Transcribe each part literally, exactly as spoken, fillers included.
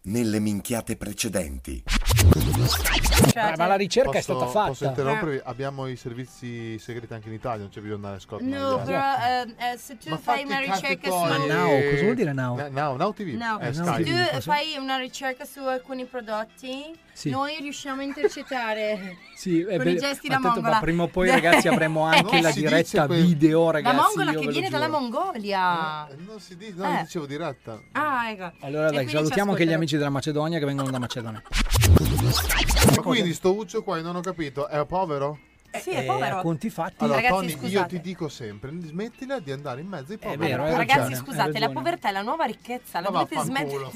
nelle minchiate precedenti. Cioè, ma la ricerca posso, è stata fatta. Posso interrompervi? Eh. Abbiamo i servizi segreti anche in Italia, non c'è bisogno di andare a Scotland. No, però uh, uh, se tu ma fai una ricerca su... Ma Now, cosa vuol dire Now? Now, Now, Now T V. No, eh, se Sky. tu fai una ricerca su alcuni prodotti, sì. noi riusciamo a intercettare sì, con beh, i gesti da attento, mongola. Ma prima o poi, ragazzi, avremo anche la diretta quel... video, ragazzi. La mongola che viene giuro. dalla Mongolia. No, non si dice, no, eh. dicevo diretta. Ah, ecco. Allora, dai, salutiamo anche gli amici della Macedonia che vengono da Macedonia. Ma quindi sto Uccio qua, non ho capito, è povero? Eh, sì, è povero. A conti fatti. Allora, ragazzi, Tony, scusate. io ti dico sempre, smettila di andare in mezzo ai poveri. È vero, hai ragazzi, ragione, scusate, la povertà è la nuova ricchezza, la Ma dovete smettere.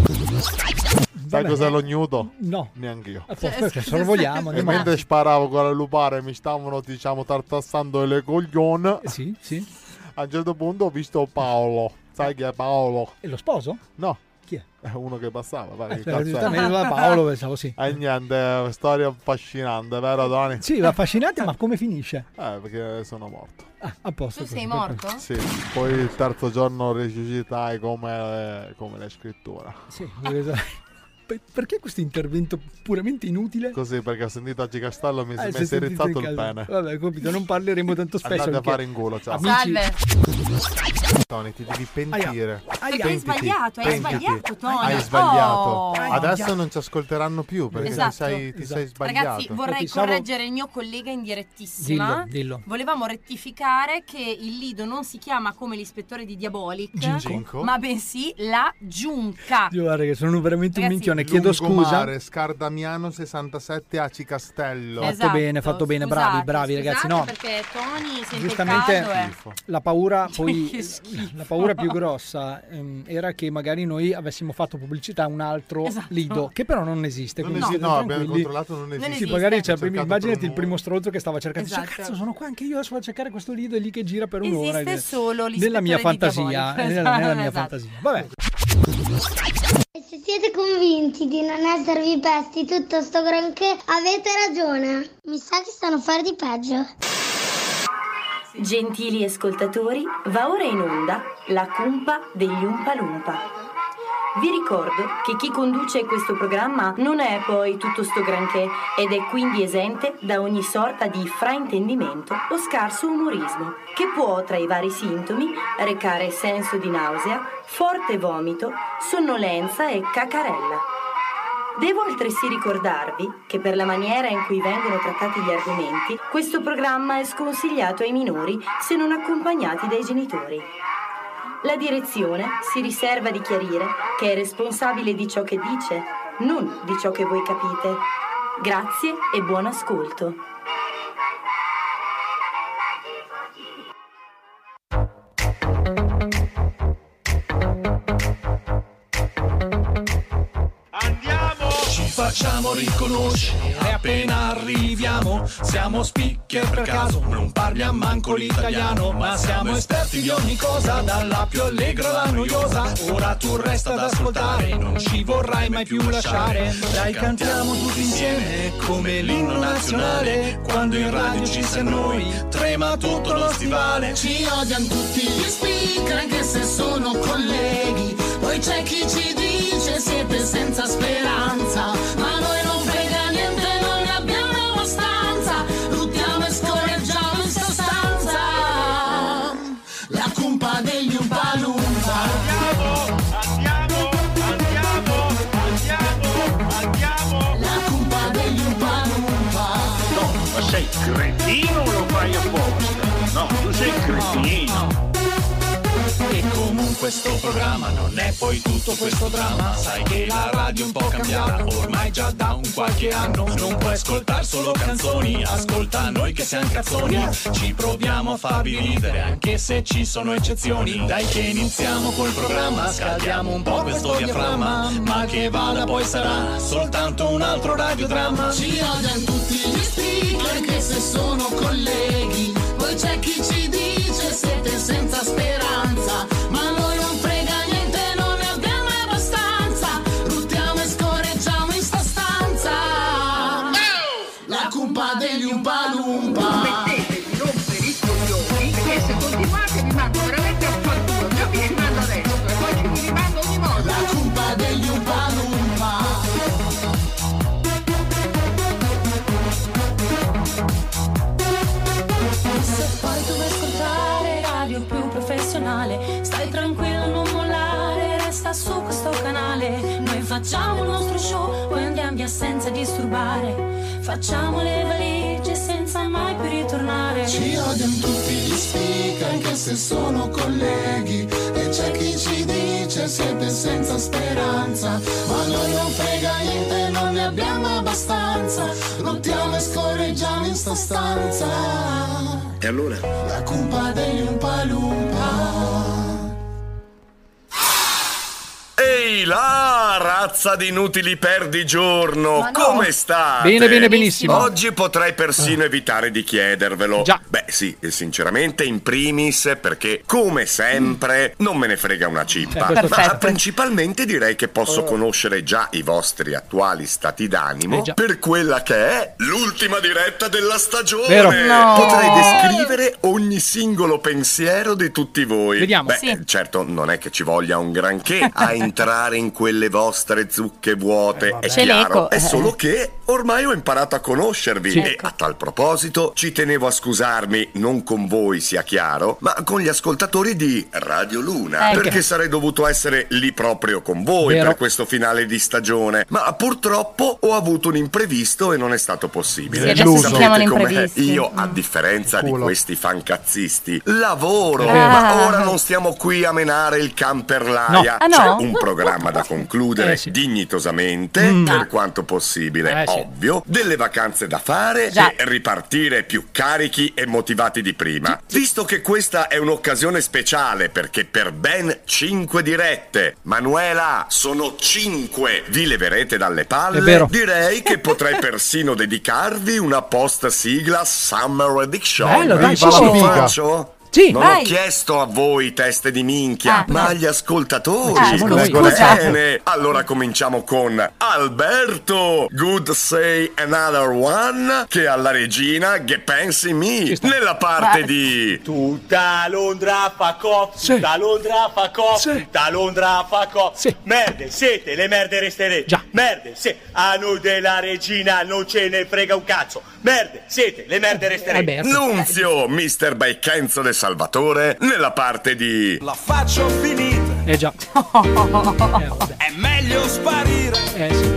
Sai cos'è lo nudo? No. Neanch'io. Cioè, se sorvogliamo. E mentre sparavo con le lupare mi stavano, diciamo, tartassando le coglione. Sì, sì. A un certo punto ho visto Paolo. Sai chi è Paolo? E lo sposo? No. Chi è? È uno che passava. Vai, Eh, che cazzo giustamente da Paolo pensavo sì. E niente, storia affascinante, vero Tony? Sì, affascinante, ma come finisce? Eh, perché sono morto. Ah, a posto. Tu sei morto? Sì, poi il terzo giorno risuscitai come, come la scrittura. Sì, perché questo intervento puramente inutile? Così, perché ho sentito oggi Castello mi, Ah, mi si è rizzato il pene. Vabbè, capito, non parleremo tanto spesso. Andate perché... a fare in culo, ciao. Salve. Tony, ti devi pentire. Perché hai sbagliato, hai sbagliato, Tony. Hai sbagliato. Oh. Adesso non ci ascolteranno più perché Esatto. ti, sei, ti Esatto. sei sbagliato. Ragazzi, vorrei Pensavo... correggere il mio collega in direttissima. Dillo, dillo. Volevamo rettificare che il Lido non si chiama come l'ispettore di Diabolic, Ginco. ma bensì la Giunca. Io guarda che sono veramente un Ragazzi, minchione, chiedo scusa. Scardamiano sessantasette Aci Castello. Fatto Esatto, bene, fatto bene, scusate, bravi, bravi ragazzi. scusate No, perché Tony sente giustamente il caldo, eh. la paura poi Che schifo. la paura più grossa ehm, era che magari noi avessimo fatto pubblicità a un altro Esatto. Lido, che però non esiste. Non quindi esiste, siete no, abbiamo tranquilli. controllato, non esiste. Non Sì, esiste. magari c'è, Ho cercato immaginati per il primo stronzo che stava cercando. Dice, Esatto. cazzo, sono qua anche io, adesso vado a cercare questo Lido, è lì che gira per un'ora. Esiste solo l'ispettore nella mia di fantasia, Diabolic. nella, nella mia Esatto. fantasia. Vabbè. E se siete convinti di non esservi pesti tutto sto granché, avete ragione. Mi sa che stanno a fare di peggio. Gentili ascoltatori, va ora in onda la cumpa degli Umpa Lumpa. Vi ricordo che chi conduce questo programma non è poi tutto sto granché ed è quindi esente da ogni sorta di fraintendimento o scarso umorismo, che può, tra i vari sintomi, recare senso di nausea, forte vomito, sonnolenza e cacarella. Devo altresì ricordarvi che per la maniera in cui vengono trattati gli argomenti, questo programma è sconsigliato ai minori se non accompagnati dai genitori. La direzione si riserva di chiarire che è responsabile di ciò che dice, non di ciò che voi capite. Grazie e buon ascolto. Facciamo riconoscere appena arriviamo. Siamo speaker per caso, non parliamo manco l'italiano, ma siamo esperti di ogni cosa, dalla più allegra alla noiosa. Ora tu resta ad ascoltare, non ci vorrai mai più lasciare. Dai, cantiamo tutti insieme come l'inno nazionale. Quando in radio ci sei noi, trema tutto lo stivale. Ci odiano tutti gli speaker anche se sono colleghi. Poi c'è chi ci dice siete senza speranza, ma noi non frega niente, non ne abbiamo abbastanza. Luttiamo e scorreggiamo in sostanza. La cumpa degli Umpa Lumpa. Andiamo, andiamo, andiamo, andiamo. La cumpa degli Umpa Lumpa. No, ma sei cretino o lo fai apposta? No, tu sei cretino. E comunque sto programma non è poi tutto questo dramma. Sai che la radio è un po' cambiata, ormai già da un qualche anno. Non puoi ascoltare solo canzoni, ascolta noi che siamo cazzoni. Ci proviamo a farvi ridere anche se ci sono eccezioni. Dai che iniziamo col programma, scaldiamo un po' questo diaframma. Ma che vada poi sarà soltanto un altro radiodramma. Ci odiano tutti gli speaker anche se sono colleghi. Poi c'è chi ci dice siete senza speranza, ma noi non frega niente, non ne abbiamo abbastanza. Ruttiamo e scorreggiamo in sta stanza. La cumpa degli Umpa Lumpa. Smettete di rompere i coglioni, perché se continuate vi mando veramente a fanculo. Già vi rimando adesso e poi ci vi rimando ogni volta. La cumpa degli Umpa Lumpa. facciamo il nostro show, poi andiamo via senza disturbare. Facciamo le valigie senza mai più ritornare. Ci odiano tutti gli speaker anche se sono colleghi, e c'è chi ci dice siete senza speranza, ma noi non frega niente, non ne abbiamo abbastanza. Lottiamo e scorreggiamo in sta stanza. E allora? La cumpa degli Oompa Loompa. Ehi là, razza di inutili perdigiorno, Ma no. come state? Bene, bene, benissimo. Oggi potrei persino evitare di chiedervelo. Già. Beh sì, sinceramente in primis perché, come sempre, non me ne frega una cippa. Eh, questo Ma Perfetto. principalmente direi che posso conoscere già i vostri attuali stati d'animo Eh, già. per quella che è l'ultima diretta della stagione. Vero. No. Potrei descrivere ogni singolo pensiero di tutti voi. Vediamo. Beh, Sì. certo, non è che ci voglia un granché a entrare in quelle vostre zucche vuote, è Ce chiaro. l'eco. È solo che ormai ho imparato a conoscervi Sì. e a tal proposito ci tenevo a scusarmi, non con voi sia chiaro, ma con gli ascoltatori di Radio Luna, Ecco. perché sarei dovuto essere lì proprio con voi Vero. per questo finale di stagione, ma purtroppo ho avuto un imprevisto e non è stato possibile. Sì, adesso si Sapete chiamano com'è? imprevisti. Io, Mm. a differenza di Culo. questi fancazzisti, lavoro, È vero. ma ora non stiamo qui a menare il can per l'aia. No. Ah, C'è no? un programma da concludere Eh, sì. dignitosamente, Mm. per quanto possibile, Eh, sì. ovvio, delle vacanze da fare Già. e ripartire più carichi e motivati di prima. Visto che questa è un'occasione speciale perché per ben cinque dirette, Manuela, sono cinque, vi leverete dalle palle, È vero. direi che potrei persino dedicarvi una post sigla Summer Edition. Bello, dai, Viva la sì. Lo figa. faccio? Sì. Non Vai. ho chiesto a voi teste di minchia, Ah, ma no. agli ascoltatori. Ah, scusa. scusa. Bene, allora cominciamo con Alberto, Good Say Another One, che alla regina che pensi mi, nella parte Ma- di... Tutta Londra fa coffee, Sì. tutta Londra fa coffee, Sì. tutta Londra fa coffee. Sì. Merde, siete, le merde resterete. Già. Merde, se a noi della regina non ce ne frega un cazzo. Merde, siete, le merde Eh resterete. beh, Nunzio, mister Baikenzo de Salvatore, nella parte di... La faccio finita, eh già. Eh, vabbè. è meglio sparire. Eh, sì.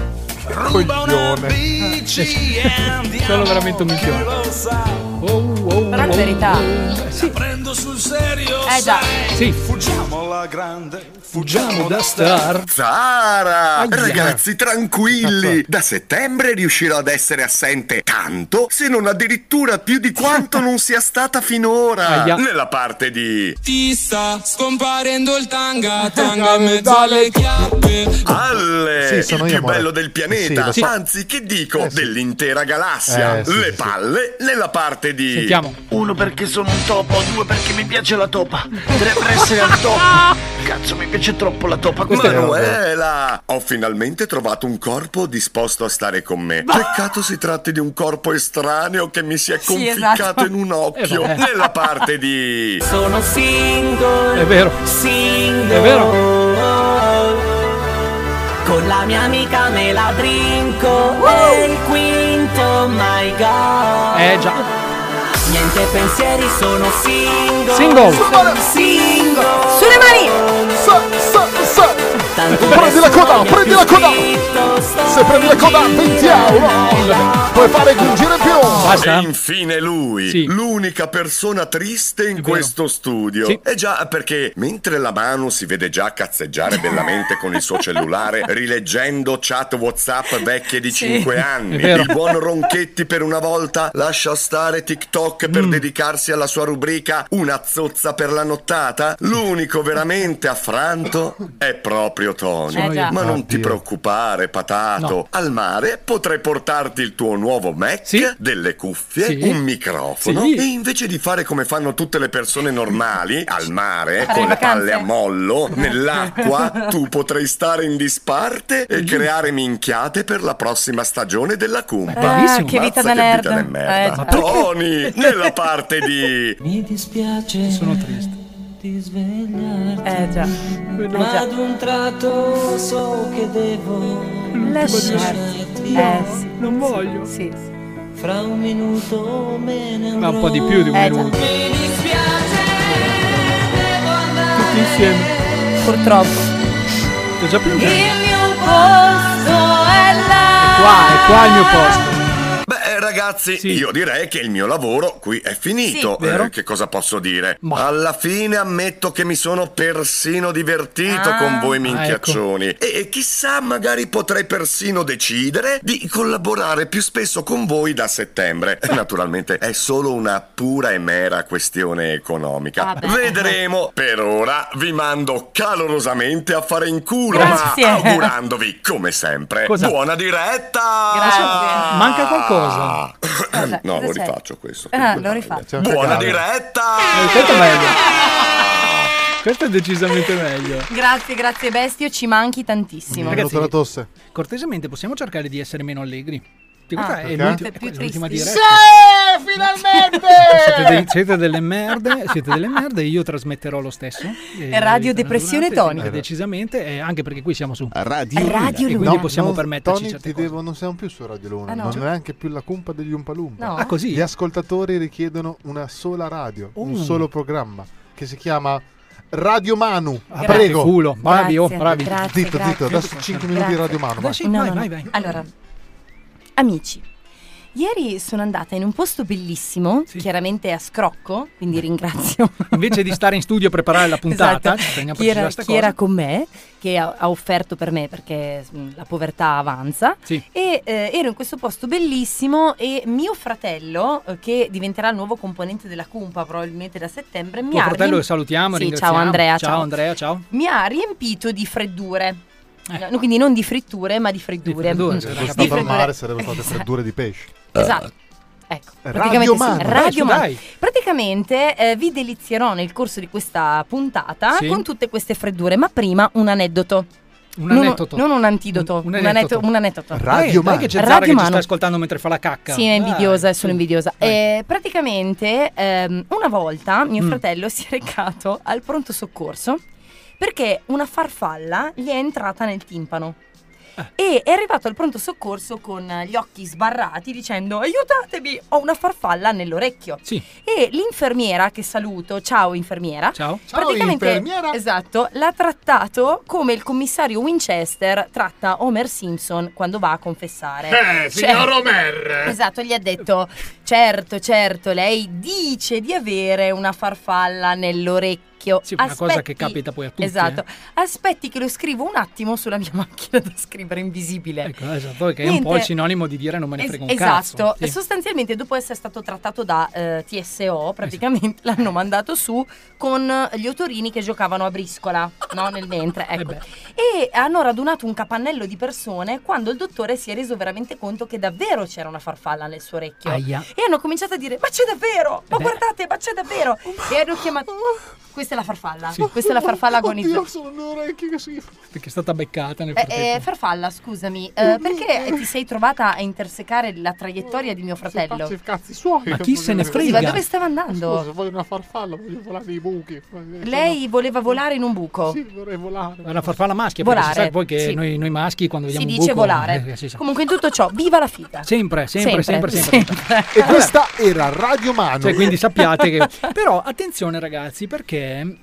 Ruba una Coglione. bici e andiamo. Sono veramente un minchione. Chi lo sa, Oh, oh, Però è oh, verità. oh. Eh, sì. prendo sul serio. Eh, già. sai. Sì. Fuggiamo alla grande, Fuggiamo da star. Zara! Aia. Ragazzi, tranquilli! Da settembre riuscirò ad essere assente tanto, se non addirittura più di quanto non sia stata finora. Aia. Nella parte di... Ti sta scomparendo il tanga, tanga in mezzo alle chiappe. Alle! Sì, sono il io, più amore. bello del pianeta, Sì, lo so. anzi, che dico, Eh, sì. dell'intera galassia. Eh, sì, Le sì, sì. palle nella parte di... Sentiamo. Uno perché sono un topo, due perché mi piace la topa. Tre per essere al top. Cazzo, mi piace troppo la topa. Questo è Manuela! Ho finalmente trovato un corpo disposto a stare con me. Peccato si tratti di un corpo estraneo che mi si è Sì, conficcato esatto. in un occhio. Eh, vabbè. Nella parte di... Sono single, È vero. single. È vero. Con la mia amica me la drinco. È il quinto, my god. Eh già. Niente pensieri, sono single. Single. Sono single. Sulle mani. Tanto Prendi la coda, adesso prendi non la mi ha coda. più scritto, sto Se prendi la coda, venti euro. Puoi fare un giro in più. Basta. E infine lui, Sì. l'unica persona triste in È vero. questo studio. Sì. Eh già, perché mentre la Manu si vede già cazzeggiare bellamente con il suo cellulare, rileggendo chat WhatsApp vecchie di Sì. cinque anni, È vero. il buon Ronchetti per una volta lascia stare TikTok per Mm. dedicarsi alla sua rubrica Una zozza per la nottata, l'unico veramente affranto è proprio Tony. Eh già. Ma non ti Oddio. preoccupare, patato. No. Al mare potrei portarti il tuo nuovo Mac, Sì. delle cuffie, Sì. un microfono, Sì. e invece di fare come fanno tutte le persone normali al mare, Fare con le le palle vacanze. a mollo, nell'acqua, tu potrai stare in disparte e creare minchiate per la prossima stagione della Cumpa. Bellissimo. Ah, che vita Mazza da che nerd. vita di merda. Eh, già. Tony, nella parte di... Mi dispiace. Sono triste. Di svegliarti. Eh già. Ma ad un tratto so che devo Lasciarti. Eh sì. Non voglio. Sì. fra un minuto me ne Ma andrò. un po' di più di un Eh, già. minuto. Mi dispiace, devo andare. Tutti insieme. Purtroppo. Sto già piangendo. Il mio cuore qua, è qua il mio posto. Beh, ragazzi, sì. io direi che il mio lavoro qui è finito. Sì, eh, che cosa posso dire? Ma... alla fine ammetto che mi sono persino divertito ah. con voi minchiaccioni. Ah, ecco. e, e chissà, magari potrei persino decidere di collaborare più spesso con voi da settembre. Naturalmente è solo una pura e mera questione economica. Ah, Vedremo. Per ora vi mando calorosamente a fare in culo, Grazie. ma augurandovi, come sempre, Cosa? buona diretta! Grazie. Manca qualcosa? Cosa? No, lo rifaccio questo. Ah, lo rifaccio. Buona diretta! Eh, questo è meglio. Questo è decisamente meglio. Grazie, grazie Bestio, ci manchi tantissimo. Ragazzi, la tosse. Cortesemente possiamo cercare di essere meno allegri? Ah, è l'ultima, più è l'ultima tristi. diretta. Sì, finalmente! Siete, dei, siete delle merde, siete delle merde, io trasmetterò lo stesso. È Radio Depressione Tonica. Decisamente, e anche perché qui siamo su Radio Luna. Radio E quindi no, possiamo no, permetterci Tony, certe ti cose. devo, non siamo più su Radio Luna, Ah, no? non è neanche più la cumpa degli Umpalumpa. No. Ah, così? Gli ascoltatori richiedono una sola radio, Oh. un solo programma che si chiama Radio Manu. Ah, Prego. Culo. Bravi, oh, bravi. Grazie, Zitto, grazie. zitto, adesso cinque minuti di Radio Manu. Dai, Vai. sì, No, vai, no, vai, no. vai. Allora, amici, ieri sono andata in un posto bellissimo, Sì. chiaramente a scrocco, quindi ringrazio. Invece di stare in studio a preparare la puntata, Esatto. teniamo a chi, era, precisare sta chi cosa. era con me, che ha, ha offerto per me perché mh, la povertà avanza. Sì. E eh, ero in questo posto bellissimo e mio fratello, eh, che diventerà il nuovo componente della Cumpa probabilmente da settembre, mi Tuo ha fratello riemp- che salutiamo, Sì, ringraziamo. ciao Andrea, ciao ciao. Andrea, ciao. mi ha riempito di freddure. Eh. No, quindi non di fritture, ma di freddure. Di freddure, Mm. sì, Se Di fosse stato al freddure. mare sarebbe state freddure di pesce. Esatto. Ecco, Radio praticamente Manu. sì, Dai, Radio su, Manu. dai. Praticamente eh, vi delizierò nel corso di questa puntata Sì. con tutte queste freddure, ma prima un aneddoto. Un Non- aneddoto. Non un antidoto, Un- un un, aneddoto. anetto- un aneddoto. Radio Dai, dai Manu. che c'è Radio Zara che ci Manu. sta ascoltando mentre fa la cacca. Sì, è invidiosa, Dai, sono su. invidiosa. Vai. E praticamente ehm, una volta mio Mm. fratello si è recato al pronto soccorso perché una farfalla gli è entrata nel timpano. Ah. E è arrivato al pronto soccorso con gli occhi sbarrati dicendo aiutatemi, ho una farfalla nell'orecchio. Sì. E l'infermiera, che saluto, ciao infermiera, Ciao. Ciao, praticamente, infermiera. esatto, l'ha trattato come il commissario Winchester tratta Homer Simpson quando va a confessare. Eh, signor Homer. Esatto, gli ha detto certo, certo, lei dice di avere una farfalla nell'orecchio. Sì, una cosa che capita poi a tutti, Esatto. eh. Aspetti che lo scrivo un attimo sulla mia macchina da scrivere invisibile. Ecco, esatto, che è un po' Niente. il sinonimo di dire non me ne Es- frega un esatto, cazzo. Sì. sostanzialmente dopo essere stato trattato da eh, T S O, praticamente l'hanno mandato su con gli otorini che giocavano a briscola, no? Nel ventre, ecco. Eh beh. E hanno radunato un capannello di persone quando il dottore si è reso veramente conto che davvero c'era una farfalla nel suo orecchio. Aia. E hanno cominciato a dire ma c'è davvero, ma beh. guardate, ma c'è davvero. E hanno chiamato... Questa è la farfalla, Sì. questa è la farfalla Oddio, agonizzante. sono le orecchie che si... Perché è stata beccata nel Eh, frattempo. eh, farfalla, scusami, eh, perché ti sei trovata a intersecare la traiettoria di mio fratello? Faccio i cazzi suoi. Ma chi se ne Scusi, frega? ma dove stava andando? Scusa, voglio una farfalla, voglio volare nei buchi. Lei voleva volare in un buco. Sì, vorrei volare. È una farfalla maschia, perché Volare, si sa poi che sì. noi, noi maschi quando Si vediamo un dice buco, volare. eh, si sa. Comunque in tutto ciò, viva la figa. Sempre, sempre, sempre, sempre. E questa era Radio Manu. Cioè, quindi sappiate che... Però attenzione ragazzi, perché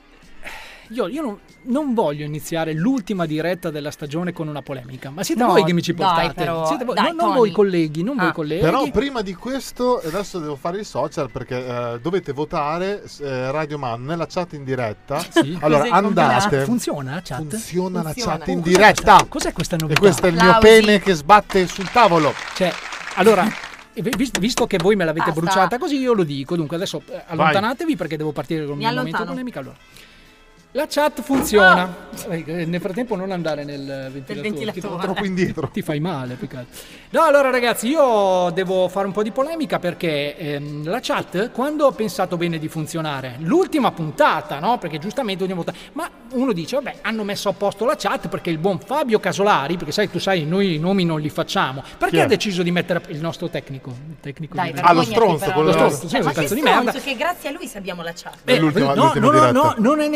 io, io non, non voglio iniziare l'ultima diretta della stagione con una polemica, ma siete No, voi che mi ci dai, portate. però, Siete voi- dai, non, non Tony. voi colleghi, non Ah. voi colleghi. Però prima di questo adesso devo fare i social perché eh, dovete votare eh, Radio Man nella chat in diretta. Sì. Allora Così andate. Funziona la chat? Funziona la Funziona. chat in Oh, diretta. Cos'è questa E novità? questo è il mio Applausi. pene che sbatte sul tavolo. Cioè, allora, e vi- visto, visto che voi me l'avete Basta. bruciata così, io lo dico. Dunque, adesso eh, allontanatevi perché devo partire con il Mi mio momento allontano. polemica. Allora, la chat funziona. Eh, Nel frattempo non andare nel ventilatore. ventilatore. Ti, Troppo indietro. ti fai male, più che altro. No, allora ragazzi, io devo fare un po' di polemica perché ehm, la chat, quando ho pensato bene di funzionare, l'ultima puntata, no? Perché giustamente ogni volta... Ma uno dice, vabbè, hanno messo a posto la chat perché il buon Fabio Casolari, perché sai, tu sai, noi i nomi non li facciamo, perché Chi è? ha deciso di mettere il nostro tecnico? Il tecnico Dai, di- Ah, lo vergognati stronzo, però. quello Lo là. stronzo, sì, Eh, un ma che pezzo di stronzo, merda. che grazie a lui sappiamo la chat. È l'ultima- no, l'ultima no, no, diretta. no, non è neanche questo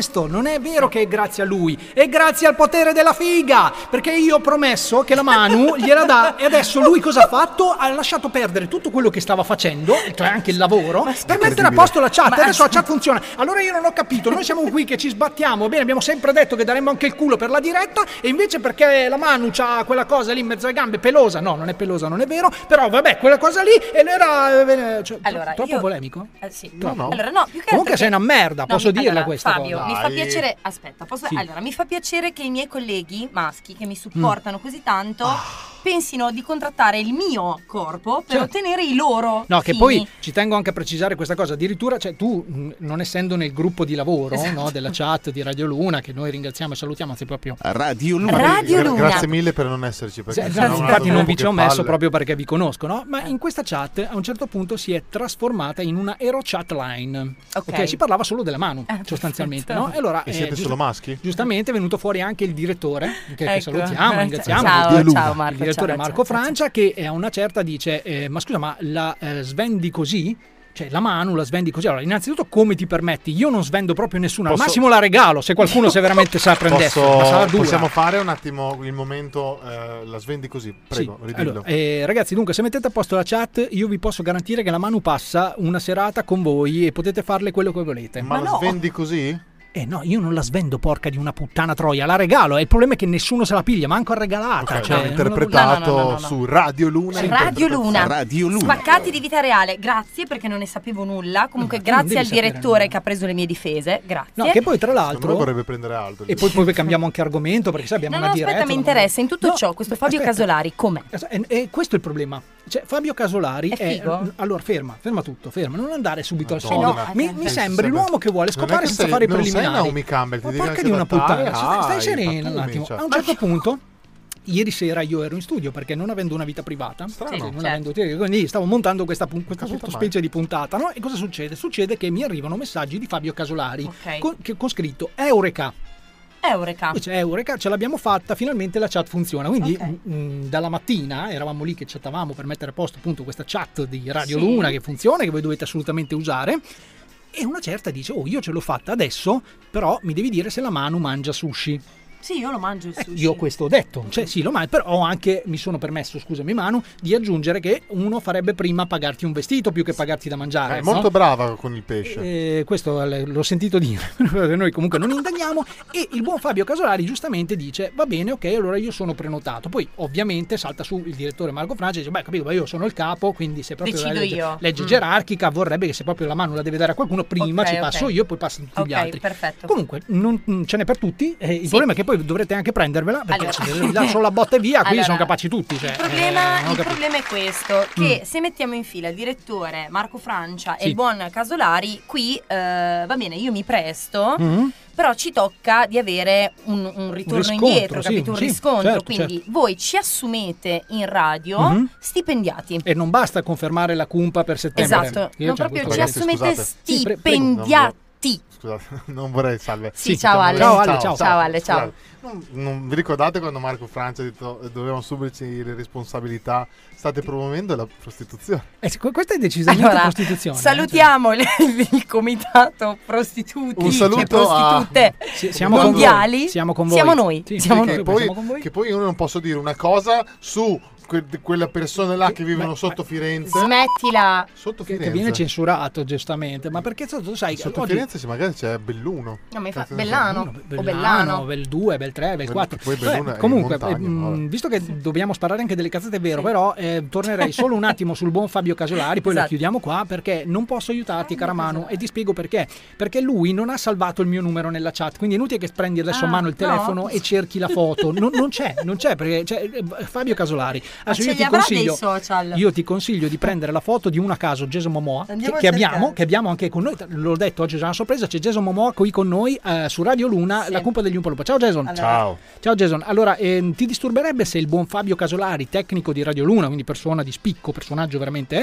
questo, non è vero che è grazie a lui, è grazie al potere della figa, perché io ho promesso che la Manu gliela dà e adesso lui cosa ha fatto? Ha lasciato perdere tutto quello che stava facendo, cioè anche il lavoro, per mettere a posto la chat. Ma adesso la chat funziona. Allora io non ho capito, noi siamo qui che ci sbattiamo, bene, abbiamo sempre detto che daremmo anche il culo per la diretta e invece perché la Manu c'ha quella cosa lì in mezzo alle gambe, pelosa, no, non è pelosa, non è vero, però vabbè, quella cosa lì e era cioè, allora, troppo io... polemico? Eh, sì. No, no. Allora, no, più che Comunque altro sei una merda, no, posso mi... dirla allora, questa Fabio, cosa. mi fa Dai. piacere. Aspetta, posso... Sì. allora, mi fa piacere che i miei colleghi maschi che mi supportano Mm. così tanto pensino di contrattare il mio corpo per Cioè- ottenere i loro No, che fini. poi ci tengo anche a precisare questa cosa, addirittura cioè, tu mh, non essendo nel gruppo di lavoro, Esatto. no, della chat di Radio Luna, che noi ringraziamo e salutiamo, anzi proprio Radio Luna. Radio Gra- Luna. Grazie mille per non esserci. Perché Sì, sennò infatti dopo non vi che ci ho messo palle. proprio perché vi conosco, no? Ma in questa chat a un certo punto si è trasformata in una Ero Chat Line. Ok. Si parlava solo della Manu, Ah, sostanzialmente, perfetto. no? E allora E eh, siete giust- solo maschi? Giustamente è venuto fuori anche il direttore, che, che Ecco. salutiamo, ringraziamo. Ciao, il, ciao Marco. il direttore ciao, Marco ciao, ciao, Francia che a una certa dice eh, ma scusa, ma la eh, svendi così? Cioè la Manu la svendi così? Allora innanzitutto come ti permetti? Io non svendo proprio nessuno, Posso- al massimo la regalo se qualcuno se veramente sa prendesse, Posso- ma sarà dura. Possiamo fare un attimo il momento, eh, la svendi così? Prego, Sì. ridillo. Allora, eh, ragazzi, dunque, se mettete a posto la chat, io vi posso garantire che la Manu passa una serata con voi e potete farle quello che volete. Ma, Ma la no. svendi così? Eh no, io non la svendo, porca di una puttana troia, la regalo. E il problema è che nessuno se la piglia, manco regalata. Ok, cioè, l'hanno non la- interpretato no, no, no, no, no. su Radio Luna. Radio Luna. Radio Luna. Spaccati di vita reale, grazie perché non ne sapevo nulla. Comunque, No, tu non grazie devi al sapere direttore nulla. che ha preso le mie difese. Grazie. No, che poi tra Secondo me l'altro... vorrebbe prendere altro. E poi, poi cambiamo anche argomento perché sai, abbiamo No, una no, diretta. aspetta, mi non- interessa. In tutto No, ciò, questo Fabio aspetta. Casolari, com'è? E, e questo è il problema. Cioè, Fabio Casolari È figo? allora ferma, ferma tutto, ferma, non andare subito al Madonna. sodo. Eh no, mi, eh, mi eh, sembri sì, l'uomo che vuole non è scopare che senza sei- fare i non sei preliminari. Naomi Campbell, ti Ma devi porca anche di una puttana, adattare. stai, stai Ah, serena i un patumi, attimo. cioè. A un certo punto ieri sera io ero in studio perché non avendo una vita privata, Strano. sì, non certo. avendo- quindi stavo montando questa, pun- questa Capito specie di puntata, no? E cosa succede? Succede che mi arrivano messaggi di Fabio Casolari Ok. con, che- con scritto Eureka. Eureka. Dice Eureka, ce l'abbiamo fatta, finalmente la chat funziona. Quindi Ok. mh, dalla mattina eravamo lì che chattavamo per mettere a posto appunto questa chat di Radio Sì. Luna che funziona, che voi dovete assolutamente usare. E una certa dice, oh io ce l'ho fatta adesso, però mi devi dire se la Manu mangia sushi. Sì, io lo mangio il Eh, sushi. io questo ho detto, cioè sì, lo mangio, però ho anche, mi sono permesso, scusami Manu, di aggiungere che uno farebbe prima pagarti un vestito più che pagarti da mangiare. È molto no? brava con il pesce. Eh, questo l- l'ho sentito dire, noi comunque non indagliamo e il buon Fabio Casolari giustamente dice va bene, ok, allora io sono prenotato. Poi ovviamente salta su il direttore Marco Francia e dice beh capito, ma io sono il capo, quindi se proprio Decido la legge, io. legge Mm. gerarchica vorrebbe che se proprio la mano la deve dare a qualcuno prima Ok, ci ok. passo io, poi passano tutti Ok, gli altri. perfetto. Comunque non, mm, ce n'è per tutti, eh, il Sì. problema è che poi dovrete anche prendervela perché Allora. se vi dà solo la botta e via, qui Allora, sono capaci tutti. Cioè, Il problema, eh, non ho il capito. problema è questo, che Mm. se mettiamo in fila il direttore Marco Francia Sì. e il buon Casolari, qui eh, va bene, io mi presto, Mhm. però ci tocca di avere un, un ritorno riscontro, indietro, sì, capito? Un sì, riscontro, certo, quindi certo. voi ci assumete in radio Mhm. stipendiati. E non basta confermare la cumpa per settembre. Esatto, Io non c'ho proprio questo- ci Ragazzi, assumete scusate. Sì, pre- prego. stipendiati. Scusate, non vorrei, salve. Sì, Sì, ciao Ale. ciao, Ale, ciao. Ciao Ale, ciao. Scusate, Non, non vi ricordate quando Marco Francia ha detto eh, dovevamo assumerci le responsabilità? State promuovendo la prostituzione. Eh, sì, questa è decisamente Allora, prostituzione. salutiamo il, il comitato prostituti Un saluto e prostitute eh. Sì, siamo con mondiali. voi, siamo con voi. Siamo noi, Sì, siamo sì, noi. Che poi, siamo con voi. che poi io non posso dire una cosa su que- quelle persone là che vivono Beh, sotto Firenze. Smettila. Sotto Che, Firenze. che viene censurato giustamente, ma perché tu sai Sotto oggi- Firenze sì, magari c'è Belluno. No, mi fa Cazzo ne so. Bellano. Bellano, o Bellano. Bel due, Bel tre, Bel Bel- quattro. poi Vabbè, Belluno è in comunque, montagna, eh, mh, vabbè. visto che dobbiamo sparare anche delle cazzate, è vero, però eh, tornerei solo un attimo sul buon Fabio Casolari, poi Esatto. la chiudiamo qua perché non posso aiutarti, cara Manu, e ti spiego perché. Perché lui non ha salvato il mio numero nella chat, quindi è inutile che prendi adesso a Ah, mano il telefono no. e cerchi la foto. Non, non c'è, non c'è, perché cioè, eh, Fabio Casolari. Ma Adesso ce io li ti avrà consiglio, dei social? io ti consiglio di prendere la foto di una a caso, Jason Momoa, che, Andiamo a che cercare. abbiamo, che abbiamo anche con noi. L'ho detto oggi, c'è una sorpresa, c'è Jason Momoa qui con noi eh, su Radio Luna, Sì. la cumpa degli Umpalupa. Ciao Jason. Allora. Ciao. Ciao Jason, allora ehm, ti disturberebbe se il buon Fabio Casolari, tecnico di Radio Luna, quindi persona di spicco, personaggio veramente, eh,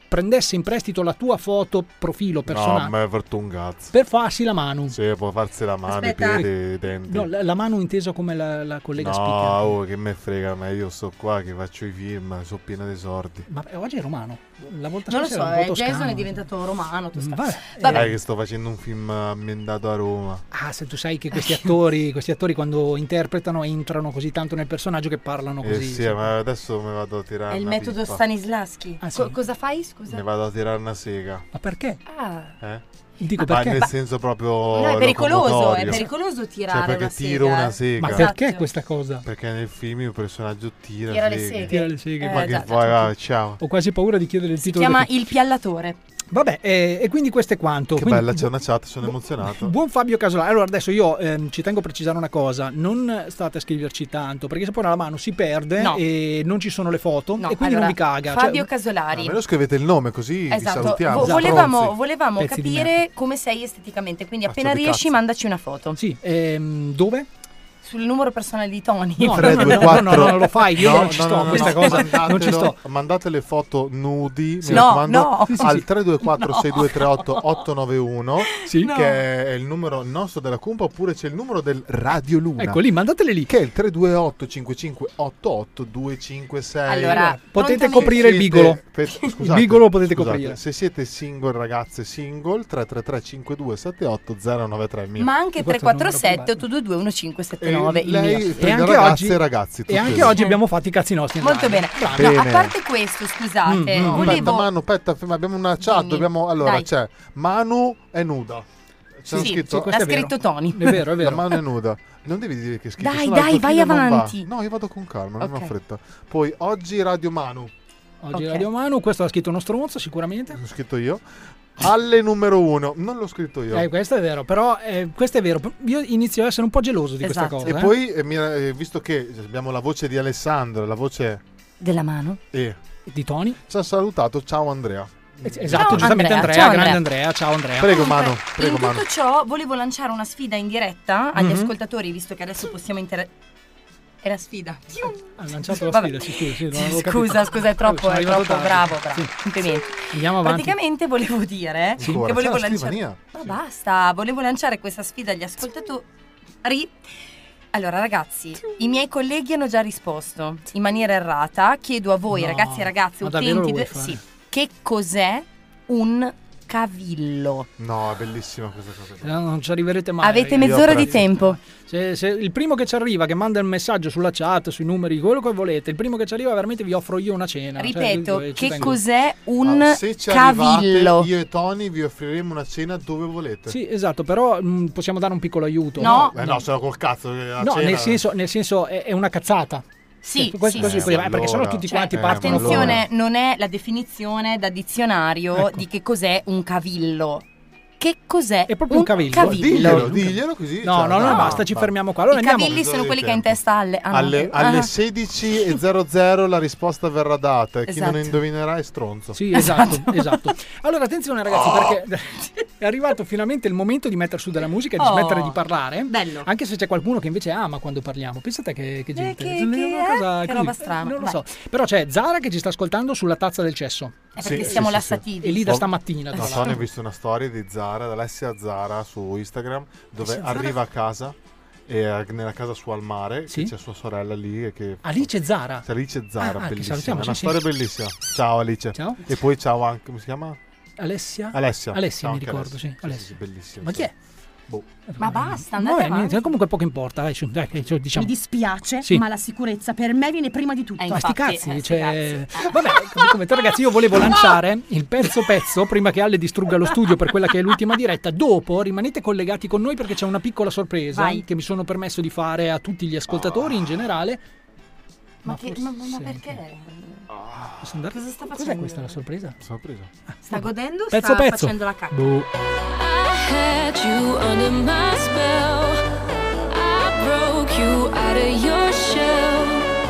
prendesse in prestito la tua foto profilo personale. No, ma è fatto un cazzo. Per farsi la mano. Sì, può farsi la mano, Aspetta. i piedi, i denti. No, la, la mano intesa come la, la collega No, speaker. oh, che me frega, ma io sto qua che faccio i film, sono pieno di sordi. Ma oggi è romano. La volta Non lo scorsa so, era un po' eh, Jason toscano. è diventato romano. toscano. Vabbè. Vabbè. Dai che sto facendo un film ambientato a Roma. Ah, se tu sai che questi attori, questi attori quando interpretano entrano così tanto nel personaggio che parlano Eh così. sì, cioè. ma adesso mi vado a tirare È il una metodo pippa. Stanislaschi. Ah, sì? Co- cosa fai, scusa? Mi vado a tirare una sega. Ma perché? Ah. Eh? Dico Ma perché? nel Ma- senso proprio No, è pericoloso, è locomotorio. pericoloso tirare Cioè perché una tiro sega, una eh. sega. Ma Esatto. perché questa cosa? Perché nel film il personaggio tira, Tira le seghe. seghe. Tira le seghe. Eh, Ma che già, vuoi? già. Ah, ciao. Ho quasi paura di chiedere il Si titolo. chiama del- Il Piallatore. Vabbè, eh, e quindi questo è quanto. Che Quindi- bella, c'è una chat, sono emozionato. Buon Fabio Casolari. Allora adesso io ehm, ci tengo a precisare una cosa, non state a scriverci tanto perché se poi la mano si perde No. e non ci sono le foto No, e quindi allora, non vi caga. Fabio Cioè, Casolari. Almeno scrivete il nome così vi Esatto, salutiamo. Vo- volevamo, Stronzi. volevamo Pezzi di capire come sei esteticamente, quindi Faccio appena di riesci cazzo. mandaci una foto. sì, ehm, dove? Sul numero personale di Tony. No, tre, no, due, no, quattro. no, no, non lo fai, io No, non ci no, sto, no, no, questa no, cosa mandatelo- non ci sto. Mandate le foto nudi, Sì. mi No, raccomando, no. Sì, sì, al sì. tre due quattro sei due tre otto otto nove uno, Sì. No. che è il numero nostro della Cumpa, oppure c'è il numero del Radio Luna. Ecco lì, mandatele lì. Che è il tre due otto cinque cinque otto otto due cinque sei. Allora, Potete prontamente- coprire il Siete- bigolo. pe- Il scusate, bigolo lo potete scusate, coprire. Se siete single, ragazze single, tre tre tre cinque due sette otto zero nove tre mio. Ma anche Questo tre è il numero quattro sette privato. otto due due uno cinque sette E nove il lei mio. per E le anche ragazze oggi- e ragazzi, E tutte anche le- oggi abbiamo fatto i cazzi nostri. in Molto live. bene. Bravi. No, a Bene. parte questo, scusate, Mm, mm. Aspetta, volevo Manu, aspetta, ferma, abbiamo una chat, Dimmi. dobbiamo... Allora, Dai. c'è Manu è nuda. C'è Sì, scritto... sì, questo l'ha è vero. scritto Tony. È vero, è La vero. mano è nuda. Non devi dire che è scritto. Dai, sennò il dai, vai profilo non va. avanti. No, io vado con calma, non Ok. ho fretta. Poi oggi Radio Manu, Oggi Ok. Radio Manu, questo l'ha scritto uno stronzo sicuramente. l'ho scritto io. Alle numero uno, non l'ho scritto io. Eh, questo è vero, però eh, questo è vero. Io inizio a essere un po' geloso di Esatto. questa E cosa. eh. poi, eh, mi era- eh, visto che abbiamo la voce di Alessandro, la voce Della mano. E, Di Tony. ci ha salutato, ciao Andrea. Eh, Esatto, Ciao, giustamente Andrea. Andrea, Ciao, grande Andrea. Andrea. Ciao Andrea. Prego Comunque, Manu, prego in Manu. tutto ciò volevo lanciare una sfida in diretta agli Mhm. ascoltatori, visto che adesso possiamo interagire. È la sfida. Ha lanciato la Vabbè. sfida, sì, sì, sì, non avevo capito. Scusa, scusa, è troppo, Sono è arrivato troppo tardi. bravo, bravo. Sì. Complimenti. Andiamo avanti. Praticamente volevo dire Sì. che Ancora, volevo c'è la lanciare. scrivania. Ma basta, volevo lanciare questa sfida agli ascoltatori. Allora, ragazzi, i miei colleghi hanno già risposto in maniera errata. Chiedo a voi, No, ragazzi e ragazze, ma davvero utenti, lo vuoi de- fare? sì, che cos'è un cavillo? No, è bellissima questa cosa. Eh, Non ci arriverete mai. Avete ragazzi. mezz'ora di Io tempo. Se, se il primo che ci arriva, che manda il messaggio sulla chat, sui numeri, quello che volete, il primo che ci arriva, veramente vi offro io una cena. Cioè, Ripeto, io ci che tengo. cos'è un Ah, se ci arrivate, cavillo? io e Tony vi offriremo una cena dove volete. Sì, esatto, però mh, possiamo dare un piccolo aiuto. No. Eh no, sono col cazzo. che la No, cena- nel senso, nel senso è, è una cazzata. Sì, Cioè, questo- sì, questo sì, si può sì. dire, perché sennò Allora. tutti Cioè, quanti eh, partono. ma allora- Attenzione, non è la definizione da dizionario Ecco. di che cos'è un cavillo. Che cos'è È proprio un cavillo. Diglielo, diglielo così. No, cioè, no, no, dai, basta, ci va. fermiamo qua. Allora I andiamo. cavilli sono Mezz'ora quelli di che ha in tempo. testa alle... ah, no. Alle, Ah. alle sedici e zero zero la risposta verrà data e chi Esatto. non indovinerà è stronzo. Sì, esatto, esatto. Allora attenzione ragazzi, perché è arrivato finalmente il momento di mettere su della musica e di Oh, smettere di parlare. bello. Anche se c'è qualcuno che invece ama quando parliamo. Pensate che, che gente. che- È una che- cosa che così, roba strana. Non lo Vai. so. Però c'è Zara che ci sta ascoltando sulla tazza del cesso. È perché Sì, siamo sì, sì, lassativi. E lì da Oh. stamattina. tra No, l'altro. Tony ha visto una storia di Zara, da Alessia Zara su Instagram, dove Alessia Zara? arriva a casa e eh, nella casa sua al mare, Sì? che c'è sua sorella lì e che Alice Zara. c'è Alice Zara, Ah, ah, che bellissima, salutiamo, è una sì, sì. storia bellissima. Ciao Alice. Ciao. E poi ciao anche, come si chiama? Alessia? Alessia. Alessia, Ciao mi anche ricordo, Alessia. sì. Sì, Alessia. sì, bellissima. Ma chi è? Boh. Ma basta, andate Vabbè, avanti. niente, comunque poco importa. Dai, su, dai, che- cioè, diciamo. Mi dispiace, Sì. ma la sicurezza per me viene prima di tutto. Eh, Ma sti infatti, cazzi, eh, sti cioè... cazzi. Vabbè, come te ragazzi, io volevo lanciare il pezzo pezzo prima che Ale distrugga lo studio per quella che è l'ultima diretta. Dopo rimanete collegati con noi perché c'è una piccola sorpresa Vai. che mi sono permesso di fare a tutti gli ascoltatori in generale. Ma, che, forse ma, ma sì. perché? Posso andare? Cosa sta Cos'è facendo? questa la sorpresa? Sorpresa. Sta godendo o Pezzo sta pezzo. facendo la cacca? Boh. had you under my spell. I broke you out of your shell.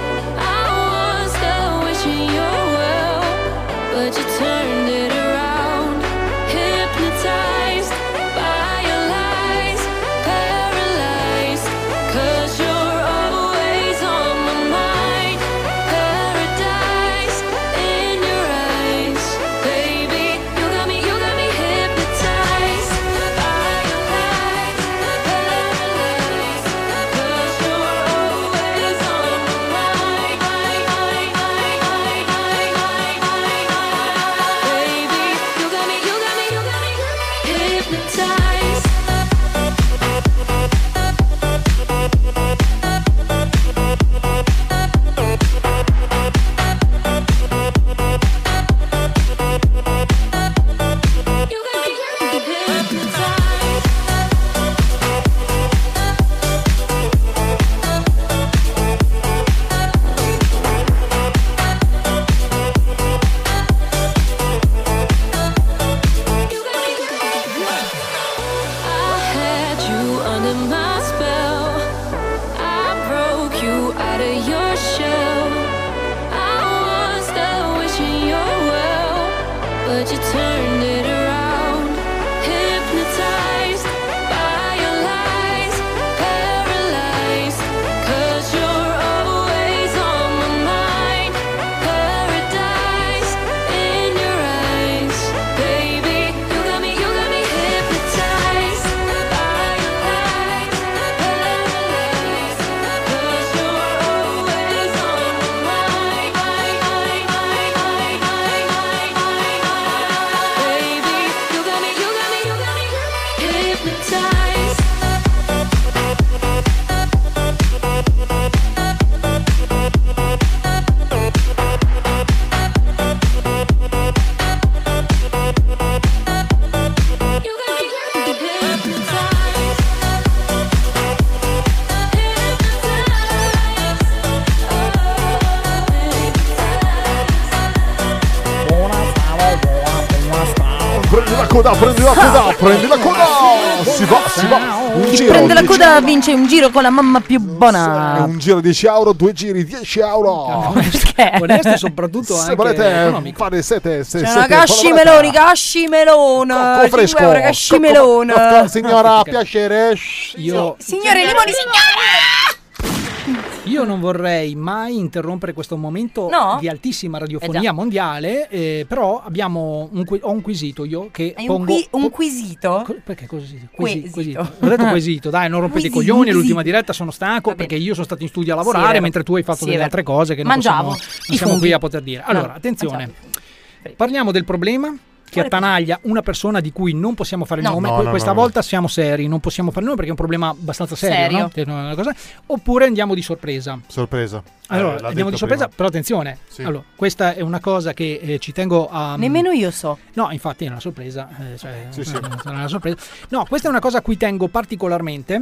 I was there wishing you well, but you turned it around. Hypnotized by your lies, paralyzed, 'cause you're always on my mind. Paradise in your eyes, baby. coda, prendi la coda, prendi la coda. Si va, si va. Un Chi giro, prende la dieci coda euro. vince un giro con la mamma più buona. Un giro dieci euro, due giri dieci euro. Oneste soprattutto Se anche volete economico. fare sette, se, C'è sette una cascimeloni, cascimelona. Cocco fresco. cinque euro, cascimelona. Cocco- cocco- Signora, piacere. Io, Signore limoni, signore. io non vorrei mai interrompere questo momento No? di altissima Eh radiofonia già. mondiale, eh, però abbiamo un, que- ho un quesito io che Hai un, pongo... qui- un quesito? Co- perché così? Quesito. Quesito. Ho detto quesito, dai, non rompete i Quesito, coglioni, è quesito. l'ultima diretta, sono stanco perché io sono stato in studio a Sì, è lavorare vero. mentre tu hai fatto Sì, è delle vero. altre cose che non, Mangiavo possiamo, non i siamo funghi. qui a poter dire. Allora, No, attenzione, parliamo del problema che attanaglia una persona di cui non possiamo fare il No. nome. No, Que- no, Questa no, no. volta siamo seri, non possiamo fare il nome perché è un problema abbastanza serio, Serio. no? Che non è una cosa- Oppure andiamo di sorpresa. Sorpresa. Allora, Eh, l'ha andiamo detto di sorpresa, prima. però attenzione. Sì. Allora, questa è una cosa che eh, ci tengo a. Nemmeno io so. No, infatti è una sorpresa. eh, cioè, Sì, sì. eh, è una sorpresa. No, questa è una cosa a cui tengo particolarmente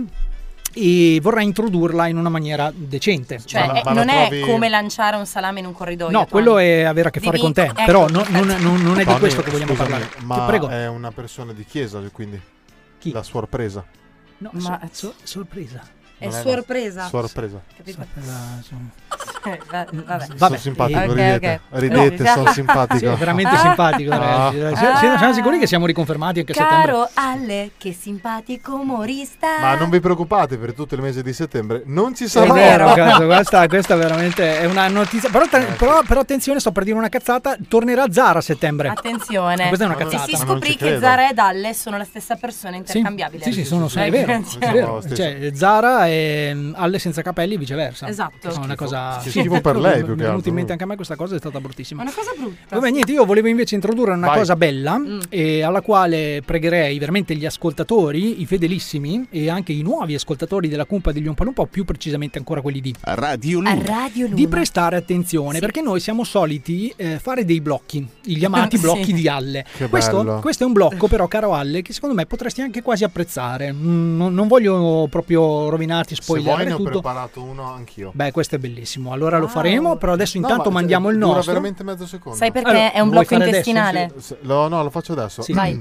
e vorrei introdurla in una maniera decente. Cioè, Ma la- eh, ma la non è trovi- come lanciare un salame in un corridoio. No, Tony. quello è avere a che fare Devi- con te, ecco, però no- non, perfetto. non- non è di Tony, questo che vogliamo scusami, parlare. Ma Prego. è una persona di chiesa, quindi. Chi? La sorpresa. No, Ma- so- so- sorpresa. È Non è sorpresa. la- Sorpresa. Capito? Sorpresa, insomma. Eh, va- vabbè. Vabbè, Sono simpatico, eh, ok, ridete. ok. Ridete, No. sono simpatico. Sì, è veramente Ah. simpatico. Ah. ragazzi. Siamo- siamo, siamo sicuri che siamo riconfermati anche a settembre? Caro Ale, che simpatico umorista. Ma non vi preoccupate, per tutto il mese di settembre non ci È sarà. vero, cazzo, questa, questa veramente è una notizia. Però, però, però attenzione, sto per dire una cazzata. Tornerà Zara a settembre. Attenzione. Questa è una Se cazzata. si Ma non scoprì ci che credo. Zara e Dalle sono la stessa persona Sì, intercambiabile. sì, sì, sono, sono- è Eh, vero, grazie. è vero. Lo stesso. Cioè, Zara e mm, Alle senza capelli e viceversa. Esatto. È una cosa Che schifo per lei, più Mi che è venuta altro. in mente anche a me questa cosa, è stata bruttissima. È una cosa brutta. Vabbè, niente, io volevo invece introdurre una Vai. cosa bella Mm. e alla quale pregherei veramente gli ascoltatori, i fedelissimi e anche i nuovi ascoltatori della Cumpa degli Umpalumpa, o più precisamente ancora quelli di Radio A Luna. Radio Luna. di prestare attenzione, Sì. perché noi siamo soliti eh, fare dei blocchi, gli amati Sì. blocchi di Alle. Che questo, bello. questo è un blocco però, caro Alle, che secondo me potresti anche quasi apprezzare. Mm, Non, non voglio proprio rovinarti, Se vuoi spoilerare ne ho tutto. preparato uno anch'io. Beh, questo è bellissimo. Allora lo Wow. faremo, però adesso No, intanto ma, mandiamo cioè, il dura nostro. veramente mezzo secondo. Sai perché Allora, è un lo vuoi blocco fare adesso? intestinale? Se- lo- no, lo faccio adesso. Sì. Vai.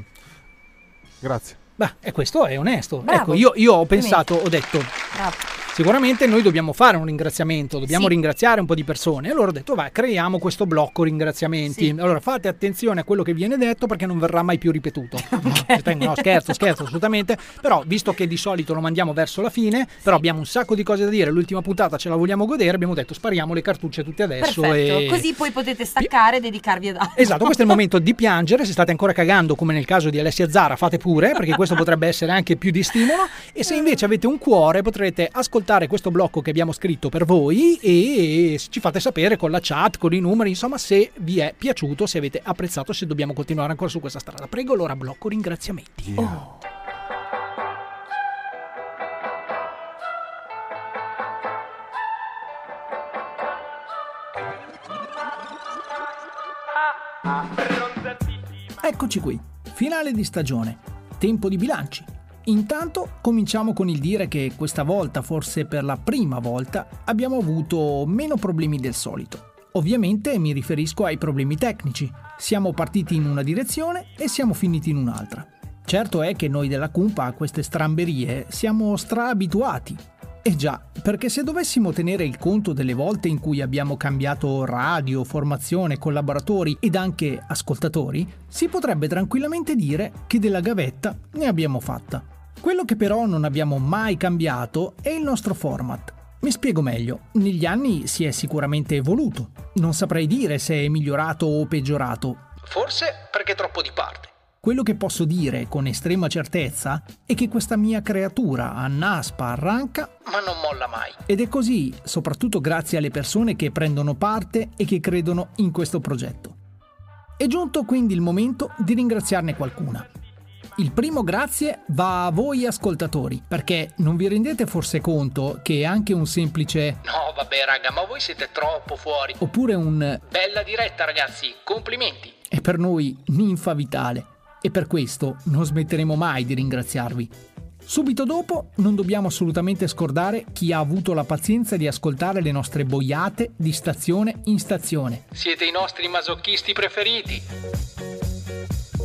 Grazie. Beh, e questo è onesto. Bravo. Ecco, io, io ho pensato, ho detto, Bravo. sicuramente noi dobbiamo fare un ringraziamento, dobbiamo Sì. ringraziare un po' di persone. Allora ho detto, vai, creiamo questo blocco ringraziamenti. Sì. Allora fate attenzione a quello che viene detto perché non verrà mai più ripetuto. No, no, scherzo, scherzo, assolutamente. Però, visto che di solito lo mandiamo verso la fine, però abbiamo un sacco di cose da dire, l'ultima puntata ce la vogliamo godere, abbiamo detto spariamo le cartucce tutte adesso. Perfetto. E... Così poi potete staccare e dedicarvi ad altro. Esatto, questo è il momento di piangere, se state ancora cagando come nel caso di Alessia Zara fate pure, perché questo potrebbe essere anche più di stimolo, e se invece avete un cuore potrete ascoltare questo blocco che abbiamo scritto per voi e ci fate sapere con la chat, con i numeri, insomma, se vi è piaciuto, se avete apprezzato, se dobbiamo continuare ancora su questa strada. Prego, allora blocco ringraziamenti. Oh. Eccoci qui, finale di stagione, tempo di bilanci. Intanto cominciamo con il dire che questa volta, forse per la prima volta, abbiamo avuto meno problemi del solito. Ovviamente mi riferisco ai problemi tecnici. Siamo partiti in una direzione e siamo finiti in un'altra. Certo è che noi della Cumpa a queste stramberie siamo straabituati. Eh già, perché se dovessimo tenere il conto delle volte in cui abbiamo cambiato radio, formazione, collaboratori ed anche ascoltatori, si potrebbe tranquillamente dire che della gavetta ne abbiamo fatta. Quello che però non abbiamo mai cambiato è il nostro format. Mi spiego meglio, negli anni si è sicuramente evoluto. Non saprei dire se è migliorato o peggiorato. Forse perché è troppo di parte. Quello che posso dire con estrema certezza è che questa mia creatura annaspa, arranca, ma non molla mai. Ed è così, soprattutto grazie alle persone che prendono parte e che credono in questo progetto. È giunto quindi il momento di ringraziarne qualcuna. Il primo grazie va a voi ascoltatori, perché non vi rendete forse conto che anche un semplice "No vabbè raga, ma voi siete troppo fuori" oppure un "Bella diretta ragazzi, complimenti" è per noi ninfa vitale. E per questo non smetteremo mai di ringraziarvi. Subito dopo non dobbiamo assolutamente scordare chi ha avuto la pazienza di ascoltare le nostre boiate di stazione in stazione. Siete i nostri masocchisti preferiti.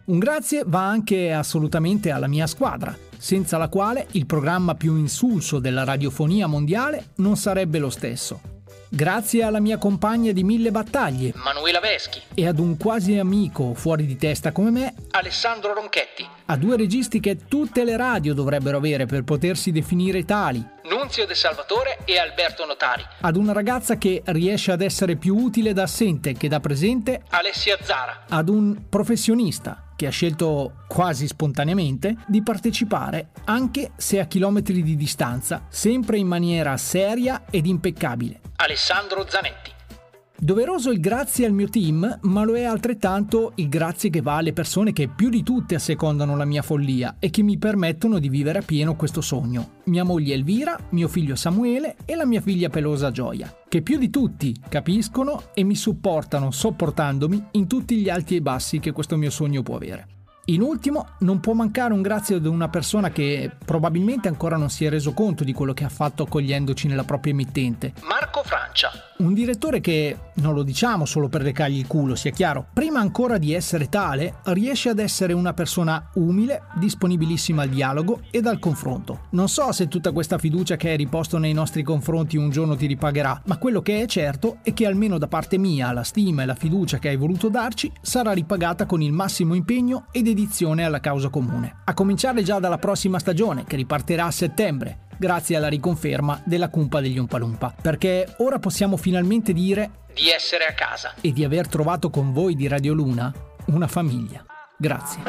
Un grazie va anche assolutamente alla mia squadra, senza la quale il programma più insulso della radiofonia mondiale non sarebbe lo stesso. Grazie alla mia compagna di mille battaglie, Manuela Veschi, e ad un quasi amico fuori di testa come me, Alessandro Ronchetti. A due registi che tutte le radio dovrebbero avere per potersi definire tali, Nunzio De Salvatore e Alberto Notari. Ad una ragazza che riesce ad essere più utile da assente che da presente, Alessia Zara. Ad un professionista che ha scelto quasi spontaneamente di partecipare, anche se a chilometri di distanza, sempre in maniera seria ed impeccabile, Alessandro Zanetti. Doveroso il grazie al mio team, ma lo è altrettanto il grazie che va alle persone che più di tutte assecondano la mia follia e che mi permettono di vivere a pieno questo sogno. Mia moglie Elvira, mio figlio Samuele e la mia figlia pelosa Gioia, che più di tutti capiscono e mi supportano sopportandomi in tutti gli alti e bassi che questo mio sogno può avere. In ultimo, non può mancare un grazie ad una persona che probabilmente ancora non si è reso conto di quello che ha fatto accogliendoci nella propria emittente. Marco Francia. Un direttore che, non lo diciamo solo per recargli il culo, sia chiaro, prima ancora di essere tale, riesce ad essere una persona umile, disponibilissima al dialogo ed al confronto. Non so se tutta questa fiducia che hai riposto nei nostri confronti un giorno ti ripagherà, ma quello che è certo è che almeno da parte mia la stima e la fiducia che hai voluto darci sarà ripagata con il massimo impegno ed edizione alla causa comune. A cominciare già dalla prossima stagione, che ripartirà a settembre, grazie alla riconferma della cumpa degli Umpalumpa, perché ora possiamo finalmente dire di essere a casa e di aver trovato con voi di Radio Luna una famiglia. Grazie.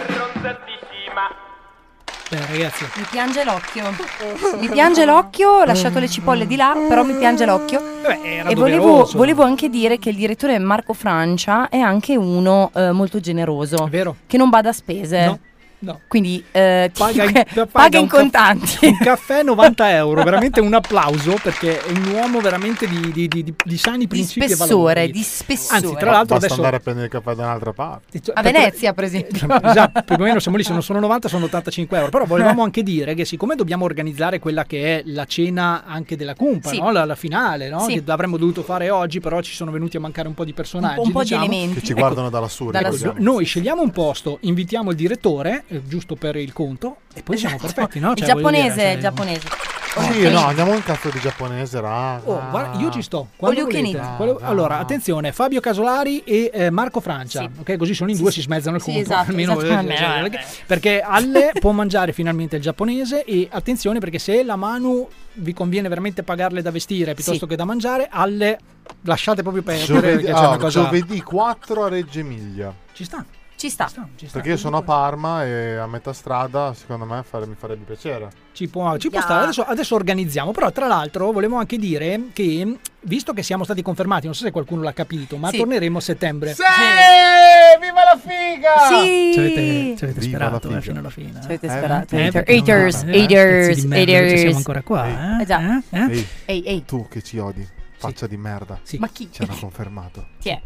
Beh, ragazzi, mi piange l'occhio. Mi piange l'occhio, ho lasciato le cipolle di là, però mi piange l'occhio. Beh, era e volevo, volevo anche dire che il direttore Marco Francia è anche uno eh, molto generoso. È vero. Che non bada a spese. No. No. Quindi eh, paga, ti, in, paga, paga in un contanti caffè, un caffè novanta euro, veramente un applauso, perché è un uomo veramente di, di, di, di sani principi di spessore, e valori. Di spessore. Anzi, tra l'altro basta adesso andare a prendere il caffè da un'altra parte. A Venezia, per esempio. Esatto, più o meno siamo lì, se non sono novanta sono ottantacinque euro. Però volevamo anche dire che siccome dobbiamo organizzare quella che è la cena anche della cumpa, sì. no? la, la finale, no? Sì. Che avremmo dovuto fare oggi, però ci sono venuti a mancare un po' di personaggi, un po' diciamo, di elementi che ci ecco, guardano da lassù. Da lassù. Noi scegliamo un posto, invitiamo il direttore, eh, giusto per il conto, e poi siamo perfetti, no? Il Cioè, giapponese, dire, cioè, il giapponese. Sì, no, andiamo un cazzo di giapponese, raga. Oh, guarda, io ci sto. Quando volete. Ah, Quello- no. allora, attenzione, Fabio Casolari e eh, Marco Francia, Sì. ok? Così sono in Sì, due, sì. si smezzano il Sì, conto. esatto, almeno, esatto. eh, Vabbè, cioè, vabbè. perché Alle può mangiare finalmente il giapponese, e attenzione perché se la Manu vi conviene veramente pagarle da vestire piuttosto Sì. che da mangiare, Alle lasciate proprio perdere, Giovedì, perché c'è ah, una cosa... giovedì quattro a Reggio Emilia. Ci sta. Ci sta. Ci sta, ci sta. Perché io sono a Parma e a metà strada, secondo me fare- mi farebbe piacere. Ci può, ci può Yeah. stare, adesso, adesso organizziamo. Però tra l'altro volevo anche dire che, visto che siamo stati confermati, non so se qualcuno l'ha capito, ma Sì. torneremo a settembre. Sì! Viva la figa! Sì. Ci avete, ci avete Viva sperato la eh, figa. fino alla fine. Ci avete Eh, sperato. Eh, Hater- perché non- Haters, eh, pezzi haters, di merda, che siamo haters. ancora qua. Eh? Eh già. Eh? Eh? Ehi, Ehi, ehi. tu che ci odi, faccia di merda. Sì. Ma chi? Ci hanno confermato. Chi è?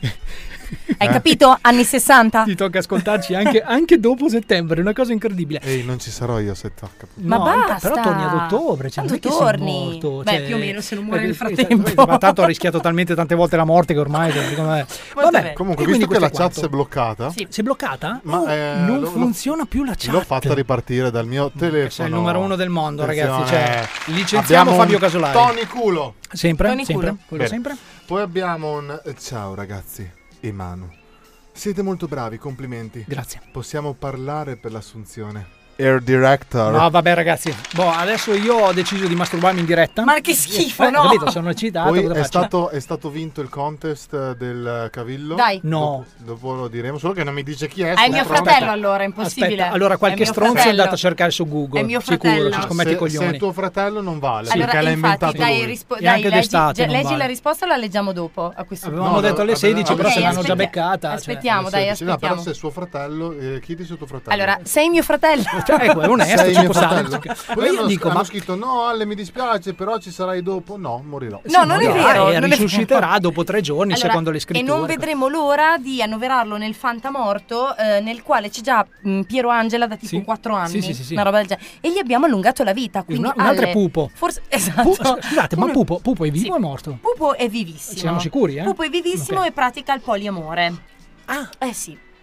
Hai capito? Anni sessanta? Ti tocca ascoltarci anche, anche dopo settembre, è una cosa incredibile. Ehi, non ci sarò io se tocca. Ma No, basta. Però torni ad ottobre, cioè, Quando non è che sei torni? morto, Beh, cioè- più o meno, se non muore nel eh, frattempo. Ma tanto ho rischiato talmente tante volte la morte che ormai secondo me... Molto Vabbè, bene. Comunque, e visto quindi che la questo è chat si è quanto. bloccata, Sì. Si è bloccata? Ma, Oh, eh, non lo- funziona più la chat. l'ho fatta ripartire dal mio telefono. Sei il numero uno del mondo, Attenzione. ragazzi. Cioè, licenziamo Abbiamo Fabio un Casolari. Tony culo. Sempre? Tony sempre? culo. Quello Bene. sempre? Poi abbiamo un eh, ciao ragazzi e Manu. Siete molto bravi, complimenti. Grazie. Possiamo parlare per l'assunzione. Air Director. No, vabbè, ragazzi. Boh, adesso io ho deciso di masturbarmi in diretta. Ma che schifo, Eh, no? Capito? Sono eccitato. Poi cosa è faccio? stato, è stato vinto il contest del Cavillo. Dai. No. Dopo, dopo lo diremo, solo che non mi dice chi è. È mio purtroppo. fratello allora, è impossibile. Aspetta, allora È qualche mio stronzo è fratello. andato a cercare su Google. È mio Sicuro, fratello. ci scommetti i se, coglioni. se è tuo fratello non vale, Allora, perché l'ha infatti, inventato dai, lui. rispo- E dai, anche leggi, d'estate ge- non leggi vale. la risposta o la leggiamo dopo a questo punto? Avevamo No, detto alle vabbè, sedici, no, però ok, se l'hanno già aspetta- beccata. cioè. Aspettiamo, dai, No, però aspettiamo. se è suo fratello, eh, chiedi se è tuo fratello. Allora, sei mio fratello? Cioè, ecco, è onesto, Sei ci mio può stare. fratello. Ma Poi io hanno, dico, hanno ma scritto no Ale mi dispiace però ci sarai dopo. No, morirò. No, non è morirà vero, e non è risusciterà vero. dopo tre giorni, Allora, secondo le e scritture. non vedremo l'ora di annoverarlo nel Fantamorto, eh, nel quale c'è già mh, Piero Angela da tipo Sì. quattro anni, Sì, sì, sì, sì. una roba del genere. E gli abbiamo allungato la vita. Quindi Un, un altro è Ale- Pupo. Forse, esatto. Pu- scusate, ma Uno- Pupo, Pupo è vivo Sì. o è morto? Pupo è vivissimo. Siamo sicuri, eh? Pupo è vivissimo Ok. e pratica il poliamore. Ah, Eh sì.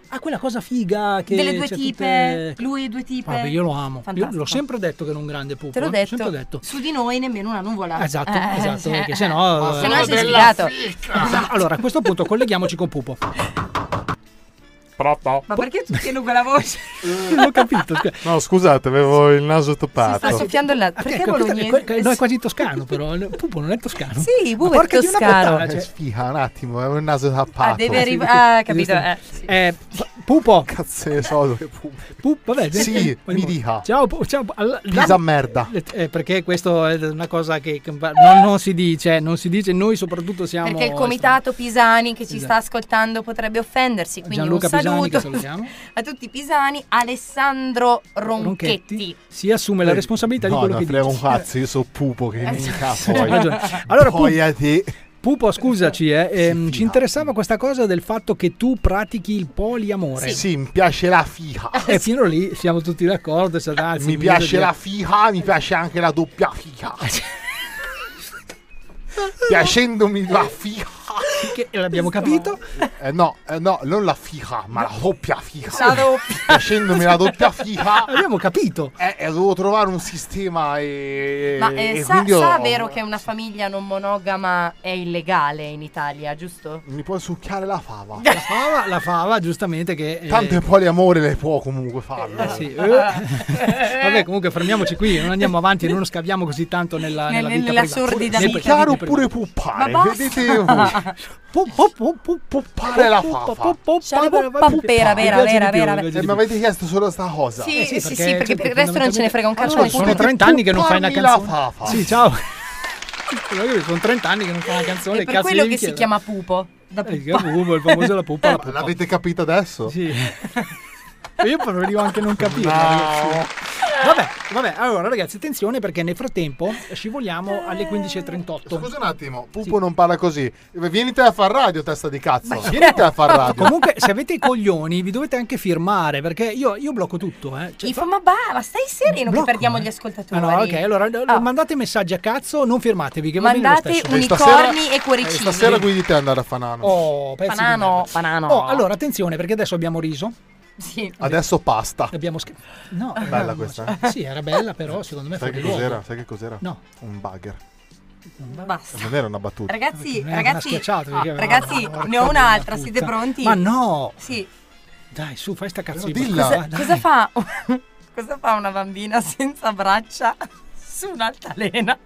Ah, quella cosa figa che delle due c'è tipe, tutte... lui e due tipe. Vabbè, io lo amo. Io Fantastico. l'ho sempre detto che era un grande pupo. Te l'ho eh, detto. sempre detto. Su di noi nemmeno una nuvola. Esatto, Eh, esatto, eh, perché sennò se no eh, sei sfigato. allora, a questo punto colleghiamoci con Pupo. Pronto? Ma perché tu tieni quella voce? Non ho capito. scusa. No, scusate, avevo il naso Si toppato. sta soffiando il naso. Ah, Perché ecco, questo è bolognese? que- no, è quasi toscano, però. Pupo non è toscano. Sì, Pupo Ma è porca di una toscano. puttana, cioè. Eh, sfiga un attimo, avevo il naso tappato. Ah, deve arrivare. Ah, capito. Eh. Eh, Pupo. Cazzo ne so che pupo. Pupo, vabbè. Sì, eh, mi dica. Ciao, Pupo, ciao. alla- Pisa merda. Eh, perché questo è una cosa che che non, non si dice, non si dice, noi soprattutto siamo... Perché il comitato Pisani che ci sta ascoltando potrebbe offendersi. Quindi Gianluca un Pisani, che saluto salutiamo. a tutti i pisani. Alessandro Ronchetti. si assume la responsabilità di No, quello no, che frega dice. un cazzo, io so pupo che mica Hai poi. ragione. Allora, poi Pupo- a te. Pupo, scusaci, eh, ehm, ci interessava questa cosa del fatto che tu pratichi il poliamore. Sì, mi piace la figa. E fino lì siamo tutti d'accordo. se- anzi, Mi mi piace vedo la di- figa, mi piace anche la doppia figa. Piacendomi la figa. Che l'abbiamo capito. Eh, no, eh, no, non la figa, ma la doppia figa. La doppia. Piacendomi la doppia figa. Abbiamo capito. Eh, eh, dovevo trovare un sistema e... Ma eh, e sa, quindi ho- sa vero che una famiglia non monogama è illegale in Italia, giusto? Mi puoi succhiare la fava. La fava, la fava giustamente che... eh, Tante poliamore le può comunque farlo. eh, sì, eh. Vabbè, comunque fermiamoci qui, non andiamo avanti, non scaviamo così tanto nella, Nel- nella vita nella privata. sordida Nel- vita. nella Chiaro vita oppure privata. puppare, Ma basta. vedete voi. Pu- pu- pu- pu- Puppare la fava. C'è la pappera, vera, vera, vera. Eh, mi avete chiesto solo sta cosa. Sì, Eh sì, sì, sì, perché- perché, per il resto non ce ne frega un cazzo. Allora, nessuno. sono trenta anni che non fai una Pupparmi la canzone. fava. Sì, ciao. Sono trenta anni che non fai una canzone. È per cazzo quello devi che si chiedere? chiama pupo. Da Eh, puppa. che pupo, il famoso la pupa, la pupa. L'avete capito adesso? Sì. Io preferivo anche non capire. No. Vabbè, vabbè, allora ragazzi, attenzione perché nel frattempo scivoliamo alle quindici e trentotto. Scusa un attimo, Pupo non parla così. Vienite a far radio, testa di cazzo. Vienite a far radio. Comunque, se avete i coglioni, vi dovete anche firmare perché io, io blocco tutto. Eh. Cioè, Info, ma va, stai sereno Blocco, che perdiamo eh. gli ascoltatori. Ah, no, ok, allora Ah. mandate messaggi a cazzo, non firmatevi. Che va bene lo Mandate stesso. un- unicorni e cuoricini. eh, Stasera guidi te andare a Fanano. Oh, pezzi di Banano, merda. banano. Oh, allora attenzione perché adesso abbiamo riso. Sì. Adesso pasta. Abbiamo sch- no, Bella no, questa. Sì, era bella, però secondo me Sai fuori che luogo. cos'era? Sai che cos'era? No. Un bugger. Basta. Non era una battuta. Ragazzi, Non è ragazzi, una schiacciata, perché- ragazzi, Porca ne ho un'altra, puttana. siete pronti? Ma no! Sì. Dai, su, fai sta cazzo di dilla. battuta, Cosa, dai. cosa fa? Cosa fa una bambina senza braccia su un'altalena?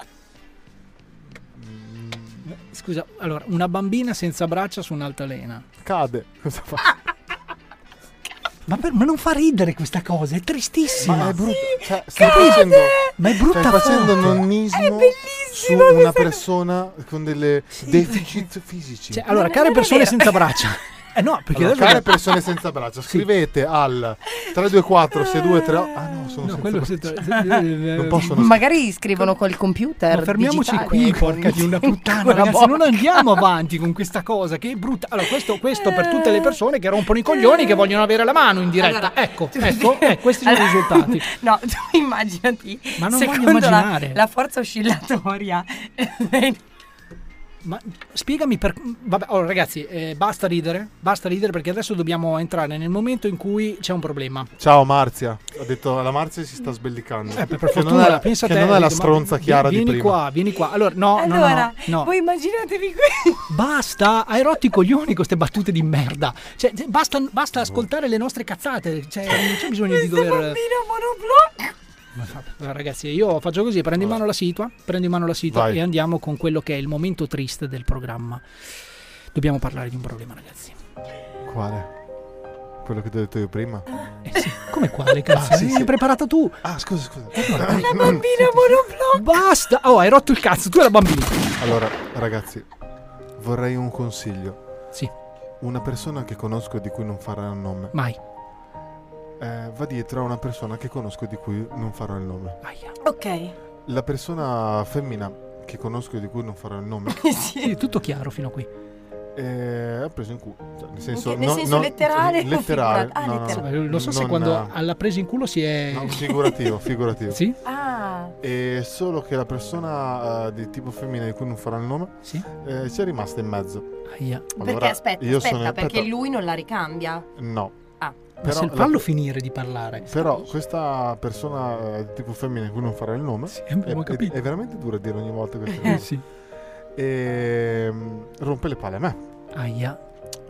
Scusa, allora, una bambina senza braccia su un'altalena. Cade. Cosa fa? Ma, per- ma non fa ridere questa cosa, è tristissima. Ma è brutta. Cioè, stai Capite? facendo, Ma è brutta stai facendo forte. nonnismo su una persona con delle deficit fisici. Cioè, allora, Non è- care non è persone vero. senza braccia. Eh no, perché Allora, adesso- care persone senza braccia, scrivete al tre due quattro sei due tre. Ah no, sono No, senza quello braccia. se- Non possono. Magari scrivono col computer. Ma fermiamoci digitale. qui, porca di una puttana, Quella ragazzi, botta. non andiamo avanti con questa cosa che è brutta. Allora, questo, questo per tutte le persone che rompono i coglioni, che vogliono avere la mano in diretta. Allora, ecco, ecco, eh, questi sono i Allora, risultati. No, tu immaginati. Ma non voglio secondo la, immaginare. la forza oscillatoria. Ma spiegami per... Vabbè, allora, ragazzi, eh, basta ridere, basta ridere perché adesso dobbiamo entrare nel momento in cui c'è un problema. Ciao Marzia. Ho detto la Marzia si sta sbellicando. Eh, per Che fortuna, non è, pensa che te, non è la ma- stronza chiara vieni di prima. qua, vieni qua. Allora, no, no, no, Allora, no, no. voi immaginatevi qui. Basta, hai rotto i coglioni con queste battute di merda. Cioè, basta, basta ascoltare le nostre cazzate. Cioè, non c'è bisogno di dover... Bambina monoblocco. Allora, ragazzi, io faccio così, prendo in mano la situa, prendo in mano la situa Vai. e andiamo con quello che è il momento triste del programma. Dobbiamo parlare di un problema, ragazzi. Quale? Quello che ti ho detto io prima? Eh sì, come quale cazzo? Ah, sì, Hai sì. preparato tu. Ah, scusa, scusa. La bambina monoblocco. Basta! Oh, hai rotto il cazzo, tu e la bambina. Allora, ragazzi, vorrei un consiglio. Sì. Una persona che conosco e di cui non farò il nome. Mai. Eh, va dietro a una persona che conosco e di cui non farò il nome. Aia. Ok. La persona femmina che conosco e di cui non farò il nome Sì, tutto chiaro fino a qui. eh, ha preso in culo. Cioè, nel senso, che- nel no- senso no- letterale o letterale. figurato? Ah, no, no, letterale. no, Lo so se non, quando eh, alla presa in culo si è... no, figurativo, figurativo. Sì? Ah. E solo che la persona eh, di tipo femmina di cui non farò il nome Sì? eh, ci è rimasta in mezzo. Aia. Perché Allora, aspetta, io aspetta, sono- perché aspetta. lui non la ricambia. No, Ah. Ma se fallo la... finire di parlare. Però questa persona eh, tipo femmina di cui non farò il nome sì, è, è, è veramente dura a dire ogni volta queste cose. Sì. E rompe le palle a me. Aia.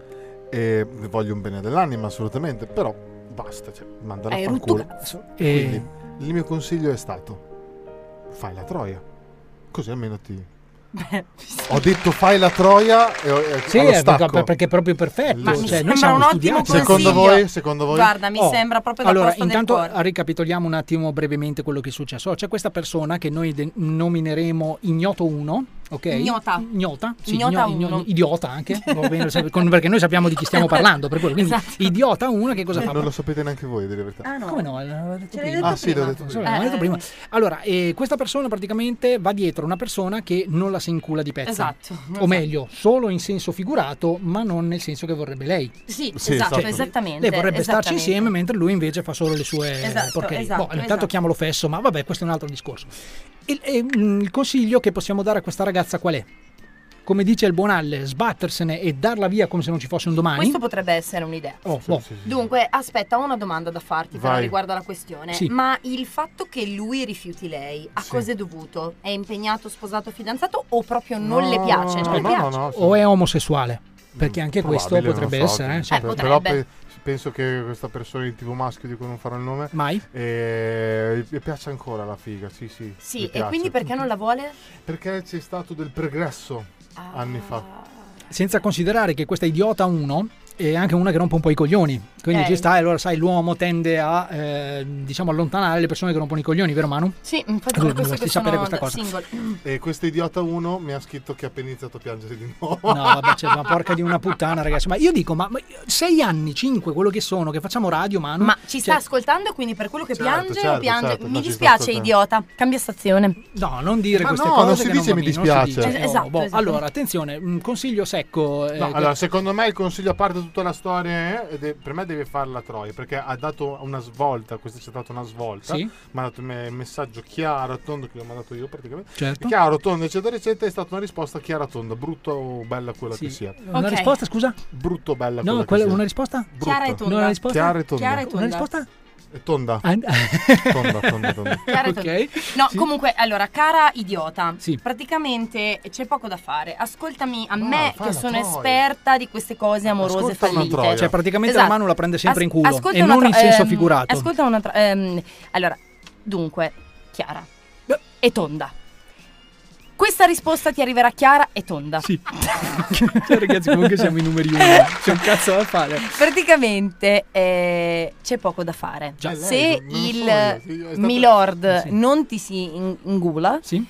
E voglio un bene dell'anima assolutamente, però basta, cioè, mandala a far culo. E... Quindi il mio consiglio è stato: fai la troia, così almeno ti... Beh, ho detto fai la troia e, e sì, è perché, perché è proprio perfetto. Ma cioè, mi noi sembra un ottimo consiglio. Secondo voi? Secondo voi? Guarda, mi oh, sembra proprio da allora, posto intanto del cuore. ricapitoliamo un attimo brevemente quello che è successo. C'è questa persona che noi de- nomineremo Ignoto uno. Ok? Ignota. Ignota, sì, Ignota igno- uno. idiota anche, perché noi sappiamo di chi stiamo parlando, per quello. Quindi esatto. Idiota uno che cosa no, fa? Non lo sapete neanche voi, di verità. Ah, no. Come no? L'ho detto Ce l'hai prima. detto ah, sì, l'ho prima. detto prima. Sì, l'ho detto Eh. prima. Allora, eh, questa persona praticamente va dietro una persona che non la si incula di pezza. Esatto. O esatto. meglio, solo in senso figurato, ma non nel senso che vorrebbe lei. Sì, Sì, esatto, esatto. esattamente. Lei vorrebbe starci esattamente. insieme mentre lui invece fa solo le sue Esatto, porcherie. esatto, boh, intanto esatto. chiamalo fesso, ma vabbè, questo è un altro discorso. Il, e, mm, il consiglio che possiamo dare a questa ragazza qual è? Come dice il buon Alle, sbattersene e darla via come se non ci fosse un domani. Questo potrebbe essere un'idea. Oh, Sì, boh. sì, sì. Dunque, aspetta, ho una domanda da farti però Vai. riguardo alla questione. Sì. Ma il fatto che lui rifiuti lei, a Sì. cosa è dovuto? È impegnato, sposato, fidanzato o proprio non No, le piace? Non no, le no, piace? no, no, sì. O è omosessuale? Perché anche questo Probabile, potrebbe non so, essere. che- Eh? Cioè, Eh, però potrebbe. pe- penso che questa persona di tipo maschio di cui non farò il nome Mai? eh, mi piace ancora la figa, sì sì. Sì, mi e piace. quindi perché non la vuole? Perché c'è stato del progresso Ah. anni fa. Senza considerare che questa idiota uno è anche una che rompe un po' i coglioni. Quindi Ok. ci sta, e allora sai, l'uomo tende a eh, diciamo allontanare le persone che rompono i coglioni, vero Manu? Sì, infatti Tu per questo dovresti che sapere sono questa da- cosa. single. E questo idiota uno mi ha scritto che ha appena iniziato a piangere di nuovo. No, vabbè, cioè, ma porca di una puttana, ragazzi. Ma io dico, ma, ma sei anni, cinque, quello che sono, che facciamo radio, Manu. Ma ci sta Cioè, ascoltando e quindi per quello che Certo, piange certo, o piange? certo, Mi no, ci sta dispiace, ascoltando. idiota. Cambia stazione. No, non dire Ma queste no, cose. non si che dice non mi va bene, non si dispiace. dice. Es- esatto, boh. esatto. Allora, attenzione, un consiglio secco. eh, No, che- allora, secondo me il consiglio, a parte tutta la storia, eh, ed è- per me deve fare la Troia, perché ha dato una svolta, questa c'è stata una svolta, Sì. mi ha dato un messaggio chiaro, tondo, che l'ho mandato io praticamente, Certo. chiaro, tondo, eccetera, eccetera, è stata una risposta chiara, tonda, brutta o bella quella Sì. che sia. Una Ok. risposta, scusa? Brutto o bella No, quella quella- che sia. una risposta? Brutta. Chiara e tonda. No, una risposta? Chiara e tonda. Chiara e Una tonda. risposta? E tonda. Ah, Tonda, tonda, tonda. Chiara e tonda. ok. No, Sì. comunque, allora, cara idiota, Sì. praticamente c'è poco da fare. Ascoltami a No, me fai che la sono troia. esperta di queste cose amorose Ascolta una fallite. troia. Cioè, praticamente Esatto. la mano la prende sempre in As- culo ascolta e una non in tro- senso ehm, figurato. Ascolta una tra- ehm, allora, dunque, Chiara Beh. e tonda. Questa risposta ti arriverà chiara e tonda. Sì. Cioè, ragazzi, comunque siamo i numeri uno. C'è un cazzo da fare. Praticamente eh, c'è poco da fare. Già. Se Lei, non lo so il io, è stato- milord Sì. non ti si in- ingula, Sì.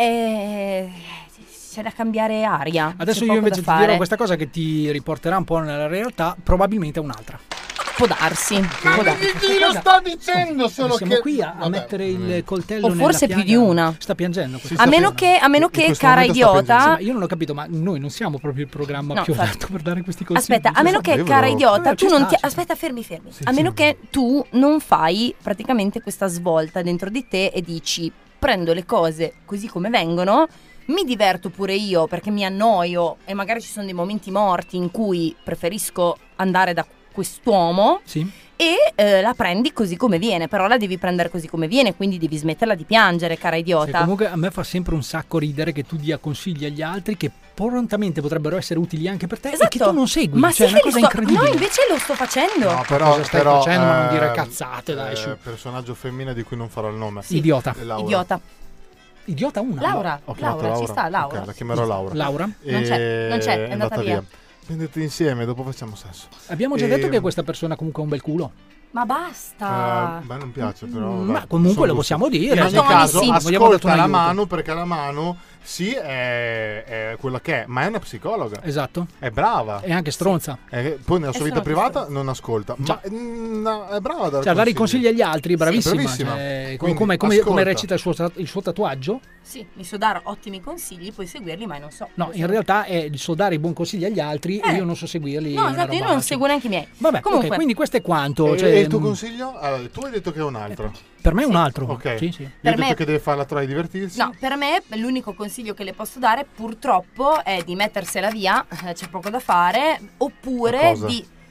eh, c'è da cambiare aria. Adesso c'è io poco invece da ti fare. dirò questa cosa che ti riporterà un po' nella realtà, probabilmente è un'altra. Può darsi. Ma può chi darsi. chi lo sta dicendo solo Siamo che... qui a, a Vabbè. mettere il coltello O nella forse più piaga. di una. Sta piangendo questa Sì, A sta meno persona. che, a meno In che questo cara momento sta Sì, idiota. ma io non ho capito, ma noi non siamo proprio il programma No, più infatti. adatto per dare questi consigli. Aspetta, a meno che, Io cara volevo- idiota, Eh, tu ci non sta, ti. ci sta. Aspetta, fermi, fermi. Sì, A meno sì. che tu non fai praticamente questa svolta dentro di te e dici: prendo le cose così come vengono, mi diverto pure io perché mi annoio e magari ci sono dei momenti morti in cui preferisco andare da quest'uomo. Sì. E eh, la prendi così come viene, però la devi prendere così come viene, quindi devi smetterla di piangere, cara Sì, idiota. comunque a me fa sempre un sacco ridere che tu dia consigli agli altri che prontamente potrebbero essere utili anche per te e che tu non segui. Ma cioè, sì è una che li cosa sto... incredibile. No, invece lo sto facendo. No, però, Cosa stai però, facendo? Ma non dire eh, cazzate, dai, eh, su. personaggio femmina di cui non farò il nome. Sì. Idiota. È Laura. Idiota. Idiota una. Laura, Ho chiamato Laura, ci sta, Laura. Ok, la chiamerò Laura. Laura? Non c'è, non c'è, è andata via. Prendete insieme, dopo facciamo sesso. Abbiamo già E- detto che questa persona comunque ha un bel culo. Ma Eh, basta. a me non piace, però. Mm, vabbè, ma comunque sono lo gusti. possiamo dire. In ogni Tony, caso, sì. Vogliamo darti un ascolta la aiuto. mano, perché la mano sì è, è quella che è, ma è una psicologa. Esatto. È brava. E anche stronza. Eh, poi nella E sua vita sono privata queste. non ascolta. Già. Ma mm, no, è brava a dare Cioè, a dare i consigli agli altri, bravissima. bravissima. Cioè, Quindi, come, come- ascolta. come recita il suo, ta- il suo tatuaggio? Sì, mi so dare ottimi consigli, puoi seguirli, ma non so. No, in realtà è il so dare i buoni consigli agli altri e Eh. io non so seguirli. No, una esatto, io roba non così. seguo neanche i miei. Vabbè, Comunque, ok, quindi questo è quanto. E, cioè, e il tuo mh, consiglio? Allora, tu hai detto che è un altro. per me è un altro. Ok. Sì, sì. Io Per ho detto me- che deve fare la troia e divertirsi. no, per me l'unico consiglio che le posso dare purtroppo è di mettersela via, eh, c'è poco da fare, Ma oppure cosa? di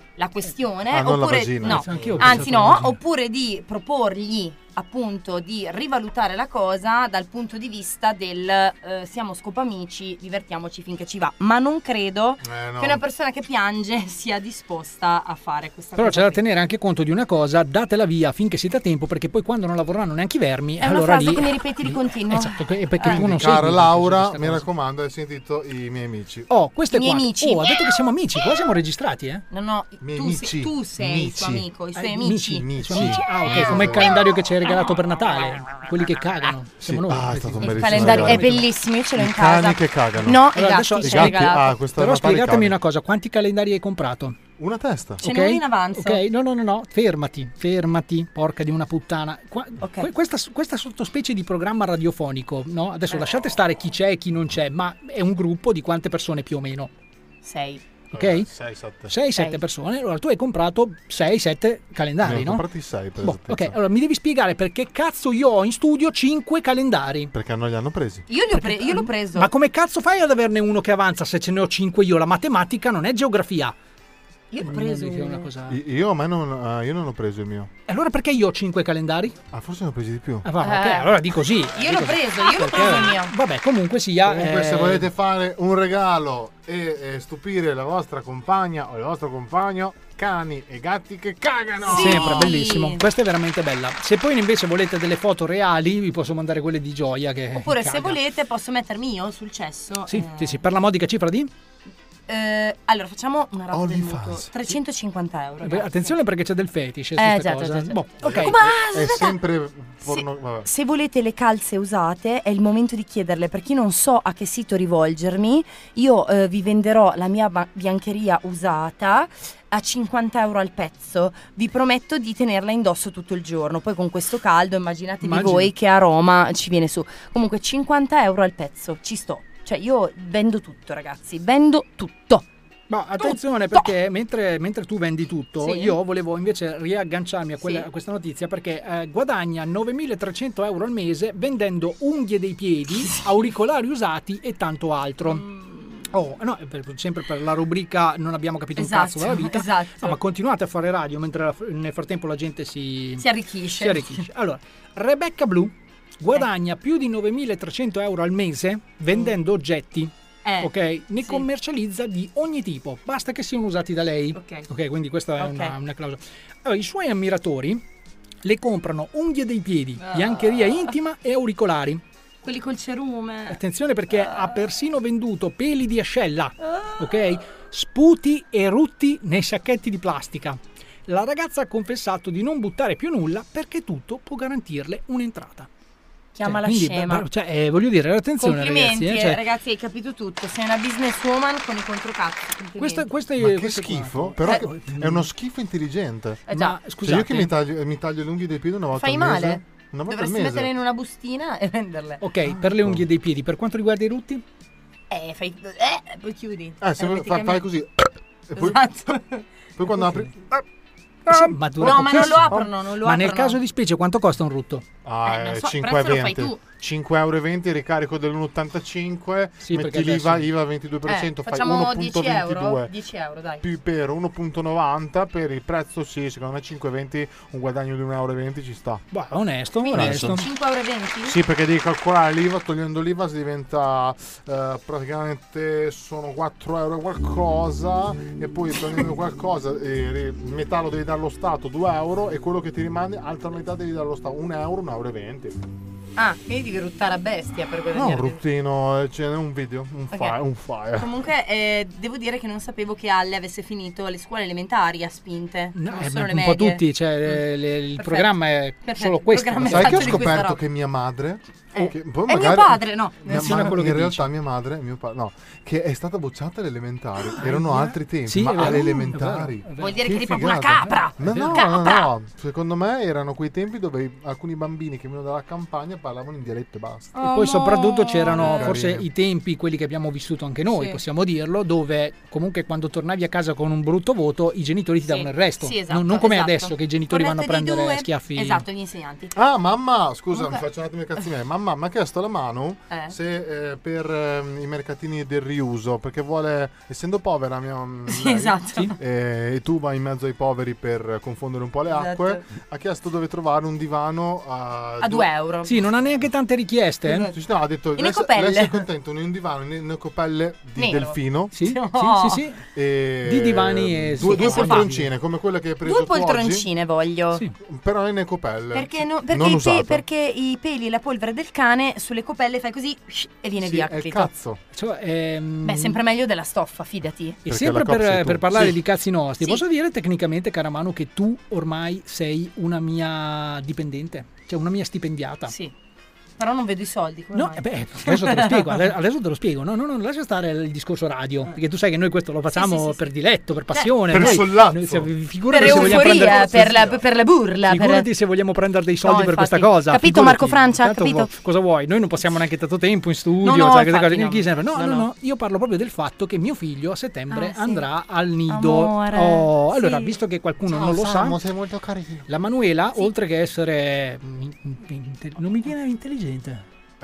la questione, Ah, non la oppure vagina. no, Anch'io ho anzi pensato alla no, vagina. oppure di proporgli appunto di rivalutare la cosa dal punto di vista del eh, siamo scopamici, divertiamoci finché ci va, ma non credo Eh, no. che una persona che piange sia disposta a fare questa Però cosa. c'è da tenere anche conto di una cosa, datela via finché siete a tempo, perché poi quando non lavoreranno neanche i vermi, È una allora frase lì... che mi ripeti di continuo. Esatto, che- perché Eh. tu non Cara sei... Laura, mi raccomando, hai sentito i miei amici. Oh, questo I è miei qua. amici. Oh, ha detto che siamo amici, qua siamo registrati, eh? No, no, Miei tu, amici. sei, tu sei il suo Amici. amico, i suoi Eh, amici. Amici. Amici. Ah, ok, come il calendario che ci hai regalato per Natale, quelli che cagano. Sì. Siamo noi. Ah, è stato un Il bellissimo calendario è regalo. bellissimo, io ce l'ho I in casa. cani che cagano. No, Allora, i adesso- gatti I ce l'ho gatti, regalato. ah, questo Però Natale spiegatemi cani. una cosa, quanti calendari hai comprato? Una testa. Ce Ok? n'è uno in avanzo. Ok, no, no, no, no, fermati, fermati, porca di una puttana. Qua- Ok. que- questa, questa sottospecie di programma radiofonico, no? Adesso Eh. lasciate stare chi c'è e chi non c'è, ma è un gruppo di quante persone più o meno? Sei. Ok? sei sette. sei sette persone, allora tu hai comprato sei sette calendari, Ne ho no? comprati sei per Boh, esattezza. ok, allora mi devi spiegare perché cazzo io ho in studio cinque calendari. Perché non li hanno presi. Io, li ho pre- io l'ho preso. Ma come cazzo fai ad averne uno che avanza se ce ne ho cinque io? La matematica non è geografia. Io l'ho Non preso. dico una uno. cosa... I- Io, a me non, ah, io non ho preso il mio. E allora perché io ho cinque calendari? Ah, forse ne ho presi di più. Ah, va, ok, Eh. allora di così. Io l'ho preso, io l'ho Perché- preso il mio. Vabbè, comunque sia. Comunque, eh, se volete fare un regalo e, e stupire la vostra compagna o il vostro compagno, cani e gatti che cagano. Sì. Sempre bellissimo, questa è veramente bella. Se poi invece volete delle foto reali, vi posso mandare quelle di Gioia. Che Oppure se caga. volete posso mettermi io sul cesso. Sì, eh, sì, sì, per la modica cifra di. eh, allora facciamo una roba del OnlyFans. mutuo. trecentocinquanta euro. Beh, ragazzi. attenzione perché c'è del fetish. Eh, questa già, cosa. già, già. Boh, ok. Ma È aspetta, sempre porno. Vabbè. se volete le calze usate è il momento di chiederle, perché io non so a che sito rivolgermi. Io eh, vi venderò la mia ba- biancheria usata a cinquanta euro al pezzo. Vi prometto di tenerla indosso tutto il giorno. Poi con questo caldo immaginatevi Immagino. voi che aroma ci viene su. Comunque cinquanta euro al pezzo, ci sto. Cioè io vendo tutto, ragazzi, vendo tutto. Ma attenzione Tutto. perché mentre, mentre tu vendi tutto, Sì. io volevo invece riagganciarmi a, quella- Sì. a questa notizia perché eh, guadagna novemilatrecento euro al mese vendendo unghie dei piedi, auricolari usati e tanto altro. Mm. Oh, no, per- sempre per la rubrica non abbiamo capito Esatto, un cazzo della vita. esatto. No, ma continuate a fare radio mentre la- nel frattempo la gente si, Si arricchisce. si arricchisce. Allora, Rebecca Blue guadagna più di novemilatrecento euro al mese vendendo oggetti. Eh, Ok, ne sì. commercializza di ogni tipo, basta che siano usati da lei. Ok. quindi questa è Ok. una, una clausola. Allora, i suoi ammiratori le comprano unghie dei piedi, Ah. biancheria intima e auricolari. Quelli col cerume. Attenzione perché ha persino venduto peli di ascella, ok? Sputi e rutti nei sacchetti di plastica. La ragazza ha confessato di non buttare più nulla perché tutto può garantirle un'entrata. Chiama Cioè, la quindi, scema. beh, cioè, eh, voglio dire, attenzione Complimenti, ragazzi. eh, eh, cioè, ragazzi, hai capito tutto. Sei una businesswoman con i controcazzi. Complimenti. questa, questa Ma che questa qua- schifo. Però Eh. che- è uno schifo intelligente. Eh già. Ma Cioè, scusate, io che mi taglio, mi taglio le unghie dei piedi una volta Fai al mese. male? Una volta Dovresti al mese. metterle in una bustina e venderle. ok, per le unghie dei piedi, per quanto riguarda i rutti? Eh, fai. Eh, poi chiudi. Eh, se vuoi- fa- fai così. E poi, Esatto. poi quando apri. Sì, ma dura No, ma non lo pochissimo. aprono, non lo Ma aprono. nel caso di specie quanto costa un rutto? Ah, Eh, non eh, so, cinque prezzo e lo fai venti. tu. cinque euro e venti, ricarico dell'uno virgola ottantacinque, Sì, perché metti l'I V A, adesso- I V A ventidue per cento, Eh, fai facciamo uno dieci virgola euro. ventidue. dieci euro, dai. Più per uno virgola novanta, per il prezzo sì, secondo me cinque e venti, un guadagno di un euro e venti ci sta. Bah, onesto, Quindi onesto. cinque euro e venti? Sì, perché devi calcolare l'I V A, togliendo l'I V A si diventa eh, praticamente sono quattro euro e qualcosa, e poi togliendo qualcosa, eh, metà lo devi dare allo Stato, due euro, e quello che ti rimane, altra metà devi dare allo Stato, un euro, un euro e venti. Ah, quindi devi ruttare a bestia per No, un guadagnare. ruttino, ce n'è un video, un Ok. file, un file. Comunque eh, devo dire che non sapevo che Alle avesse finito le scuole elementari a spinte, No, non eh, solo ma le un medie. po' tutti, cioè, le- le- il Perfetto. programma è Perfetto, solo il questo. programma è Sai che ho fatto di questa scoperto roba. che mia madre Eh, che poi è mio magari- padre, no. mia Attenzione a ma- quello in che realtà dici. mia madre, mio pa- no, che è stata bocciata alle elementari. Erano Ahia. altri tempi, Sì, ma è vero, alle è elementari. vero, è vero. Vuol dire che eri proprio figata. una capra. No, no, no, Capra. no, secondo me erano quei tempi dove i- alcuni bambini che venivano dalla campagna parlavano in dialetto e basta. E poi soprattutto c'erano Carini. forse i tempi, quelli che abbiamo vissuto anche noi, Sì. possiamo dirlo, dove comunque quando tornavi a casa con un brutto voto i genitori ti Sì. davano il resto. Sì, esatto, non, non come esatto. adesso che i genitori vanno a Corretto di prendere due. schiaffi. Esatto, gli insegnanti. Ah, mamma, scusa, Comunque- mi faccio un attimo i cazzi miei. Mamma, mamma mi ha chiesto la mano Eh. se eh, per eh, i mercatini del riuso, perché vuole, essendo povera mia, Sì, lei, esatto. eh, e tu vai in mezzo ai poveri per confondere un po' le acque, Esatto. ha chiesto dove trovare un divano a, A due euro. Sì, non ha neanche tante richieste. Eh? Sì, no, ha detto In lei, sa- ecopelle. lei si è contento in un divano in in ecopelle di Nero. delfino. Sì, No. sì, sì, sì. E Di divani e- due, sì, due sì. poltroncine come quelle che hai preso Due tu oggi, poltroncine voglio. Sì. però in ecopelle. Perché, no- perché, non i pe- usate. perché i peli e la polvere del cane sulle copelle fai così e viene Sì, via, è il capito? cazzo. Cioè, ehm, Beh, sempre meglio della stoffa, fidati. E Perché sempre la coppa sei per, tu. per parlare Sì. di cazzi nostri, Sì. posso dire tecnicamente, cara Manu, che tu ormai sei una mia dipendente, cioè una mia stipendiata. Sì. Però non vedo i soldi. Come No, mai? eh beh, adesso te lo spiego, ade- adesso te lo spiego. No, no, no, lascia stare il discorso radio, perché tu sai che noi questo lo facciamo sì, sì, per sì. diletto, per passione. Per noi- sollazzo. noi- se- figurati Per se vogliamo euforia, prendere- per la, per la burla. Figurati Per... se vogliamo prendere dei soldi No, per infatti. questa cosa. Capito, figurati. Marco Francia? Tanto Capito? vo- cosa vuoi? Noi non possiamo neanche tanto tempo in studio, No, no, sai, queste infatti cose. no. Chi se ne- no, No, no, no. no, io parlo proprio del fatto che mio figlio a settembre Ah, sì. andrà al nido. Amore, Oh, allora, sì. visto che qualcuno Ciao, non lo Samu, sa, sei molto carino. la Manuela, oltre che essere mm, inte- non mi viene intelligente.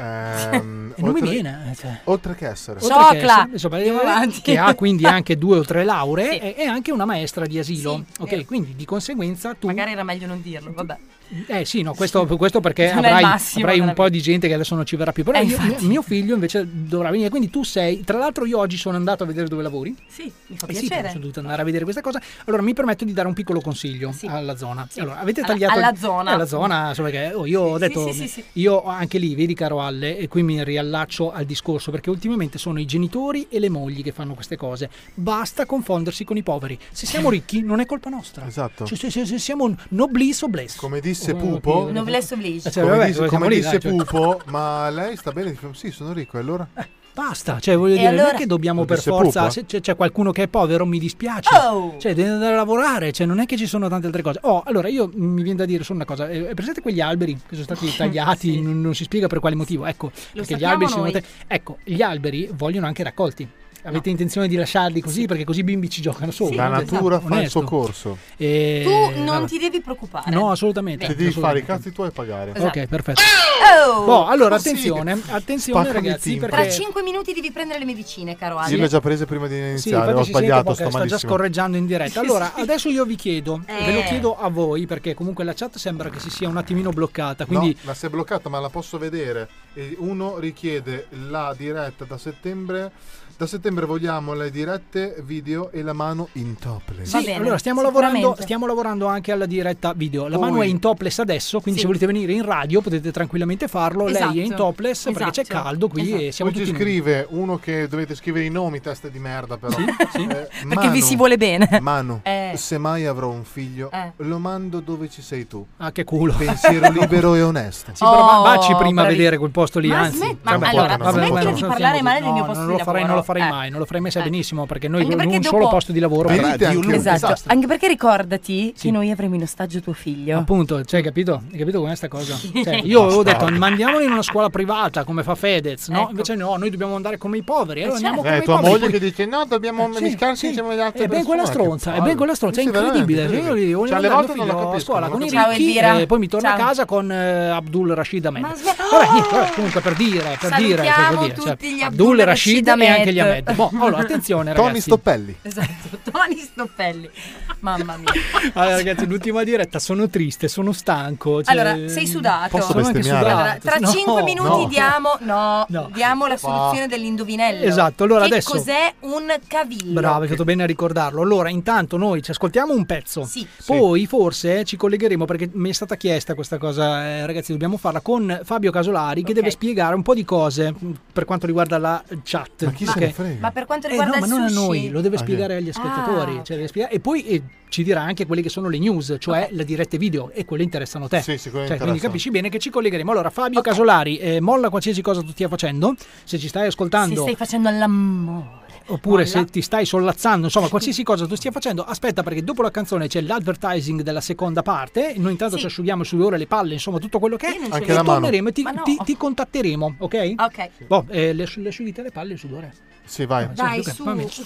Ehm, E non mi oltre- viene, cioè. Oltre che essere. So- Oltre che Ciocla! essere- insomma, Andiamo eh, avanti. che ha quindi anche due o tre lauree Sì. e, e anche una maestra di asilo. Sì, ok, vero. quindi di conseguenza tu. Magari era meglio non dirlo, vabbè. Eh sì, no, questo, questo perché Non è il avrai, massimo avrai un della po' di gente che adesso non ci verrà più. Però Eh, io- infatti. mio figlio invece dovrà venire. Quindi tu sei. Tra l'altro, io oggi sono andato a vedere dove lavori. Sì, mi fa Eh sì, piacere. sono dovuto andare a vedere questa cosa. Allora mi permetto di dare un piccolo consiglio Sì. alla zona. Sì. Allora, avete Alla- tagliato alla zona. eh, alla zona, insomma, che oh, io ho Sì, detto sì, sì, sì. io anche lì, vedi caro Alle, e qui mi riallaccio al discorso perché ultimamente sono i genitori e le mogli che fanno queste cose. Basta confondersi con i poveri. Se siamo ricchi non è colpa nostra. Esatto. Cioè, se, se- se siamo noblis o bless. Come disse Oh, Pupo, Noblesse oblige. Cioè, come vabbè, disse, siamo come lì, disse dai, cioè. Pupo, ma lei sta bene? Dico, sì, sono ricco, e allora? Basta, cioè voglio E dire, non allora? è che dobbiamo Lo per disse forza, Pupa? se c'è, c'è qualcuno che è povero mi dispiace, Oh! cioè deve andare a lavorare, cioè non è che ci sono tante altre cose. Oh, allora io mi viene da dire solo una cosa, eh, presente quegli alberi che sono stati tagliati, Sì. non, non si spiega per quale motivo, ecco, perché gli sappiamo alberi sono noi. te- ecco, gli alberi vogliono anche raccolti. Avete intenzione di lasciarli così perché così i bimbi ci giocano solo? Sì, La Esatto, natura fa il onesto. suo corso. E- Tu non vabbè. ti devi preoccupare. No, assolutamente. Ti devi fare i assolutamente. cazzi tuoi e pagare. Esatto. Ok, perfetto. Oh! Boh, allora Così. attenzione, attenzione Spaccami ragazzi, il timbre. Tra perché cinque minuti devi prendere le medicine, caro Sì, Ale. le ho già prese prima di Sì, iniziare, infatti ho si sente sbagliato, un po' che sto sta già malissimo. scorreggiando in diretta. Allora, adesso io vi chiedo, ve lo Eh. chiedo a voi perché comunque la chat sembra che si sia un attimino bloccata, quindi No, la si è bloccata, ma la posso vedere. E uno richiede la diretta da settembre. Da settembre vogliamo le dirette video e la mano in topless. Va sì, bene, allora stiamo lavorando, sicuramente. stiamo lavorando anche alla diretta video. La Poi- mano è in topless adesso, quindi Sì. se volete venire in radio potete tranquillamente farlo. Esatto. Lei è in topless perché c'è Esatto. caldo qui Esatto. e siamo Poi ci tutti nudi. scrive uno che dovete scrivere i nomi, teste di merda però. Eh, Perché vi si vuole bene. Manu, Eh. se mai avrò un figlio, Eh. lo mando dove ci sei tu. Ah, che culo. Pensiero libero e onesto. Sì, però va- Oh, vacci prima a bravi. vedere quel posto lì, Ma anzi. smet- ma Vabbè, allora, vabbè, vabbè, smettila non di stiamo parlare così. male del No, mio posto non di lo farei, lavoro. non lo farei Eh. mai, non lo farei mai, sai Eh. benissimo, perché noi Anche un perché solo dopo- posto di lavoro. Venite per- anche un Esatto, disastro. anche perché ricordati Sì. che noi avremo in ostaggio tuo figlio. Appunto, cioè, capito? Hai capito com'è sta cosa? Cioè, io avevo detto mandiamoli in una scuola privata come fa Fedez, no? Ecco. Invece no, noi dobbiamo andare come i poveri. Allora Eh, andiamo certo. come Eh, i tua poveri. moglie che dice no, dobbiamo Sì, mischiarci sì. insieme alle altre È ben persone. quella stronza, Che è ben quella stronza, è Sì, incredibile. veramente, Cioè, io voglio Cioè, alle mandare volte mio non la figlio a capisco. scuola non con i la capisco. Ciao, ricchi Elvira. e poi mi torno Ciao. a casa con eh, Abdul Rashid Ahmed. Ma sme- Vabbè, niente, vabbè, comunque per dire, per dire, cioè, Salutiamo per dire, cioè, tutti gli Abdul Abdul Rashid Rashid e anche gli Ahmed. Ahmed. Boh, allora attenzione Tony ragazzi. Stoppelli. Esatto, Tony Stoppelli. Mamma mia. Allora, ragazzi, l'ultima diretta sono triste, sono stanco. cioè, Allora, sei sudato. Posso sono anche bestemmiare? sudato. Allora, tra No, cinque minuti no. diamo no, No. diamo la soluzione dell'indovinello. Esatto, allora che adesso- cos'è un cavillo? Bravo, hai fatto bene a ricordarlo. Allora, intanto noi ci ascoltiamo un pezzo. Sì. Poi forse ci collegheremo perché mi è stata chiesta questa cosa, eh, ragazzi, dobbiamo farla con Fabio Casolari che Ok. deve spiegare un po' di cose mh, per quanto riguarda la chat. Ma chi Ok? se ne frega? Ma per quanto Eh, riguarda no, ma il non a sushi, noi, lo deve Ah, spiegare agli ascoltatori. Ah, cioè deve spiegare- e poi eh, ci dirà anche quelle che sono le news, cioè le dirette video, e quelle interessano te. Sì, sì, quelle Cioè, quindi interessano. capisci bene che ci collegheremo. Allora, Fabio Casolari, eh, molla qualsiasi cosa tu stia facendo. Se ci stai si ascoltando, stai facendo all'amore. oppure Molla. se ti stai sollazzando, insomma, qualsiasi cosa tu stia facendo, aspetta perché dopo la canzone c'è l'advertising della seconda parte. Noi intanto Sì. ci asciughiamo il sudore, le palle, insomma, tutto quello che Io è. non ce Anche l'ho. la E mano. torneremo e ti, Ma no. ti- ti contatteremo, ok? Ok. Boh, eh, le, le asciughite le palle e il sudore. Sì, vai. Dai, ok, su. va bene.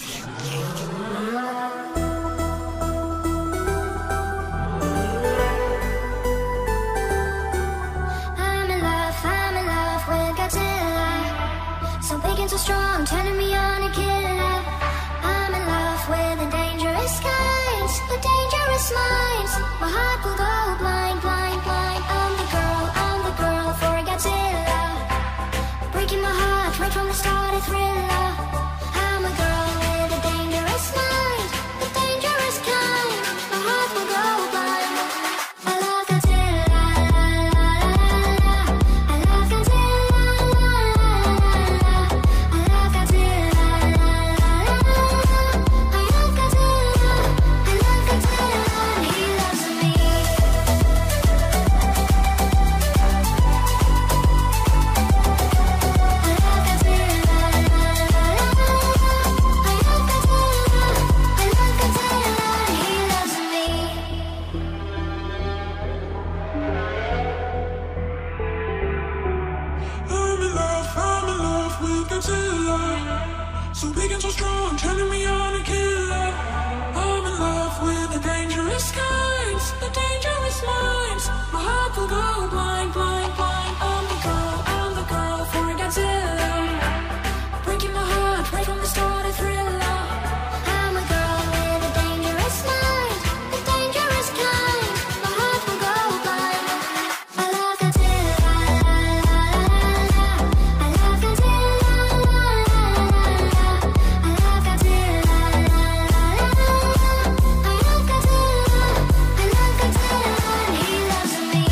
I'm in love, I'm in love strong, turning me on a killer. I'm in love with the dangerous kinds, the dangerous minds. My heart will go blind, blind, blind. I'm the girl, I'm the girl for a Godzilla. Breaking my heart right from the start, a thriller. I'm a girl with a dangerous mind, the dangerous kind. My heart will go blind. I love Godzilla, la la la la. I love Godzilla, la la la la. I love Godzilla, la la la la. I love Godzilla, I love Godzilla, and he loves me. I'm in love, I'm in love with Godzilla. So big and so strong, turning me on a killer. I'm in love with the dangerous kinds, the dangerous minds. My heart will go blind, blind, blind. I'm the girl, I'm the girl for Godzilla. Breaking my heart right from the start, a thriller. I'm a girl with a dangerous mind, the dangerous kind. My heart will go blind. I love Godzilla, la la la la. I love Godzilla, la la la la. I love Godzilla, la la la la. I love Godzilla, I love Godzilla, and he loves me.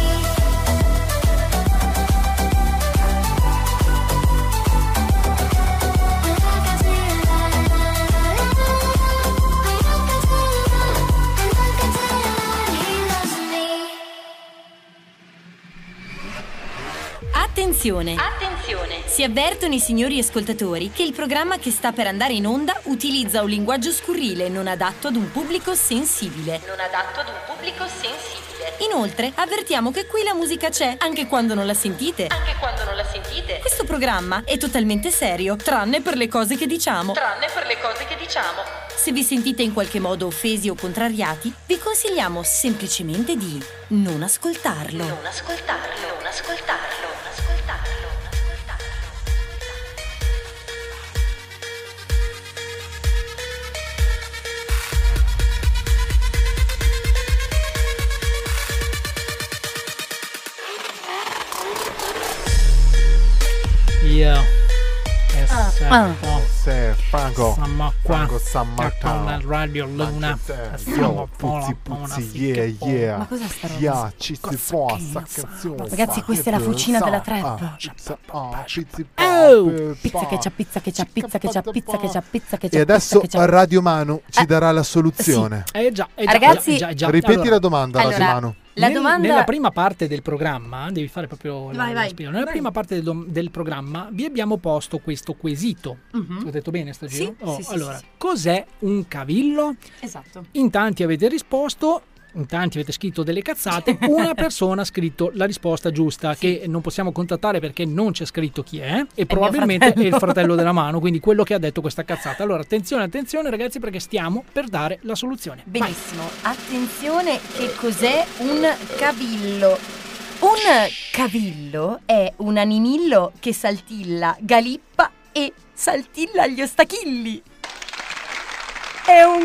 Attenzione! Attenzione! Si avvertono i signori ascoltatori che il programma che sta per andare in onda utilizza un linguaggio scurrile non adatto ad un pubblico sensibile. Non adatto ad un pubblico sensibile. Inoltre, avvertiamo che qui la musica c'è, anche quando non la sentite. Anche quando non la sentite. Questo programma è totalmente serio, tranne per le cose che diciamo. Tranne per le cose che diciamo. Se vi sentite in qualche modo offesi o contrariati, vi consigliamo semplicemente di non ascoltarlo. Non ascoltarlo, non ascoltarlo, non ascoltarlo. Io e Ah, Seppo Se Franco siamo qua Franco Sammartano. con la Radio Luna. Io puzzi puzzi yeah yeah. Ma cos'è sta roba? Yeah, ci si fa sta canzone. Ragazzi, questa è la fucina della trap. Ah, pizza, ah, pizzi, Oh! Pizza che c'ha, pizza che c'ha, pizza che c'ha, pizza che c'ha, pizza che c'ha. E adesso pizza che c'ha. Radio Manu ci darà la soluzione. Eh già, eh già, Ragazzi- già, già, già. Ripeti Allora, la domanda, allora, Radio Manu. La nel- domanda Nella prima parte del programma, devi fare proprio la, Vai, la vai, spiega. Nella vai. prima parte del, dom- del programma vi abbiamo posto questo quesito. Mhm. Ho detto bene sto Sì, giro? Oh, sì, sì, allora, sì, sì. cos'è un cavillo? Esatto. In tanti avete risposto, in tanti avete scritto delle cazzate, una persona ha scritto la risposta giusta, che non possiamo contattare perché non c'è scritto chi è, e probabilmente è fratello. il fratello della mano, quindi quello che ha detto questa cazzata. Allora, attenzione, attenzione ragazzi, perché stiamo per dare la soluzione. Benissimo, attenzione, che cos'è un cavillo? Un cavillo è un animillo che saltilla, galippa e saltilla gli ostachilli. È un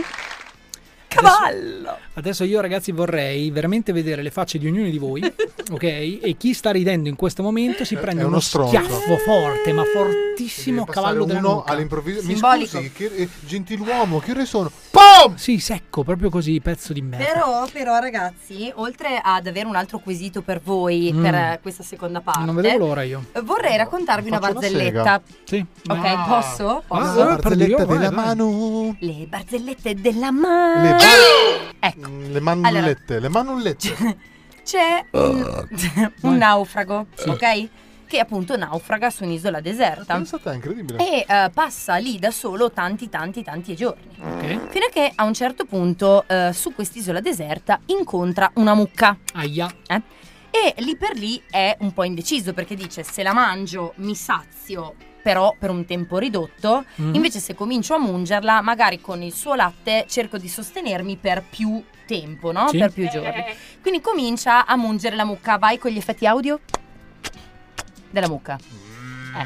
cavallo. Adesso io ragazzi vorrei veramente vedere le facce di ognuno di voi, ok? E chi sta ridendo in questo momento si prende è uno uno, stronzo. schiaffo forte, ma fortissimo, Deve passare cavallo della uno nuca. all'improvviso. Mi Simbolico. scusi, che, eh, gentiluomo, che ore sono? Pom! Sì, secco, proprio così, pezzo di merda. Però, però ragazzi, oltre ad avere un altro quesito per voi, Mm. per eh, questa seconda parte, Non vedevo l'ora io. eh, vorrei raccontarvi una Faccio una barzelletta. Sì. Ok, Ah. posso? Ah, Posso? eh, La barzelletta vai, della vai. Manu. Le barzellette della mano. Le, Ecco, Mm, le manullette, le manullette. c'è un, Vai. un naufrago, Sì. ok? Che appunto naufraga su un'isola deserta. Pensa a te, è incredibile. E eh, passa lì da solo tanti tanti tanti giorni. Ok. Fino a che a un certo punto eh, su quest'isola deserta incontra una mucca. Aia. eh? E lì per lì è un po' indeciso, perché dice: se la mangio mi sazio, però per un tempo ridotto. Mhm. Invece se comincio a mungerla, magari con il suo latte cerco di sostenermi per più tempo, no? Sì. Per più giorni. Quindi comincia a mungere la mucca. Vai con gli effetti audio della mucca. Eh.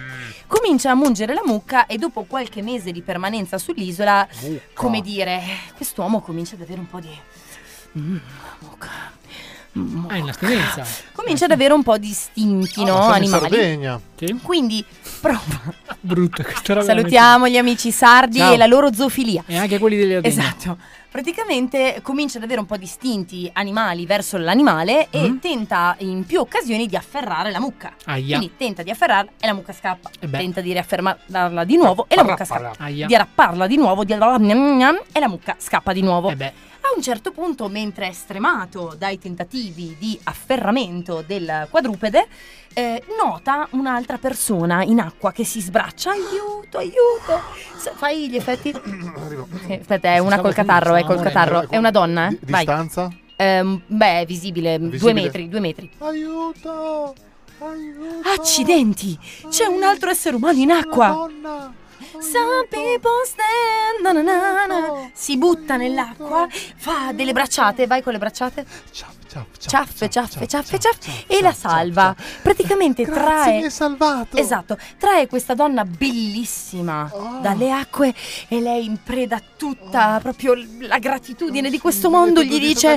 comincia a mungere la mucca e dopo qualche mese di permanenza sull'isola, Mucca. come dire, quest'uomo comincia ad avere un po' di... Mm, mucca. Ah, in astinenza. Comincia ad avere un po' di istinti, no? Ah, siamo in Animali. Sardegna. Sì. Quindi prova. Brutta questa roba. Salutiamo gli amici sardi Ciao. e la loro zoofilia. E anche quelli delle Ardenne. Esatto. Praticamente comincia ad avere un po' di istinti animali verso l'animale e Mm. tenta in più occasioni di afferrare la mucca. Aia. Quindi tenta di afferrarla e la mucca scappa. Eh beh. Tenta di riaffermarla di nuovo e la mucca Arrapparla. scappa. Aia. Di arrapparla di nuovo di... e la mucca scappa di nuovo. Eh beh. A un certo punto, mentre è stremato dai tentativi di afferramento del quadrupede, eh, nota un'altra persona in acqua che si sbraccia. Aiuto, aiuto! Se- Fai gli effetti? Arrivo. Eh, Aspetta, è una Stavo col qui, catarro, è stavo col morendo. catarro. È una donna, eh? Di- Vai. Distanza? Ehm, beh, è visibile, due Visibile? metri, due metri. Aiuto! Aiuto! Accidenti! C'è un altro essere umano in acqua! Madonna! Some people stand, na na na na. Si butta nell'acqua, fa delle bracciate, vai con le bracciate, Ciao, ciao, ciaffe, ciaffe, ciaffe, ciaffe e la salva. Praticamente Grazie, trae mi hai salvato. Esatto, trae questa donna bellissima Oh. dalle acque e lei in preda a tutta proprio la gratitudine di questo mondo gli dice: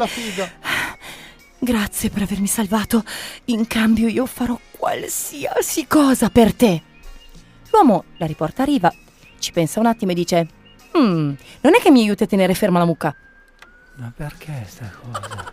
grazie per avermi salvato, in cambio io farò qualsiasi cosa per te. L'uomo la riporta a riva, ci pensa un attimo e dice: "Hmm, non è che mi aiuti a tenere ferma la mucca?" Ma perché sta cosa?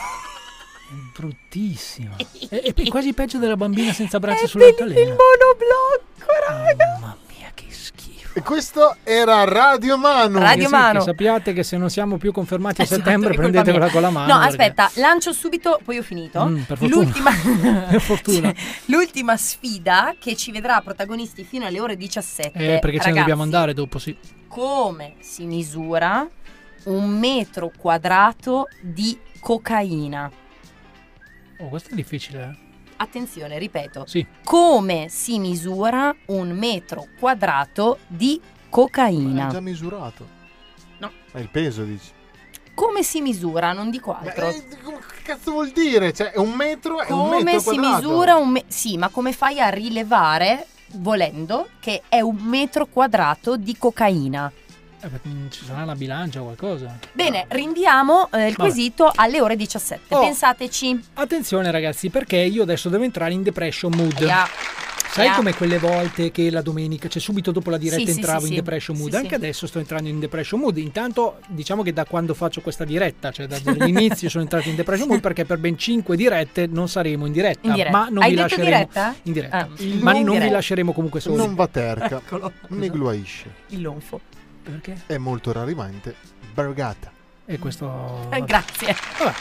È bruttissima. È, è quasi peggio della bambina senza braccia sull'altalena. Il monoblocco, raga. Mamma mia, che schifo. E questo era Radio Manu. Radio Che sì, Mano. che sappiate che se non siamo più confermati a Esatto, settembre è colpa prendetevela mia. con la mano. No, perché- aspetta, lancio subito, poi ho finito. Mm, per fortuna. L'ultima Per fortuna. L'ultima sfida che ci vedrà protagonisti fino alle ore diciassette. Eh, perché ce ne Ragazzi, dobbiamo andare dopo, sì. Come si misura un metro quadrato di cocaina? Oh, questo è difficile, eh. Attenzione, ripeto. Sì. Come si misura un metro quadrato di cocaina? È già misurato. No. È il peso, dici. Come si misura? Non dico altro. Eh, che cazzo vuol dire? Cioè, è un metro è un Come metro si quadrato. misura un metro? Sì, ma come fai a rilevare, volendo, che è un metro quadrato di cocaina? Eh, beh, mm, ci sarà una bilancia o qualcosa. Bene, rinviamo eh, il Vabbè. quesito alle ore diciassette. Oh. Pensateci. Attenzione ragazzi, perché io adesso devo entrare in depression mood. Aia. Sai Aia. come quelle volte che la domenica, cioè subito dopo la diretta Sì, sì, entravo sì, in sì. depression mood? Sì, Anche sì. adesso sto entrando in depression mood. Intanto diciamo che da quando faccio questa diretta, cioè da- dall'inizio sono entrato in depression mood perché per ben cinque dirette non saremo in diretta. In diretta. Ma non Hai vi detto lasceremo diretta? in diretta. Ah, ma non non vi diretta. lasceremo comunque soli. Non va terca. Eccolo. Ne gluisce. Il lonfo. Perché? È molto raramente bargata. E questo Eh, Grazie. Vabbè.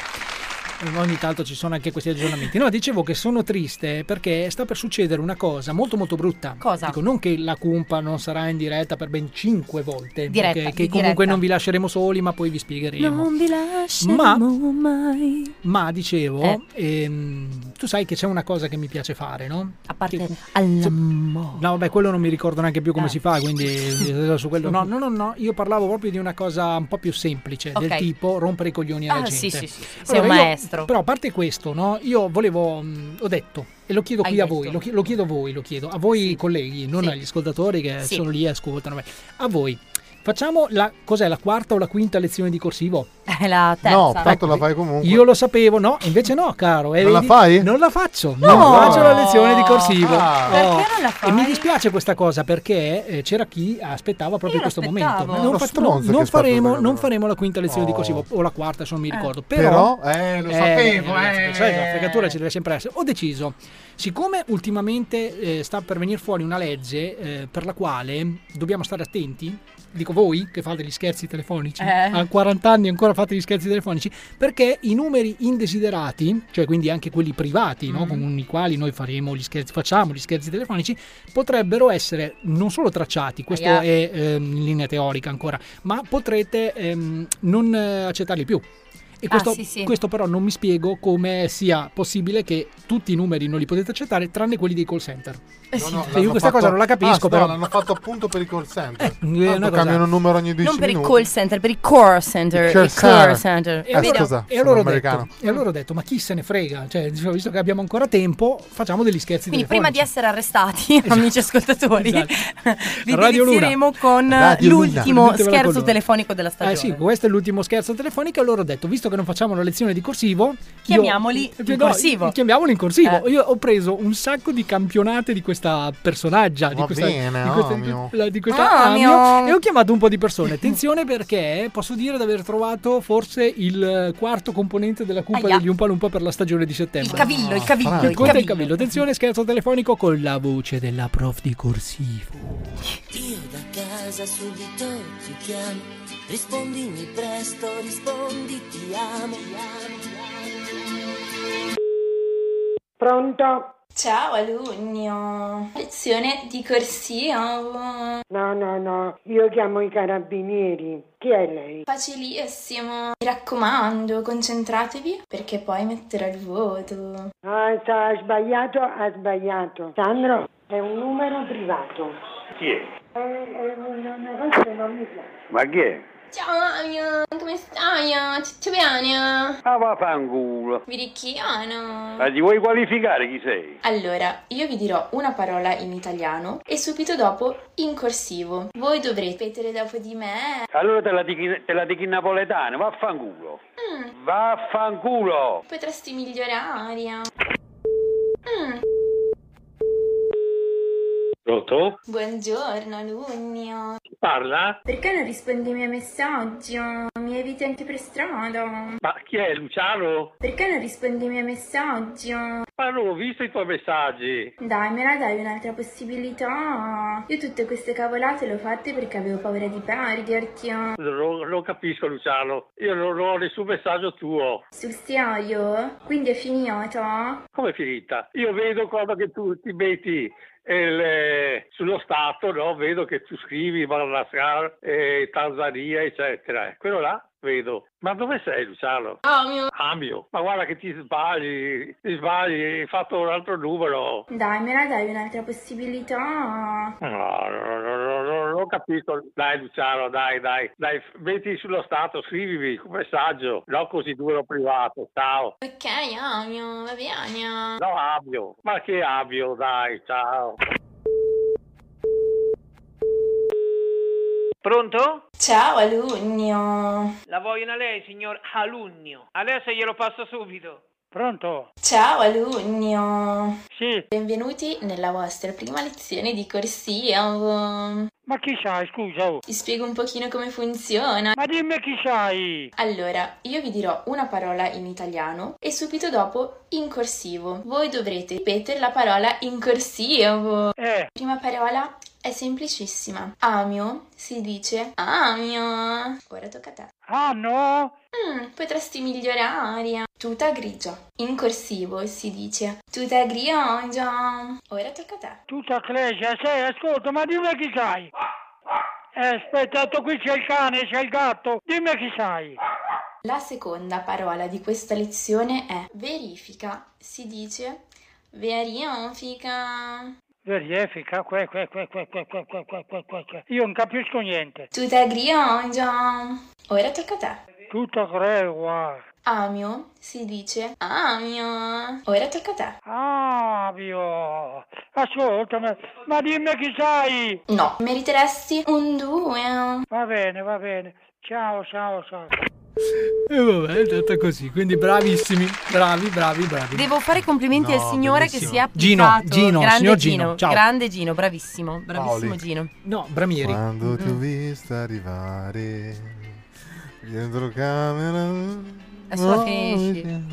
Ogni tanto ci sono anche questi aggiornamenti. No, dicevo che sono triste perché sta per succedere una cosa molto molto brutta. Cosa? Dico, non che la Cumpa non sarà in diretta per ben cinque volte. Diretta, perché- di che comunque diretta. non vi lasceremo soli, ma poi vi spiegheremo. Non vi lasceremo Ma- mai. Ma dicevo, Eh. ehm, tu sai che c'è una cosa che mi piace fare, no? A parte Che- all'amore. No, vabbè, quello non mi ricordo neanche più come Ah. si fa, quindi su quello. No, no, no, no, io parlavo proprio di una cosa un po' più semplice, del Ok. tipo rompere i coglioni alla Ah, gente. sì, sì, sì, sì. Sei Allora, un io- maestro. Però a parte questo, no, io volevo, mh, ho detto, e lo chiedo Hai qui a detto. voi, lo, chi- lo chiedo a voi, lo chiedo a voi colleghi, non Sì. agli ascoltatori che Sì. sono lì e ascoltano, beh, a voi. Facciamo la, cos'è, la quarta o la quinta lezione di corsivo? È la terza. No, tanto la fai comunque. Io lo sapevo, no, invece no, caro. eh, Non la vedi? fai? Non la faccio, No! non faccio la lezione di corsivo. Ah. Perché Oh. non la fai? E mi dispiace questa cosa perché eh, c'era chi aspettava proprio Io questo l'aspettavo. momento. Uno Non, faccio- stronzo non che sta faremo, facendo. non faremo la quinta lezione di Oh. corsivo o la quarta, se non mi Eh. ricordo. Però, Però, eh, lo sapevo, eh. sai, la fregatura ci deve sempre essere. Ho deciso, siccome ultimamente eh, sta per venire fuori una legge eh, per la quale dobbiamo stare attenti, dico voi che fate gli scherzi telefonici, Eh. a quaranta anni ancora fate gli scherzi telefonici, perché i numeri indesiderati, cioè quindi anche quelli privati, no, Mm. con i quali noi faremo gli scherzi, facciamo gli scherzi telefonici, potrebbero essere non solo tracciati, questo Aia. è ehm, in linea teorica ancora, ma potrete ehm, non eh, accettarli più. E questo, Ah, sì, sì. questo però non mi spiego come sia possibile che tutti i numeri non li potete accettare tranne quelli dei call center. Eh No, sì. no, Cioè, io l'hanno questa cosa non la capisco, ah, però. no, l'hanno fatto appunto per i call center. Eh, è una Tanto cosa- cambiano il numero ogni dieci Non per i minuti. call center, per i core center. I core I core center. center. E allora, scusa, e sono allora ho americano. detto, e allora ho detto, ma chi se ne frega? Cioè, diciamo, visto che abbiamo ancora tempo, facciamo degli scherzi Quindi prima di telefonici. essere arrestati, amici ascoltatori, Esatto. vi Radio Luna. delizieremo con Radio Luna. l'ultimo L'ultima scherzo colonna. telefonico della stagione. Eh sì, questo è l'ultimo scherzo telefonico. Allora ho detto, visto che non facciamo la lezione di corsivo, Chiamiamoli io, in no, corsivo. Chiamiamoli in corsivo. Eh. Io ho preso un sacco di campionate di questa personaggia, di Va questa, bene, di questa, Amio. la- di questa Amio. Amio, e ho chiamato un po' di persone. Attenzione, perché posso dire di aver trovato forse il quarto componente della cumpa Aia. degli Umpa Lumpa per la stagione di settembre. Il cavillo, il cavillo, Franco. il Conta il cavillo. cavillo. Attenzione, scherzo telefonico con la voce della prof di corsivo. Io da casa subito ti chiamo, rispondimi presto, rispondi ti amo. Pronto? Ciao Alunio, lezione di corsivo. No, no, no, io chiamo i carabinieri. Chi è lei? Facilissimo. Mi raccomando, concentratevi perché poi metterò il voto. Ah, sa- ha sbagliato, ha sbagliato. Sandro, è un numero privato. Chi è? È, è una cosa che non mi piace. Ma chi è? Ciao Mario, come stai? Tutto bene? Ah, vaffanculo. Virichiano. Ma ti vuoi qualificare chi sei? Allora, io vi dirò una parola in italiano e subito dopo in corsivo. Voi dovrete ripetere dopo di me. Allora te la dichi, te la dichi in napoletano, vaffanculo. Mm, Vaffanculo. potresti migliorare. Mm, Pronto? buongiorno Alunio. Parla? Perché non rispondi ai miei messaggi? Mi eviti anche per strada. Ma chi è, Luciano? Perché non rispondi ai miei messaggi? Ma non ho visto i tuoi messaggi. Dai, me la dai un'altra possibilità? Io tutte queste cavolate le ho fatte perché avevo paura di perderti. Non, non capisco, Luciano. Io non ho nessun messaggio tuo. Sul serio? Quindi è finita? Come è finita? Io vedo quando che tu ti metti il, eh, sullo stato, no? Vedo che tu scrivi Madagascar, eh, Tanzania, eccetera. Quello là vedo. Ma dove sei, Luciano? Amio. Amio. Ma guarda che ti sbagli, ti sbagli, hai fatto un altro numero. Dai, me la dai un'altra possibilità? No, no, no, no, no, no, non capisco. Dai, Luciano, dai, dai, dai, metti sullo stato, scrivimi un messaggio, no così numero privato. Ciao. Ok, Amio, va bene. No, Amio. Ma che Amio, dai, ciao. Pronto? Ciao Alunio. La vogliono a lei, signor Alunio. Adesso glielo passo subito. Pronto? Ciao Alunio. Sì. Benvenuti nella vostra prima lezione di corsivo. Ma chi sai, scusa? Oh. Ti spiego un pochino come funziona. Ma dimmi chi sai. Allora, io vi dirò una parola in italiano e subito dopo in corsivo. Voi dovrete ripetere la parola in corsivo. Eh. Prima parola è semplicissima. Amio si dice amio. Ora tocca a te. Ah no? Mm, potresti migliorare. Tuta grigia. In corsivo si dice tuta grigia. Ora tocca a te. Tutta grigia, sei, ascolta, ma dimmi chi sai. Eh, aspetta, qui c'è il cane, c'è il gatto. Dimmi chi sai. La seconda parola di questa lezione è verifica. Si dice verifica. Verifica, que, que, que, que, que, que, que, que, que, que, que. Io non capisco niente. Tuta grigia. Ora tocca a te. Tutta grigia. Amio si dice amio. Ora tocca a te. Amio. Ascolta, ma, ma dimmi chi sai. No, meriteresti un due. Va bene, va bene. Ciao, ciao, ciao. E vabbè, è andata così, quindi bravissimi, bravi, bravi, bravi. Devo fare i complimenti No, al signore bellissimo. che si è Gino, applicato. Gino, grande signor Gino, Gino, ciao. grande Gino, bravissimo, bravissimo Paoli. Gino. No, Bramieri. Quando ti ho visto arrivare dietro camera. Adesso la finisci.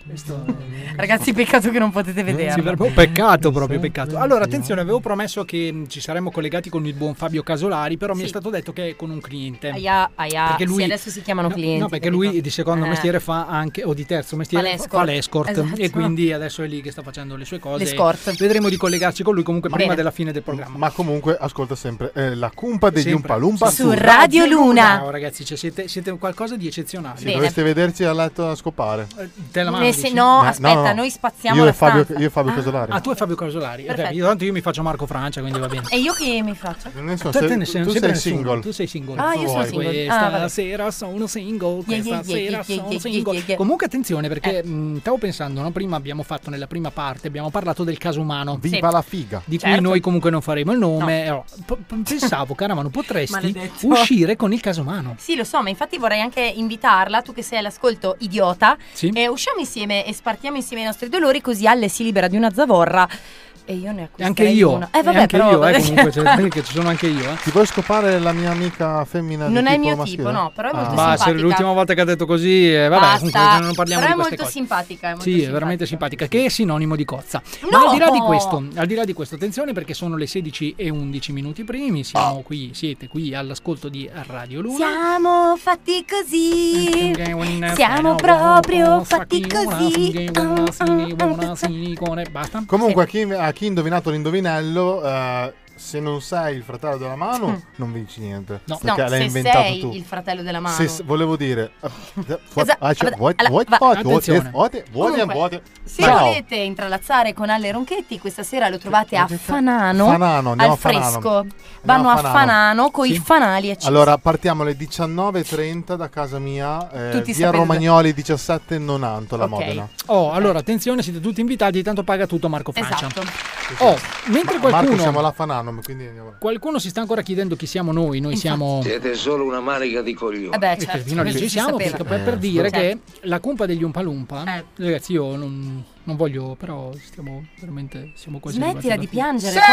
Ragazzi, peccato che non potete vederlo. Sì, proprio peccato, proprio peccato. Allora, attenzione, avevo promesso che mh, ci saremmo collegati con il buon Fabio Casolari, però mi è Sì. stato detto che è con un cliente. Aia, aia. Perché lui- Sì, adesso si chiamano No, clienti. no, perché capito? lui di secondo Eh. mestiere fa anche, o di terzo mestiere Fa fa, l'escort. fa l'escort. Esatto. E quindi adesso è lì che sta facendo le sue cose. L'escort. Vedremo di collegarci con lui comunque Va prima bene. della fine del programma. Ma comunque ascolta sempre eh, la cumpa degli Sempre. Umpalumpa Su Radio Luna. Ciao ragazzi, cioè, siete, siete qualcosa di eccezionale. Sì, dovreste vederci a letto a scopare. Te la mando, Ne se- dici? no, Eh, aspetta, no, no. noi spaziamo Io la e Fabio, stanza. io e Fabio Casolari. Ah, tu e Fabio Casolari. Eh, Perfetto. io, tanto io mi faccio Marco Francia, quindi va bene. E io che mi faccio? Non so, Tu, se- te ne sei, tu sempre sei nessuno, single. tu sei single. Ah, io sono vuoi. single. Questa Ah, vabbè. sera sono single, Yeah, questa yeah, yeah, sera yeah, sono yeah, single. yeah, yeah. Comunque attenzione perché Eh. mh, stavo pensando, no? Prima abbiamo fatto nella prima parte, abbiamo parlato del caso umano. Viva la figa. Di Certo. cui noi comunque non faremo il nome. No. P- p- pensavo, Caramano, potresti Maledetto. uscire con il caso umano. Sì, lo so, ma infatti vorrei anche invitarla, tu che sei all'ascolto idiota, Sì. e usciamo insieme e spartiamo insieme i nostri dolori, così Alle si libera di una zavorra e io ne E acquisterei anche io. una. Eh E vabbè, anche però io, eh, comunque, cioè, che ci sono anche io. Eh. Ti vuoi scopare la mia amica femmina? di Non è il tipo mio maschile? tipo, no, però è molto Ah. Ma se simpatica. l'ultima volta che ha detto così, eh, vabbè, Basta. comunque non parliamo Però di è queste molto cose. simpatica, è molto Sì, è simpatica. veramente simpatica, che è sinonimo di cozza. No! Ma al di là di questo, al di là di questo, attenzione perché sono le sedici e undici minuti primi, siamo qui, siete qui all'ascolto di Radio Luna. Siamo fatti così, siamo proprio fatti così. Basta. Comunque, a chi, a chi ha indovinato l'indovinello, eh, se non sei il fratello della mano, non vinci niente. No. perché No, l'hai se inventato sei tu. il fratello della mano. Se, volevo dire, Esatto. Attenzione. Comunque, se Ciao. volete intrallazare con Alle Ronchetti, questa sera lo trovate a Fanano, Fanano, andiamo al a Fanano. fresco. Vanno a a Fanano. Fanano con i Sì. fanali accesi. Allora, partiamo alle diciannove e trenta da casa mia, eh, Tutti via sapete- Romagnoli diciassette Nonantola, Ok. Modena. Oh, allora attenzione, siete tutti invitati, tanto paga tutto Marco Francia. Esatto. Oh, mentre Ma- Marco, siamo qualcuno alla Fanano, quindi andiamo. qualcuno si sta ancora chiedendo chi siamo noi, noi siamo Siete solo una manica di coglioni. Eh beh, E certo, fino lì questo ci si siamo sapeva. per, per- per Eh, dire certo. che la cumpa degli Umpalumpa, Eh. ragazzi, io non, non voglio, però stiamo veramente, siamo quasi Smettila arrivati di alla fine. piangere,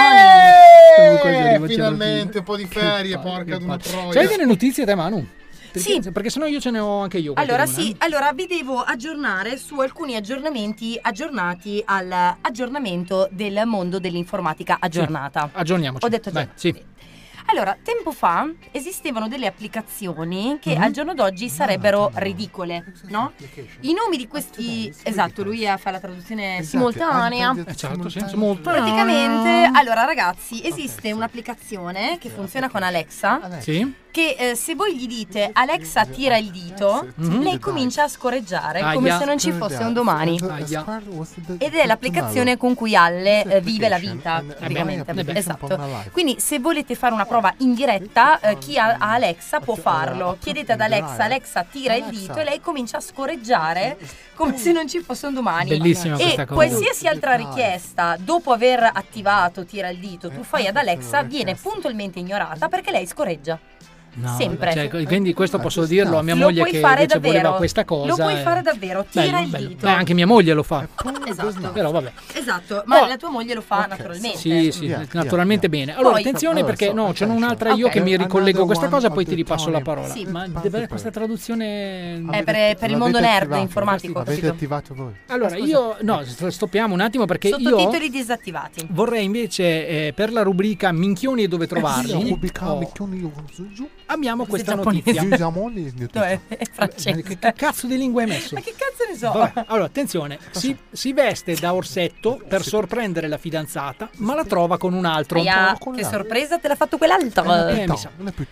Siamo quasi Eh, arrivati alla finalmente fine. un po' di ferie, Che porca palle, di che una palle. troia. C'hai delle notizie te, Manu? Perché, Sì. perché sennò io ce ne ho anche io. Allora qualcuna, sì, eh. allora vi devo aggiornare su alcuni aggiornamenti aggiornati all'aggiornamento del mondo dell'informatica aggiornata. Aggiorniamoci. Ho detto Dai, già. sì. Allora, tempo fa esistevano delle applicazioni che Mhm. al giorno d'oggi sarebbero ridicole, no? I nomi di questi... Esatto, lui fa la traduzione simultanea. Eh, certo, sì, simultanea. Praticamente, allora ragazzi, esiste un'applicazione che funziona con Alexa, Sì. che eh, se voi gli dite Alexa tira il dito, Mhm. lei comincia a scorreggiare Aia. come se non ci fosse un domani. Aia. Ed è l'applicazione con cui Alle eh, vive la vita, praticamente. eh beh. Esatto. Quindi se volete fare una prova in diretta, eh, chi ha ha Alexa può farlo. Chiedete ad Alexa, Alexa tira il dito e lei comincia a scorreggiare come se non ci fosse un domani. Bellissima E questa cosa. qualsiasi altra richiesta, dopo aver attivato tira il dito, tu fai ad Alexa, viene puntualmente ignorata perché lei scorreggia. No, Sempre. cioè, quindi questo posso dirlo a mia Lo moglie puoi che fare invece davvero. voleva questa cosa. Lo puoi e- fare davvero, tira Bello, il bello. dito. Beh, anche mia moglie lo fa. Esatto. Però vabbè. Esatto, ma Oh. la tua moglie lo fa naturalmente. Sì, sì, Via, naturalmente via, bene. Allora, Poi- attenzione Allora, perché so, no, c'è ok, un'altra so. io che Ok. mi ricollego a questa Another cosa e one poi of ti the ripasso la Tony. parola. Sì. Ma deve- questa traduzione È per, per il mondo L'avete nerd attivato? informatico, L'avete capito? attivato voi? Allora, Ah, scusa. io no, st- stoppiamo un attimo perché io Sottotitoli disattivati. vorrei invece eh, per la rubrica Minchioni e dove trovarli oh, abbiamo questa notizia. Dov'è? È francese. Che, che cazzo di lingua hai messo? Ma che cazzo ne so? Vabbè, allora, attenzione, si, si veste da orsetto per sorprendere la fidanzata, ma la trova con un altro. Aia, che sorpresa te l'ha fatto quell'altro. Eh, mi sa.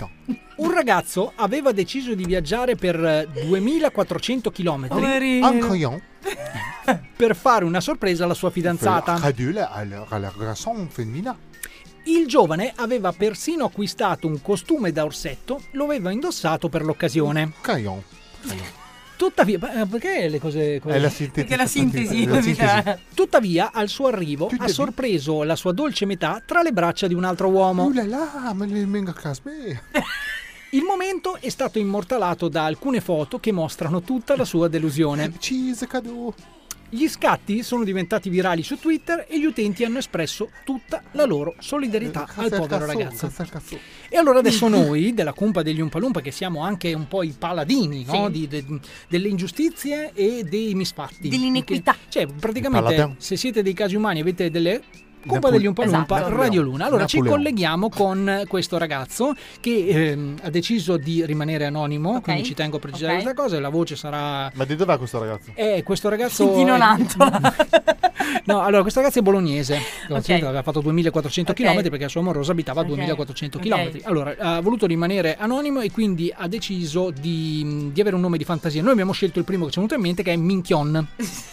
Un ragazzo aveva deciso di viaggiare per duemilaquattrocento chilometri Incroyant. per fare una sorpresa alla sua fidanzata. Cadule alla relazione femminile. Il giovane aveva persino acquistato un costume da orsetto, lo aveva indossato per l'occasione. Crayon. Tuttavia, beh, perché le cose così? È la sintesi. Perché la sintesi. La sintesi. Tuttavia, al suo arrivo, ha sorpreso la sua dolce metà tra le braccia di un altro uomo. Oh là là, ma le menga casbe. Il momento è stato immortalato da alcune foto che mostrano tutta la sua delusione. Cheese cadeau. Gli scatti sono diventati virali su Twitter e gli utenti hanno espresso tutta la loro solidarietà Cazzo al il povero cazzo, ragazzo. cazzo il cazzo. E allora adesso noi della Cumpa degli Umpalumpa, che siamo anche un po' i paladini, no? Sì. Di- de- delle ingiustizie e dei misfatti, Dell'iniquità. Che- cioè praticamente Paladin. se siete dei casi umani, avete delle Cumpa Napoli- degli Umpalumpa, Esatto. Radio Luna. Allora ci Napoleon. colleghiamo con questo ragazzo che ehm, ha deciso di rimanere anonimo, Ok. quindi ci tengo a precisare Ok. questa cosa, la voce sarà... Ma di dov'è questo ragazzo? Eh, questo ragazzo... Di Nonantola. No, allora questo ragazzo è bolognese, Ok. aveva fatto duemilaquattrocento Ok. chilometri perché la sua amorosa abitava a Ok. duemilaquattrocento Ok. chilometri. Allora, ha voluto rimanere anonimo e quindi ha deciso di, di avere un nome di fantasia. Noi abbiamo scelto il primo che ci è venuto in mente, che è Minchion.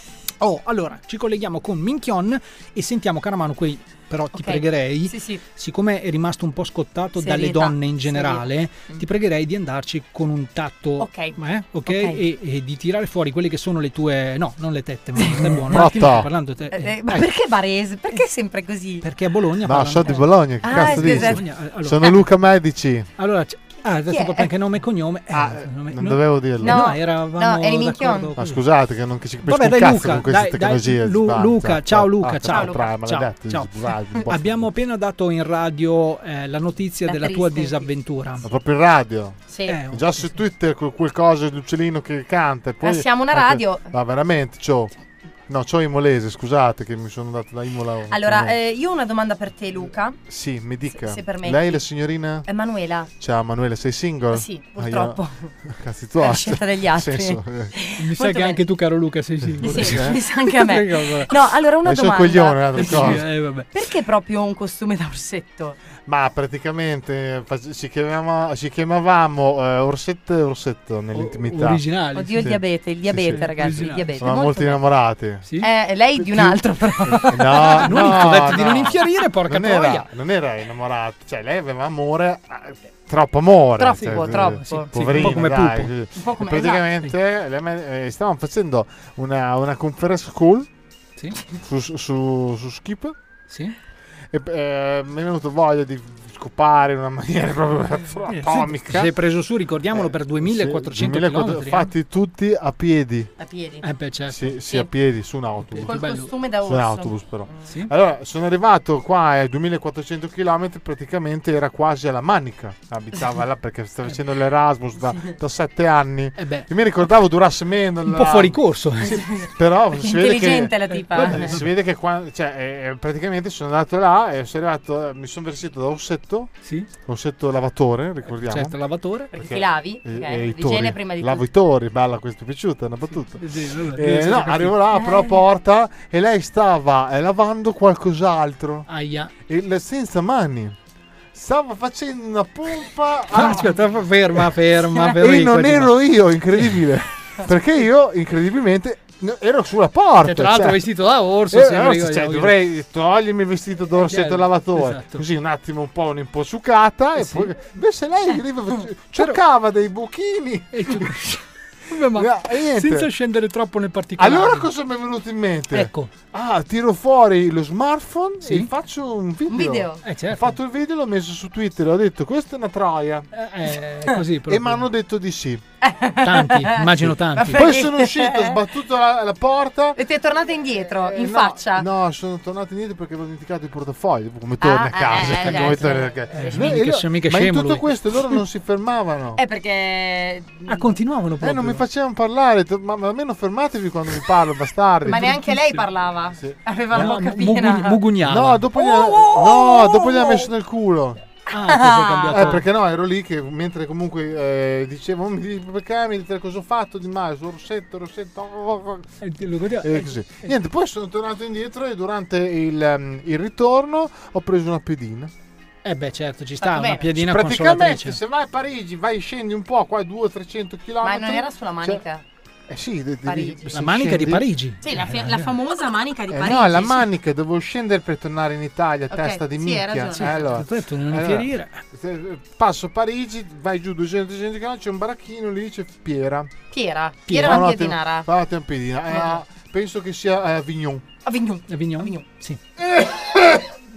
Oh, allora, ci colleghiamo con Minchion e sentiamo, Caramano, qui però ti Ok. pregherei, Sì, sì. siccome è rimasto un po' scottato Serietà, dalle donne in generale, serietà. ti pregherei di andarci con un tatto, Ok. eh, ok? Ok. E, e di tirare fuori quelle che sono le tue, no, non le tette, ma stai buono. Brotta. Un attimo, sto parlando te. Eh, eh, ma dai, perché Varese? Perché sempre così? perché a Bologna No, parlano- sono di Bologna, che Ah, cazzo scusa. dici? Bologna, eh, allora, Sono Luca Medici. allora, c- ah, adesso Chi è? proprio anche nome e cognome. eh, Ah, nome- non no- dovevo dirlo. eh, No, no, eravamo no, eri Minchion. d'accordo Ma così. scusate che non che ci capisco Vabbè, un dai, cazzo Luca, con queste dai, tecnologie. dai, Lu- sbaglia. Luca, ciao Luca, Ah, ciao. Luca. Ciao, Maledetto, ciao. sbagli, un po'. Abbiamo appena dato in radio eh, la notizia La della tua triste disavventura. Ma proprio in radio. Sì. Eh, Già su Twitter quel, quel coso l'uccellino che canta. E poi Ma siamo una anche- radio. Ma veramente, c'ho. No, c'ho Imolese, scusate che mi sono andato da Imola. Allora, eh, io ho una domanda per te, Luca. Sì, mi dica. se- se permetti. Lei la signorina? Emanuela. Ciao Manuela, sei single? Sì, Ah, purtroppo. io- Cazzi Per tuoi. scelta degli altri. Nel senso, eh, Mi sa Molto che bene. anche tu, caro Luca, sei singolo. Sì, Eh? mi sa anche a me. Cosa? No, allora una Hai sul domanda. coglione, un'altra Sì, cosa. eh, vabbè. Perché proprio un costume da orsetto? Ma praticamente fa- ci, chiamavamo, ci chiamavamo eh, Orsetto e Orsetto nell'intimità. Originali. Oddio, il Sì. diabete, il diabete, Sì, sì. ragazzi, il Originale. diabete. Sono Molto molto bene. innamorati. Sì? Eh, lei di un altro, però. No, Non no, ho detto di no. non infierire, porca non troia. era, non era innamorato, cioè lei aveva amore, eh, troppo amore. Troppo, cioè, troppo. eh, Sì, poverino, un po' come dai. Pupo. Un po' come- Praticamente lei me- eh, stavamo facendo una, una conference call Sì? su, su, su, su Skip Sì? e eh, mi è venuto voglia di scopare in una maniera proprio Eh, atomica. Si è preso su, ricordiamolo, per duemilaquattrocento chilometri. fatti tutti a piedi. A piedi. Eh beh, certo. Sì, sì, Sì. a piedi su un autobus. Col bello. costume da Su un orso. autobus però. Sì? Allora, sono arrivato qua ai duemilaquattrocento chilometri, praticamente era quasi alla Manica. Abitava là perché stava facendo l'Erasmus da, da sette anni. Eh beh, Io mi ricordavo durasse meno. un la- po' fuori corso. Però si vede Intelligente che, la tipa. Vabbè, si vede che qua, cioè, eh, praticamente sono andato là e sono arrivato, mi sono vestito da Orsetto, Sì? Orsetto lavatore, ricordiamo. Certo, lavatore. Perché ti lavi? E- Ok, e i l'igiene tori. prima di Lavo tutto. i tori, bella questa, mi è piaciuta, è una battuta. Sì, vabbè, Eh, sì, no, sì, arrivo là, apro la porta e lei stava eh, lavando qualcos'altro Aia. e le- senza mani. Stava facendo una pompa. Ah, a- aspetta, ferma, ferma. e Federico, non ti- ero io, incredibile. Perché io, incredibilmente, no, ero sulla porta. Cioè, tra l'altro cioè. vestito da orso. Eh, se no, mi cioè, ricordiamo che- dovrei togliermi il vestito d'orsetto Eh, lavatore, esatto. così un attimo un po' un'imposucata Eh, e sì. poi invece lei arriva, cercava dei buchini. E tu- Vabbè, ma No, e niente. senza scendere troppo nel particolare. Allora cosa mi è venuto in mente? Ecco. Ah, tiro fuori lo smartphone Sì. e faccio un video. Un video. Eh, Ho certo. fatto il video, l'ho messo su Twitter, ho detto questa è una troia. Eh, eh, così E proprio. mi hanno detto di sì. Tanti, immagino tanti. Ma Poi perché? sono uscito, ho sbattuto la, la porta. E ti è tornata indietro, Eh, in no, faccia. No, sono tornato indietro perché avevo dimenticato il portafoglio. Come torni Ah, a casa? eh, come eh, torni sì. a casa? Eh, No, mica e lo- scemo, mica ma in scemo tutto lui. questo loro non si fermavano. Eh, perché. Ah, continuavano proprio. Eh, non mi facevano parlare. to- Ma, ma almeno fermatevi quando mi parlo, bastardi. Ma neanche lei parlava. Sì. Aveva la No, bocca mugu- piena. mugugnava. No, dopo gli ha, Oh, no, oh, dopo gli ha oh. messo nel culo. Ah, ti sei cambiato. Eh, perché no, ero lì che mentre comunque eh, dicevo, "Oh, mi dici perché mi dite cosa ho fatto di male, su Rossetto, Rossetto, oh, oh, oh." Eh, ti- lo guardiamo- E eh, così. eh, Niente, poi sono tornato indietro e durante il, um, il ritorno ho preso una pedina. Eh beh, certo, ci sta Fatto una bene. piedina Praticamente consolatrice. se vai a Parigi, vai scendi un po' qua duecento trecento chilometri. Ma non era sulla manica? Eh sì, de- de- Parigi. de- La manica di scendi- Parigi. Sì, la, fi- la famosa manica di Eh Parigi. no, la sì. manica, dovevo scendere per tornare in Italia, Ok, testa di sì, minchia. hai ragione. Eh, allora, Ti ho detto, non allora, infierire. se- passo Parigi, vai giù duecento trecento chilometri, c'è un baracchino lì, c'è Piera. Piera. Piera. Piera Fa un la attimo- piedinara. fa un attimo pedina. Eh, penso che sia eh, Avignon. Avignon. Avignon? Avignon. Sì.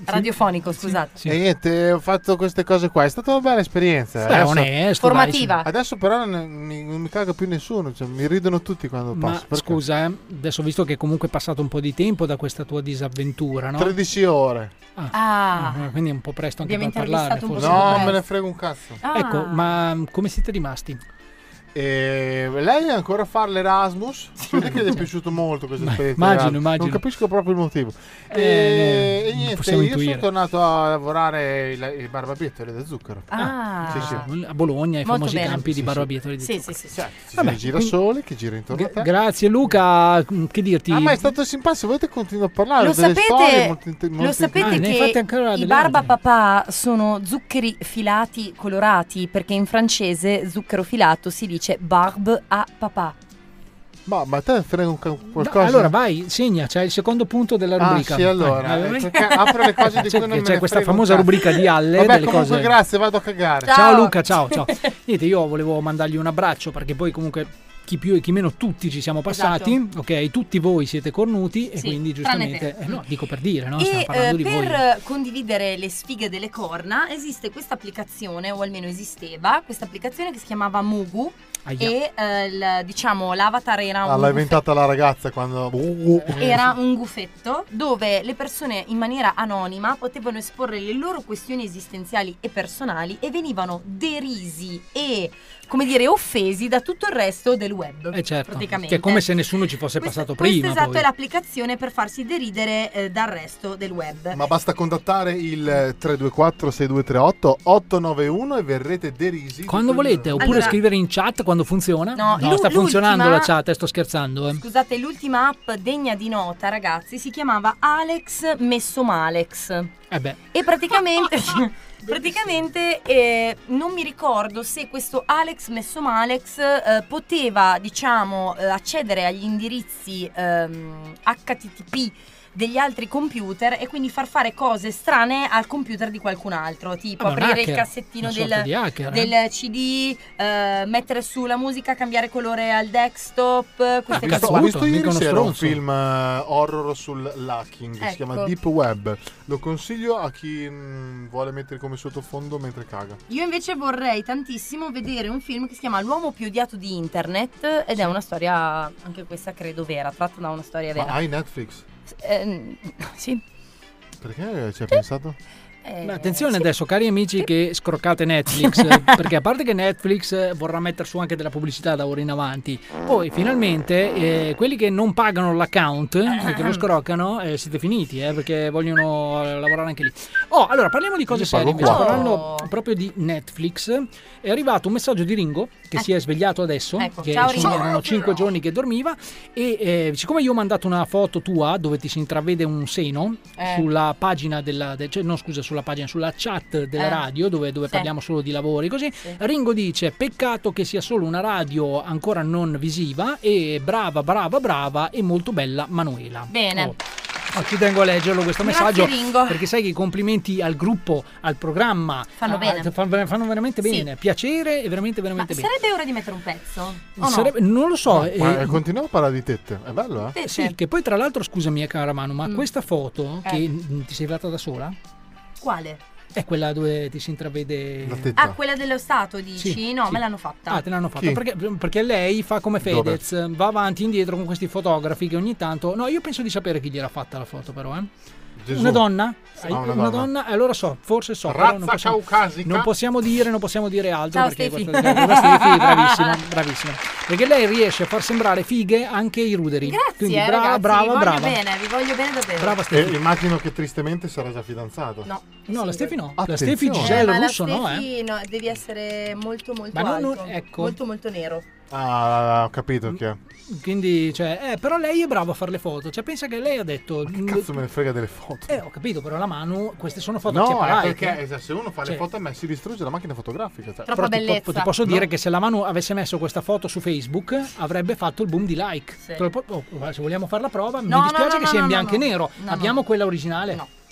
radiofonico, scusate. E niente, ho fatto queste cose qua. È stata una bella esperienza. Beh, Adesso- onesto, Formativa. dai, Adesso però non mi, non mi caga più nessuno, cioè, mi ridono tutti quando sì. Ma passo. Perché? scusa, eh, adesso ho visto che comunque è passato un po' di tempo da questa tua disavventura, no? tredici ore. Ah, Ah, ah, quindi è un po' presto anche Abbiamo per parlare. intervistato un Forse. po' No, presto. me ne frega un cazzo. ah. Ecco, ma come siete rimasti? E lei è ancora a fare l'Erasmus. Si vede che gli è piaciuto molto questa Ma- esperienza. immagino, Erasmus. immagino. Non capisco proprio il motivo. Eh, e, e niente, possiamo io intuire. sono tornato a lavorare il, il barbabietole da zucchero. Ah. Sì, sì. A Bologna, i Molto famosi bene. campi di Sì, barbabietoli di Sì, zucchero. sì, sì. Cioè, ci Vabbè, sono i girasoli che gira intorno a G- te. grazie Luca, che dirti? Ah, ma è stato simpatico. Se volete continuo a parlare. Lo ho delle storie sapete, molto inte- lo molto sapete Ah, ne hai fatte ancora che i delle barba altre? papà sono zuccheri filati colorati, perché in francese zucchero filato si dice barbe à papà. Ma, ma te frega un ca- No, qualcosa? allora vai, segna, c'è il secondo punto della Ah, rubrica. sì, allora, Vai, vai, vai. perché apre le cose di C'è- cui non me c'è ne questa frega un famosa cazzo. rubrica di Alle Vabbè, delle comunque cose. grazie, vado a cagare. Ciao, Ciao. Luca, ciao, ciao. Niente, io volevo mandargli un abbraccio perché poi comunque chi più e chi meno tutti ci siamo passati, ok? Tutti voi siete cornuti e Sì, quindi tranne giustamente, te. eh, no, dico per dire, no? Stiamo E parlando eh, di voi. per condividere le sfighe delle corna esiste questa applicazione, o almeno esisteva, questa applicazione che si chiamava Mugu. Aia. E eh, il- diciamo l'avatar era Ah, un l'ha gufetto. inventata la ragazza quando. Uh, Era un gufetto dove le persone in maniera anonima potevano esporre le loro questioni esistenziali e personali e venivano derisi e, come dire, offesi da tutto il resto del web. Eh certo, praticamente. che è come se nessuno ci fosse Questa- passato Questa prima. esatto poi. è l'applicazione per farsi deridere eh, dal resto del web. Ma basta contattare il tre due quattro sei due tre otto otto nove uno e verrete derisi. Quando volete, oppure Allora- scrivere in chat quando funziona. No, No, l'u- sta funzionando l'ultima- la chat, eh, sto scherzando. Eh. Scusate, l'ultima app degna di nota, ragazzi, si chiamava Alex Messo Malex. Eh beh, E praticamente, praticamente eh, non mi ricordo se questo Alex Messo Malex eh, poteva, diciamo, eh, accedere agli indirizzi ehm, H T T P degli altri computer e quindi far fare cose strane al computer di qualcun altro, tipo Ah, ma un aprire il hacker, cassettino una sorta del, di hacker, eh? del C D, eh, mettere su la musica, cambiare colore al desktop, queste Ho cose visto, qua. ho visto mica ieri uno sera un stronzo. film eh, horror sull'hacking, si Ecco. chiama Deep Web. Lo consiglio a chi mh, vuole mettere come sottofondo mentre caga. Io invece vorrei tantissimo vedere un film che si chiama L'uomo più odiato di internet ed è una storia, anche questa credo vera, tratta da una storia Ma vera. hai Netflix? Eh, sì. Perché ci hai pensato? Eh, ma attenzione sì. adesso, cari amici che scroccate Netflix, eh, perché a parte che Netflix eh, vorrà mettere su anche della pubblicità da ora in avanti, poi finalmente eh, quelli che non pagano l'account, eh, che lo scroccano, eh, siete finiti, eh, perché vogliono eh, lavorare anche lì. Oh, allora parliamo di cose Io pago serie, invece qua. parlando Oh. proprio di Netflix. È arrivato un messaggio di Ringo che si è svegliato adesso, Ecco, che ciao, insomma, Ringo. erano cinque giorni che dormiva e eh, siccome io ho mandato una foto tua dove ti si intravede un seno Eh. sulla pagina della, de- cioè, no scusa, sulla pagina, sulla chat della Eh. radio dove, dove Sì. parliamo solo di lavori così, Ringo dice peccato che sia solo una radio ancora non visiva e brava brava brava e molto bella Manuela. Bene. Oh. Oh, ci tengo a leggerlo questo Grazie, messaggio Ringo. perché sai che i complimenti al gruppo, al programma Fanno a- bene. fanno, fanno veramente Sì. bene, piacere e veramente Ma veramente bene. sarebbe ora di mettere un pezzo? O no? Sarebbe- non lo so, eh, Ma, eh, continuiamo a parlare di tette. È bello, eh? Tette. sì, che poi tra l'altro scusami cara Manu, ma Mm. questa foto Eh. che mm, ti sei fatta da sola Quale? è quella dove ti si intravede La tetta. Ah, quella dello Stato, dici? Sì, no, sì. me l'hanno fatta. Ah, te l'hanno fatta Chi? perché, perché lei fa come Dove? Fedez, va avanti e indietro con questi fotografi che ogni tanto. No, io penso di sapere chi gliel'ha fatta la foto, però, eh. Gesù. Una donna? Sì. Hai- Ah, una una donna. donna? Allora so, forse so. però non Razza possiamo, caucasica. non possiamo dire, non possiamo dire altro. Ciao, perché Stefi. questa- questa Stefi, bravissima, bravissima. Perché lei riesce a far sembrare fighe anche i ruderi. Grazie, Quindi eh, brava, ragazzi, brava, vi voglio brava. bene, vi voglio bene davvero. Brava E Stefi. immagino che tristemente sarà già fidanzato. No, No, la sì, Stefi no. La Attenzione. Stefi Eh, Giselle ma la Russo no, eh. Stefi, no, devi essere molto molto Ma no, alto, no, ecco. molto molto nero. Ah, ho capito chi è. Quindi, cioè, eh, però lei è brava a fare le foto. Cioè, pensa che lei ha detto. Che cazzo me ne frega delle foto? Eh, ho capito, però la Manu, queste sono foto No, è separate. perché eh, se uno fa Cioè- le foto a me si distrugge la macchina fotografica. Cioè. Troppa Però ti, po- bellezza. ti posso No. dire che se la Manu avesse messo questa foto su Facebook avrebbe fatto il boom di like. Sì. Te lo po- oh, se vogliamo fare la prova, No, mi dispiace no, no, che no, sia in no, bianco no. e nero. No, Abbiamo no. quella originale? No.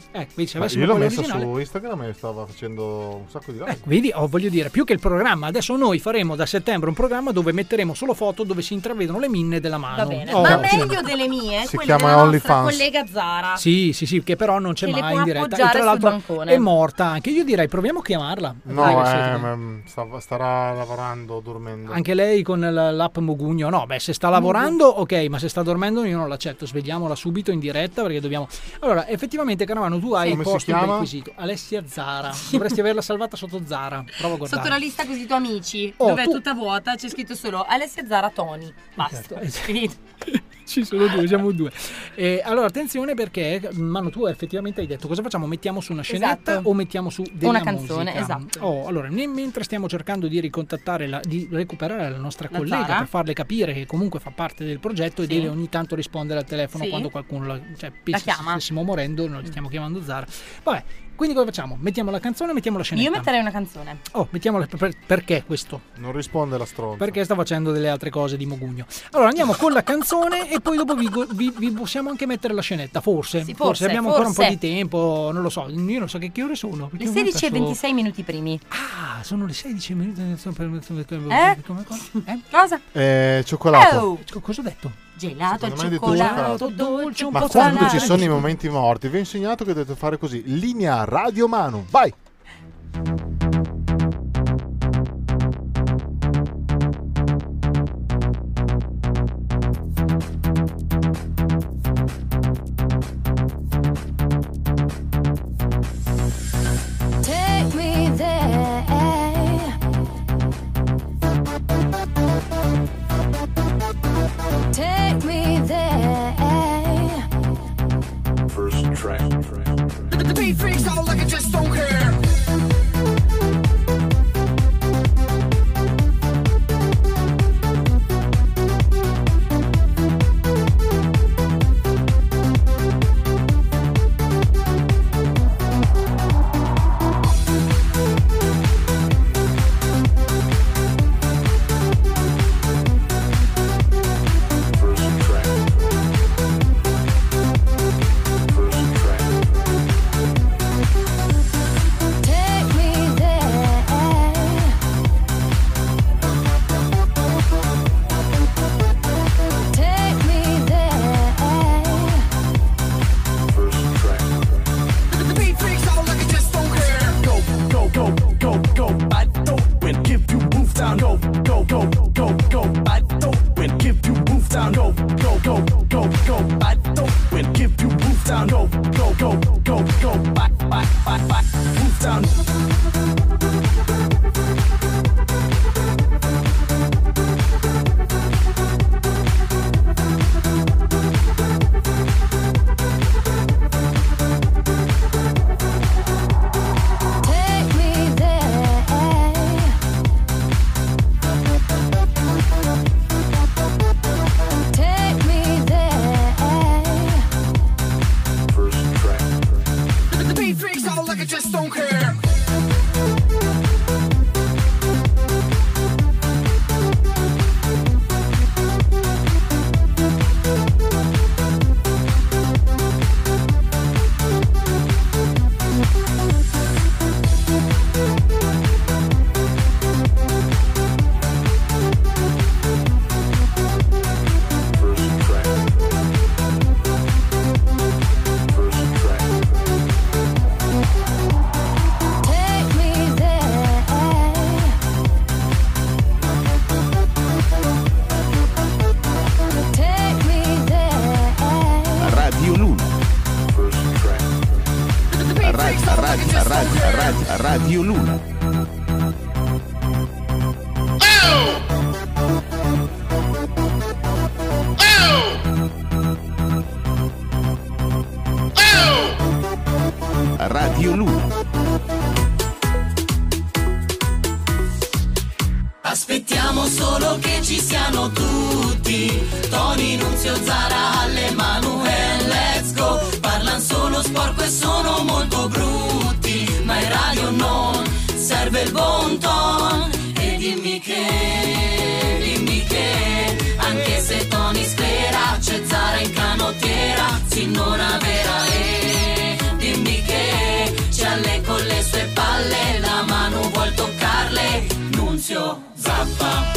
Eh, quindi se Ma avessimo io l'ho quella messa originale, su Instagram e stava facendo un sacco di like. eh, vedi, oh, voglio dire, più che il programma, adesso noi faremo da settembre un programma dove metteremo solo foto dove si intravedono le minne della mano. Va bene, Oh, ma sì. meglio delle mie, Si quelle chiama della nostra OnlyFans. collega Zara. Sì, sì, sì, che però non c'è Che le mai può in diretta. E appoggiare tra sul l'altro bancone. è morta anche. Io direi proviamo a chiamarla. No, Dai, eh, sì. m- sta- starà lavorando, dormendo. Anche lei con l- l'app Mogugno. No, beh, se sta lavorando, ok, ma se sta dormendo io non l'accetto. Svegliamola subito in diretta perché dobbiamo. Allora, effettivamente, Caravano, tu hai Come si posto il bel chiama? quesito. Alessia Zara. Dovresti averla salvata sotto Zara. Prova a guardare. Sotto la lista così tu amici, Oh, dove tu- è tutta vuota, c'è scritto solo Alessia Zara Tony. Basta. Finito. Ci sono due, siamo due. Eh, allora, attenzione perché, Manu, tu effettivamente hai detto cosa facciamo? Mettiamo su una scenetta Esatto. o mettiamo su della Una canzone, musica? esatto. Oh, allora, ne- mentre stiamo cercando di ricontattare, la, di recuperare la nostra La collega Zara? per farle capire che comunque fa parte del progetto Sì. e deve ogni tanto rispondere al telefono Sì. quando qualcuno la, cioè, La pensa chiama. se stessimo morendo, noi stiamo chiamando Zara. Vabbè, quindi cosa facciamo? Mettiamo la canzone o mettiamo la scenetta? Io metterei una canzone. Oh, mettiamola per- perché questo? Non risponde la stronza. Perché sta facendo delle altre cose di Mogugno. Allora andiamo con la canzone e poi dopo vi, vi- vi possiamo anche mettere la scenetta, forse. Sì, forse, abbiamo ancora un po' forse. di tempo, non lo so. Io non so che, che ore sono. perché Le ormai sedici e passo- ventisei minuti primi. Ah, sono le sedici minuti. Eh? Come, eh? Cosa? Eh, cioccolato. Oh, Co- Cosa ho detto? gelato al Secondo me hai detto cioccolato, cioccolato. dolce, un Ma po' quando salato. ci sono i momenti morti, vi ho insegnato che dovete fare così. Linea Radio Manu, vai! Take me there. Take me there. First track. The beat freaks out like I just don't care. Take me there. Take me there. The beat freaks out like I just don't care. Go, go, go, go, go. I don't win. Give you move down. Go, go, go, go, go. I don't win. Give you move down. Go, go, go, go, go. I don't win. Give you move down. Go, go, go, go, go. Bye, bye, bye, bye. Move down. Take me there. Take me there. The beat freaks out like I just don't care. Take me there. Take me there. Radio Luna. Radio, radio, radio, radio, Radio Luna. Radio Luna. Aspettiamo solo che ci siano tutti. Tony, Nunzio, Zara, alle Manuel, let's go. Parlan solo sporco e sono molto brutti, ma in radio non serve il bon ton. E dimmi che, dimmi che, anche se Tony spera, c'è Zara in canottiera, sì non avera. E dimmi che fa.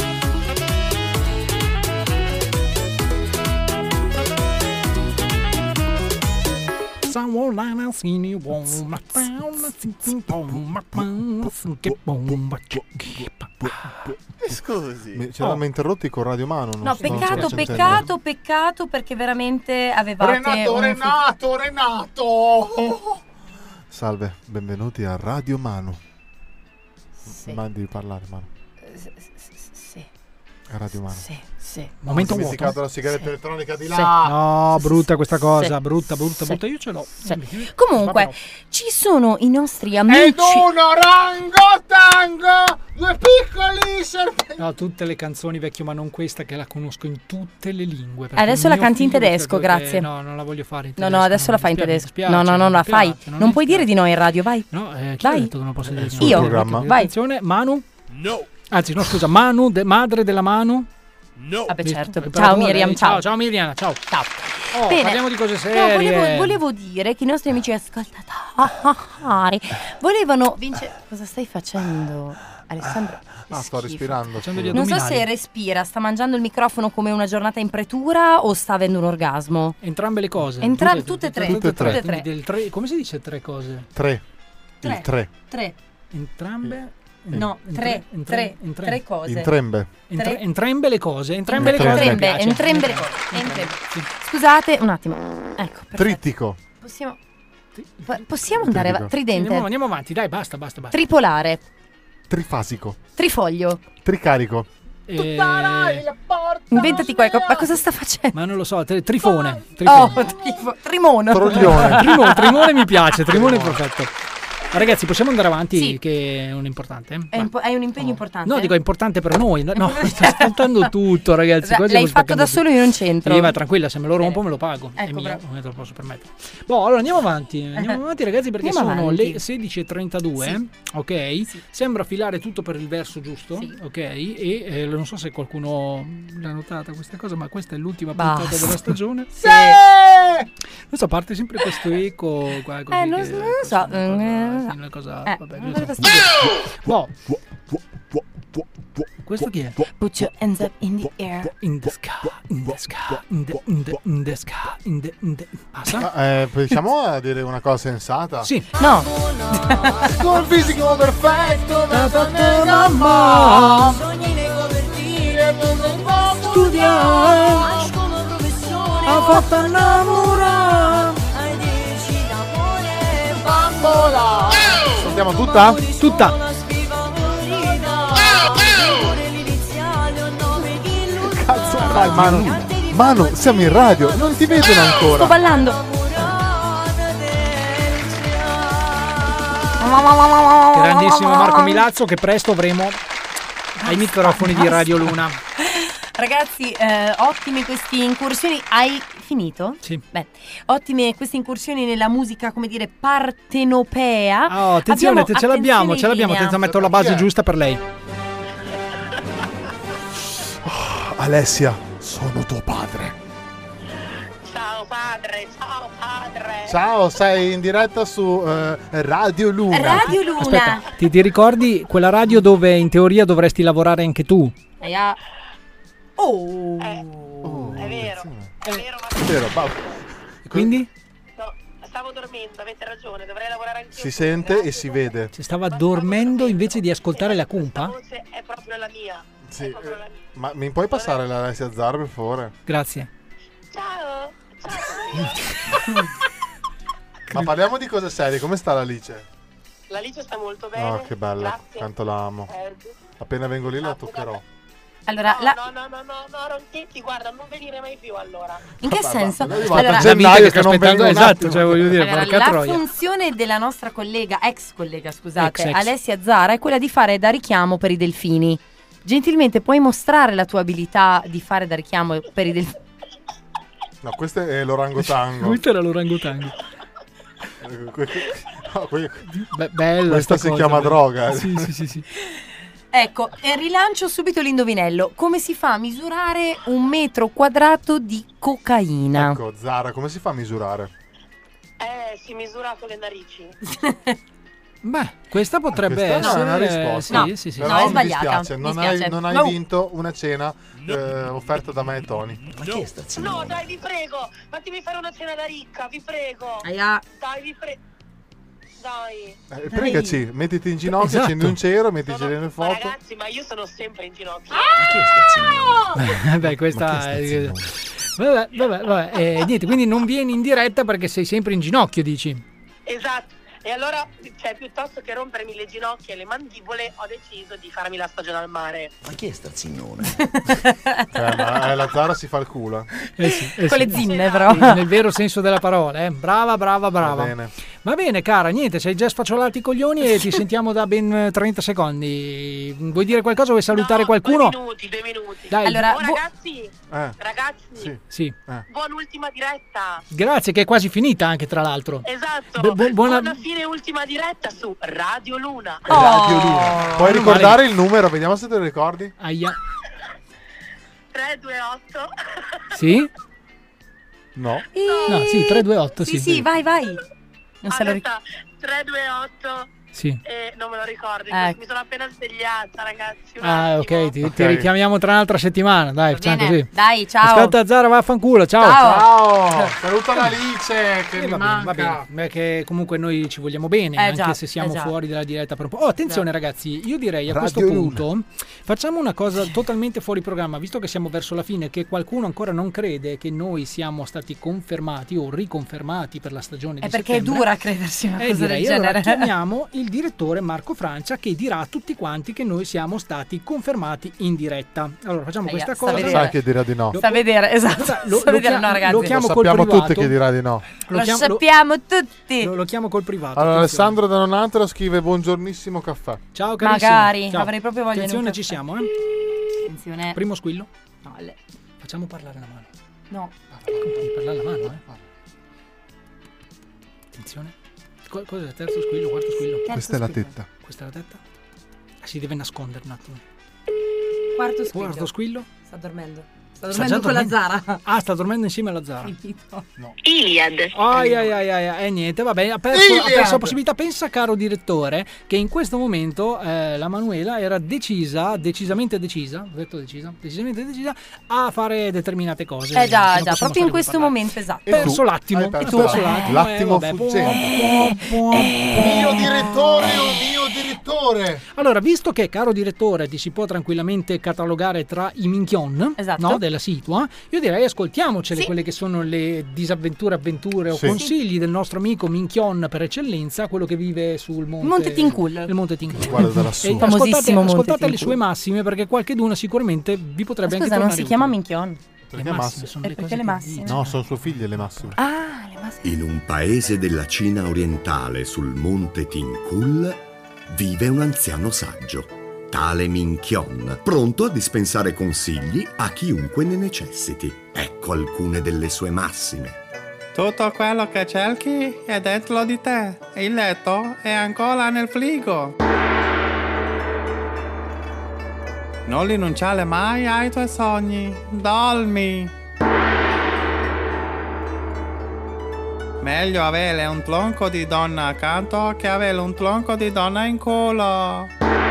Scusi, Mi- ci eravamo interrotti con Radio Mano. non No, sto- non peccato, sto peccato, sentendo. peccato perché veramente avevate Renato, un Renato, Renato. Salve, benvenuti a Radio Mano. Sì. Ma devi parlare, Mano. Sì. A Radio Mano. Sì, sì. Momento Ho vuoto. dimenticato la sigaretta elettronica di là. Sì. No, brutta questa cosa, Sì. brutta, brutta, Sì. brutta. Io ce l'ho. Comunque, Vabbè, ci sono i nostri Ed amici. un orangotango, due piccoli serpenti. no. No, tutte le canzoni vecchio, ma non questa che la conosco in tutte le lingue. perché Adesso mio la canti in figlio tedesco, perché- grazie. No, non la voglio fare in No, tedesco. no, adesso non la mi fai in dispiace, tedesco. mi dispiace, No, no, no, mi la dispiace, fai. non Non mi puoi dire di no in radio, vai. No, eh, chi ha Vai. detto che non posso dire di suo no? Io. programma. Vai. Attenzione, Manu. No. Anzi, no, scusa, Manu, de- madre della Manu. No. Vabbè, Visto? certo. Per Ciao favore, Miriam, eh, ciao. Ciao Miriam, ciao. Ciao. Oh, Bene. parliamo di cose No, serie. volevo, volevo dire che i nostri amici ascoltatori volevano vincere. Cosa stai facendo, Alessandro? Ah, sto respirando. Facendo gli scusa. Non so addominali. se respira, sta mangiando il microfono come una giornata in pretura o sta avendo un orgasmo. Entrambe le cose. Entra- tutte e tre. Tutte e tre. Tutte e tre. Quindi del tre- come si dice tre cose? Tre. Tre. Il tre. Tre. Entrambe? No, Entra- tre, entra- tre, entra- tre cose. Entrambe. entra- tre. entrambe le cose. Entrambe le Entrambe. cose. mi Entrambe, piace. entrambe le cose. Entrambe. Scusate, un attimo. Ecco, perfetto. Trittico. Possiamo, po- possiamo andare avanti? Andiamo, Tridente. andiamo avanti, dai, basta, basta, basta. Tripolare. Trifasico. Trifoglio. Tricarico. Eh, Inventati qualcosa. Ma cosa sta facendo? ma non lo so, tri- trifone. Oh, Trifone. trifo- Trimono. Troglione. Trimone, trimone mi piace, trimone è perfetto. Ma ragazzi, possiamo andare avanti? Sì. Che è un importante. È un po- hai un impegno importante? No, dico è importante per noi. No, no, sto ascoltando tutto, ragazzi. Scusa, qua l'hai stiamo fatto da spaccando solo, io non c'entro. tutto. Sì, ma tranquilla, se me lo rompo me lo pago. Ecco, è mio, bravo. non te lo posso permettere. Boh, allora andiamo avanti. Andiamo avanti, ragazzi, perché Andiamo sono avanti. le sedici e trentadue. Sì. Ok? Sembra filare tutto per il verso giusto. Sì. Ok? E eh, non so se qualcuno l'ha notata questa cosa, ma questa è l'ultima Basta. puntata della stagione. Sì. Non so, parte sempre questo eco qua, così Eh, non, che- non lo so. Una cosa, eh, sì, una cosa, eh, vabbè, non non vedo so. fastidio. Boh, questo chi è? Put your hands up in the air. In the sky, in the sky, in the, in the, in the sky, in the, in the... Basta? Ah, eh, diciamo a dire una cosa sensata. Sì. No. Col fisico perfetto, Sogni nei copertini, Studiare, ha fatto innamorare. ai dieci d'amore, bambola. Sentiamo tutta? Tutta. Cazzo fai, Manu? Manu, siamo in radio, non ti vedono Sto ancora. ballando. Grandissimo Marco Milazzo che presto avremo ai microfoni di Radio Luna. Ragazzi, eh, ottime queste incursioni. Hai finito? Sì. Beh, ottime queste incursioni nella musica, come dire, partenopea. Oh, attenzione, Abbiamo- ce l'abbiamo, attenzione ce l'abbiamo. in linea. Attenzione, metto la base giusta per lei. Alessia, sono tuo padre. Ciao padre, ciao padre. Ciao, sei in diretta su eh, Radio Luna. Radio Luna. Aspetta, ti, ti ricordi quella radio dove in teoria dovresti lavorare anche tu? E ha- Oh. Oh, È vero, è vero, ma È vero, va- Quindi? no, stavo dormendo, avete ragione, dovrei lavorare anche si sente e si vede. Si stava dormendo invece di ascoltare la cumpa? voce è proprio la mia. Sì, eh, ma mi puoi passare la Alessia Zara per favore? Grazie. Ciao, Ma parliamo di cose serie, come sta l'Alice? la Lice sta molto bene. Oh, che bella, grazie. quanto la amo. Eh, Appena vengo lì la toccherò. Allora, no, la- no, no, no, no, no, Ronchetti, guarda, non venire mai più allora. in che Ma- senso? ma- ma- Allora, a gennaio vita che che sto non aspettando, vengo un esatto, attimo. cioè voglio dire, allora, porca la troia. funzione della nostra collega, ex collega, scusate, Ex, ex. Alessia Zara, è quella di fare da richiamo per i delfini. Gentilmente puoi mostrare la tua abilità di fare da richiamo per i delfini? No, questo è l'orangotango. Questo era l'orangotango. No, que- Be- bella Questa sta si cosa, chiama bella. droga. eh. Sì, sì, sì, sì. Ecco, e rilancio subito l'indovinello. Come si fa a misurare un metro quadrato di cocaina? Ecco, Zara, come si fa a misurare? Eh, si misura con le narici. Beh, questa potrebbe Questa essere è una risposta. Sì, No. sì, sì. Però No, è mi sbagliata. dispiace, Mi non dispiace. hai, non hai No. vinto una cena eh, offerta da me e Tony. Ma chi è sta No, zinnona? dai, vi prego, fatemi fare una cena da ricca, vi prego. Aia. Dai, vi prego. Dai. Eh, pregaci, mettiti in ginocchio, Esatto. accendi un cero, mettici Sono- le ma foto. ragazzi, ma io sono sempre in ginocchio. Ma chi è sta zinnona? Beh, Ma questa chi è sta è... zinnona? Vabbè, vabbè, vabbè. Eh, niente, quindi non vieni in diretta perché sei sempre in ginocchio, dici? Esatto. E allora, cioè, piuttosto che rompermi le ginocchia e le mandibole, ho deciso di farmi la stagione al mare. Ma chi è sta zinnona? Eh, ma eh, la Zara si fa il culo. Eh sì, eh Con sì. le zinne, però. Nel vero senso della parola, eh. Brava, brava, brava. Va bene. Va bene, cara, niente, sei già sfacciolati i coglioni e ti sentiamo da ben trenta secondi. Vuoi dire qualcosa? Vuoi salutare No, qualcuno? Due minuti, due minuti. Dai. Allora, Oh, vo- ragazzi, Eh, ragazzi, sì. Sì. Eh. buona ultima diretta. Grazie, che è quasi finita anche, tra l'altro. Esatto. Bu- bu- buona- Buona fine ultima diretta su Radio Luna. Radio Luna. Puoi Oh, ricordare il numero? Vediamo se te lo ricordi. Aia. tre due otto. Sì? No. No, sì, tre due otto, Sì, sì. sì, vai, vai. Non se lo ric- Aspetta, tre due otto. Sì. Eh, non me lo ricordo, Ecco. mi sono appena svegliata, ragazzi. Un Ah, attimo. ok, ti, ti Ok. richiamiamo tra un'altra settimana, dai, Va facciamo bene. così. Dai, ciao. Ascolta Zara, vaffanculo, ciao. Ciao. Ciao! Saluta l'Alice che Eh, mi va bene, manca. va bene, perché comunque noi ci vogliamo bene, Eh, anche già, se siamo eh, già. fuori dalla diretta per un po'. Oh, attenzione ragazzi, io direi a Radio questo Luna. punto facciamo una cosa totalmente fuori programma, visto che siamo verso la fine, che qualcuno ancora non crede che noi siamo stati confermati o riconfermati per la stagione di È perché è settembre. dura credersi una Eh, cosa direi, del allora genere. chiamiamo il direttore Marco Francia che dirà a tutti quanti che noi siamo stati confermati in diretta. Allora facciamo Aia, questa sta cosa. a vedere. Sai che dirà di no. Lo- Sta a vedere, esatto. Lo- Sta a lo vedere, chia- no, ragazzi. lo Lo chiamo col sappiamo privato. tutti che dirà di no. Lo Lo chiamo, lo- sappiamo tutti. lo- lo chiamo col privato. Allora attenzione. Alessandro da Nonantero scrive buongiornissimo caffè. Ciao carissimo. Magari, Ciao. avrei proprio voglia di Attenzione, un ci caffè. siamo, eh. Attenzione. Primo squillo. No, le- Facciamo parlare la mano. no. Devi parlare la mano, eh. Attenzione. Co- Cos'è il terzo squillo, quarto squillo? Terzo Questa è la squillo. tetta. Questa è la tetta? Ah, si deve nascondere un attimo. Quarto squillo. Quarto squillo. Sta dormendo. Sta Sta dormendo già con la dormendo? Zara. Ah, sta dormendo insieme alla Zara. Finito. Iliad. Ai ai ai ai, ai, niente, vabbè, ha perso, ha Iliad! perso la possibilità. Pensa, caro direttore, che in questo momento eh, la Manuela era decisa, decisamente decisa, ho detto decisa, decisamente decisa a fare determinate cose. Eh già, Non già, possiamo proprio in stare questo qui a parlare. momento, esatto. E Perso tu? l'attimo, Hai ha perso perso l'attimo. l'attimo, L'attimo eh, vabbè, fuggente. può- può- Mio direttore, oh mio direttore. Allora, visto che, caro direttore, ti si può tranquillamente catalogare tra i minchion, Esatto. no, della situa, io direi ascoltiamocele Sì. quelle che sono le disavventure, avventure o Sì. consigli del nostro amico minchion per eccellenza, quello che vive sul monte, Monte Tinkul. il monte Tinkul. Guarda da lassù. E Famosissimo ascoltate, Monte ascoltate le Tinkul. sue massime, perché qualcheduna sicuramente vi potrebbe Scusa, anche non tornare si chiama utile. Minchion. Le Perché massime massime? sono Eh, le perché cose le che massime? dice. No, sono suo figlio le massime. Ah, le massime. In un paese della Cina orientale sul monte Tinkul vive un anziano saggio, tale Minchion, pronto a dispensare consigli a chiunque ne necessiti. Ecco alcune delle sue massime. Tutto quello che cerchi è dentro di te. Il letto è ancora nel frigo. Non rinunciare mai ai tuoi sogni. Dormi. Meglio avere un tronco di donna accanto che avere un tronco di donna in culo.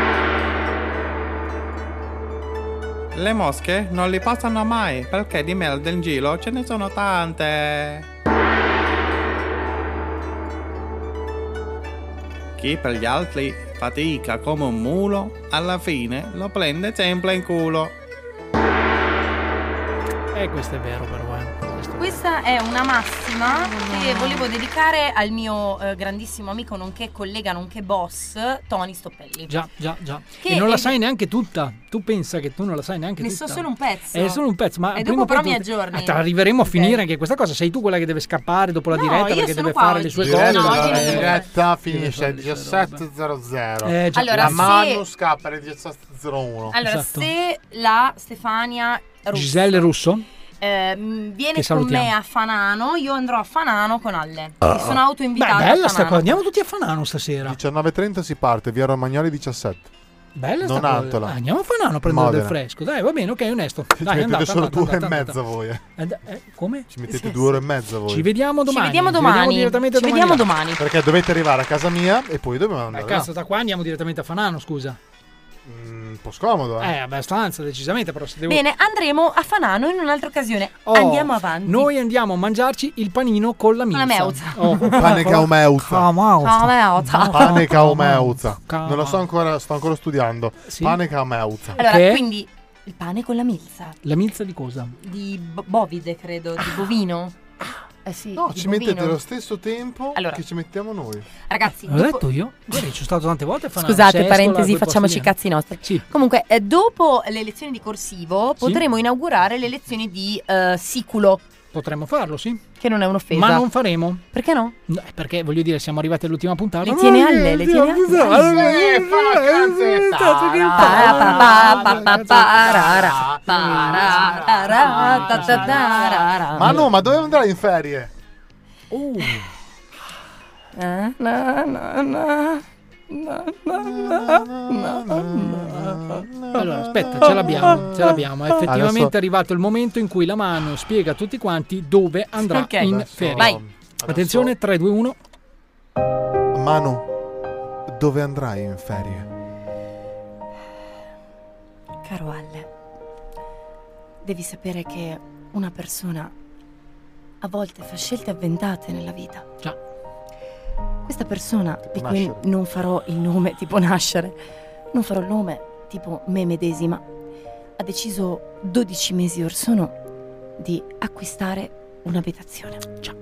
Le mosche non li passano mai perché di merda in giro ce ne sono tante. Chi per gli altri fatica come un mulo, alla fine lo prende sempre in culo. Eh, questo è vero però, eh. Questo è Questa è una massima che volevo dedicare al mio eh, grandissimo amico, nonché collega, nonché boss, Tony Stoppelli. Già, già, già. Che E non la è- sai neanche tutta. Tu pensa che tu non la sai neanche Ne tutta. so solo un pezzo. È solo un pezzo, ma E prima dopo o poi però mi tu- aggiorni. Ah, te arriveremo a Ok. finire anche questa cosa. Sei tu quella che deve scappare dopo la No, diretta io perché sono deve qua fare oggi. le sue Diretta, cose. No, la oggi ne devo- diretta finisce Deve alle fare le sue robe. diciassette e zero zero. Eh, già. Allora, La se- Manu scappa alle diciassette e zero uno. Allora, Esatto. se la Stefania Russo Giselle Russo? eh, mh, viene Che con salutiamo. me a Fanano, io andrò a Fanano con Alle. Ah. Mi sono Beh, autoinvitata a bella sta Fanano. cosa. Andiamo tutti a Fanano stasera. diciannove e trenta si parte, via Romagnoli diciassette. Bella sta Non cosa. Antola. Ah, andiamo a Fanano a prendere Modena. del fresco. Dai, va bene, ok, onesto. Ci Dai, mettete andate, solo andate, due e andate, mezza andate. voi. eh. And- eh, come? Ci mettete due ore e mezza voi. Ci vediamo domani. Ci vediamo Ci domani. direttamente Ci vediamo domani. Perché dovete arrivare a casa mia e poi dobbiamo Ma andare cazzo, là. da qua andiamo direttamente a Fanano, scusa. Un po' scomodo, eh. Eh, abbastanza, decisamente, però se devo... Bene, andremo a Fanano in un'altra occasione. Oh, Andiamo avanti. Noi andiamo a mangiarci il panino con la milza. meuza. Oh, Pane caumeuza. Caumeuza. Pane caumeuza. Ca- Non lo so ancora, sto ancora studiando. Sì? Pane caumeuza. Allora, Che? quindi il pane con la milza. La milza di cosa? Di bo- bovide, credo, di bovino. Eh sì, No, di ci bovino. mettete lo stesso tempo Allora. che ci mettiamo noi. Ragazzi, L'ho dopo- detto io? Guarda, ci sono stato tante volte a Fanano. Scusate, Sestola, parentesi, quei facciamoci i posti lì. cazzi nostri. Sì. Comunque, eh, dopo le lezioni di corsivo, potremo inaugurare le lezioni di eh, siculo, Potremmo farlo, sì. che non è un'offesa. Ma non faremo. Perché no? No, perché voglio dire, siamo arrivati all'ultima puntata. Le tiene alle, le tiene alle. Ma no, ma dove andrai in ferie? Uh. Na, na, na, na. Na, na, na, na, na. Allora, aspetta, ce l'abbiamo, ce l'abbiamo. È effettivamente Adesso- arrivato il momento in cui la mano spiega a tutti quanti dove andrà Ok. in Adesso- ferie. Vai. adesso- Attenzione, tre, due, uno. Manu, dove andrai in ferie? Caro Alle, devi sapere che una persona a volte fa scelte avventate nella vita. Già. Questa persona, di cui nascere. non farò il nome tipo nascere, non farò il nome tipo me medesima, ha deciso dodici mesi or sono di acquistare un'abitazione. Già.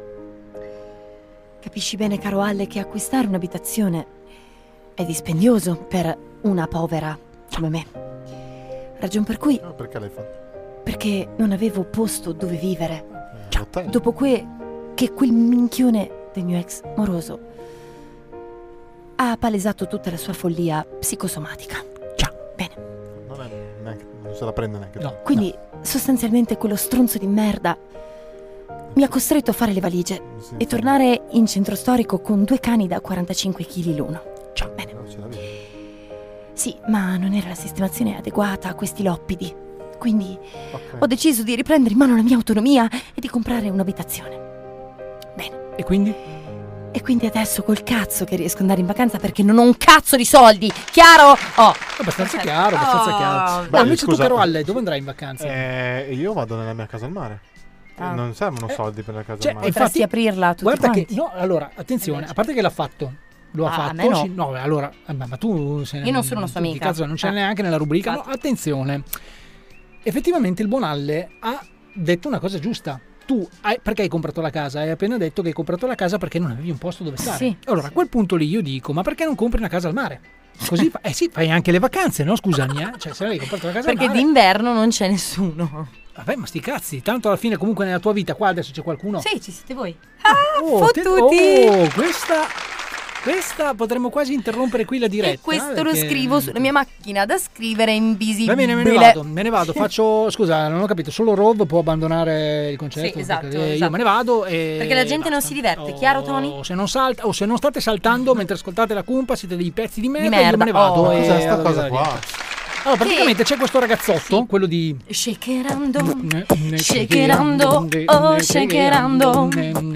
Capisci bene, caro Alle, che acquistare un'abitazione è dispendioso per una povera come me. Ragion per cui, Ah, perché l'hai fatto? perché non avevo posto dove vivere. Hotel. Dopo que- che quel minchione del mio ex moroso ha palesato tutta la sua follia psicosomatica. Già. Bene. Non, è neanche, non se la prende neanche tu. No. Quindi, sostanzialmente, quello stronzo di merda mi ha costretto a fare le valigie Sì, e tornare in centro storico con due cani da quarantacinque chili l'uno. Già. Bene. No, ce l'avevi. Sì, ma non era la sistemazione adeguata a questi loppidi. Quindi Ok. ho deciso di riprendere in mano la mia autonomia e di comprare un'abitazione. Bene. E quindi? E quindi adesso col cazzo che riesco ad andare in vacanza perché non ho un cazzo di soldi. Chiaro? Oh. Abbastanza chiaro, abbastanza Oh. chiaro. Beh, Ma invece scusa. tu, caro Alle, dove andrai in vacanza? Eh, io vado nella mia casa al mare. Ah. Non servono soldi per la casa cioè, al mare. Potresti infatti, aprirla a tutti Guarda quanti. che, no, allora, attenzione, a parte che l'ha fatto. Lo ha Ah, a fatto? me no. Sì, no, allora, eh, ma ma tu sei Io non sono una sua tu, amica. Cazzo, non c'è Ah. neanche nella rubrica. No, Infatti. attenzione. Effettivamente il buon Alle ha detto una cosa giusta. Tu hai, perché hai comprato la casa? Hai appena detto che hai comprato la casa perché non avevi un posto dove stare. Sì, Allora, a quel punto lì io dico, ma perché non compri una casa al mare? Così fa- eh sì, fai anche le vacanze, no? Scusami, eh? Cioè, se hai comprato la casa Perché al mare. d'inverno non c'è nessuno. Vabbè, ma sti cazzi, tanto alla fine comunque nella tua vita qua adesso c'è qualcuno. Sì, ci siete voi. Oh, te- fottuti! oh, questa questa potremmo quasi interrompere qui la diretta. E questo lo perché- scrivo sulla mia macchina da scrivere invisibile. Va bene, me ne vado, me ne vado, faccio, scusa, non ho capito, solo Rov può abbandonare il concerto? Sì, esatto, perché Io esatto. me ne vado e Perché la gente non basta. si diverte, chiaro, Tony? O se non salta, o se non state saltando mentre ascoltate la cumpa, siete dei pezzi di merda, merda, io me ne vado. oh. e Cos'è sta vado cosa via. qua? Allora, praticamente c'è questo ragazzotto, quello di Shake it ando, shake it ando, oh shake it ando,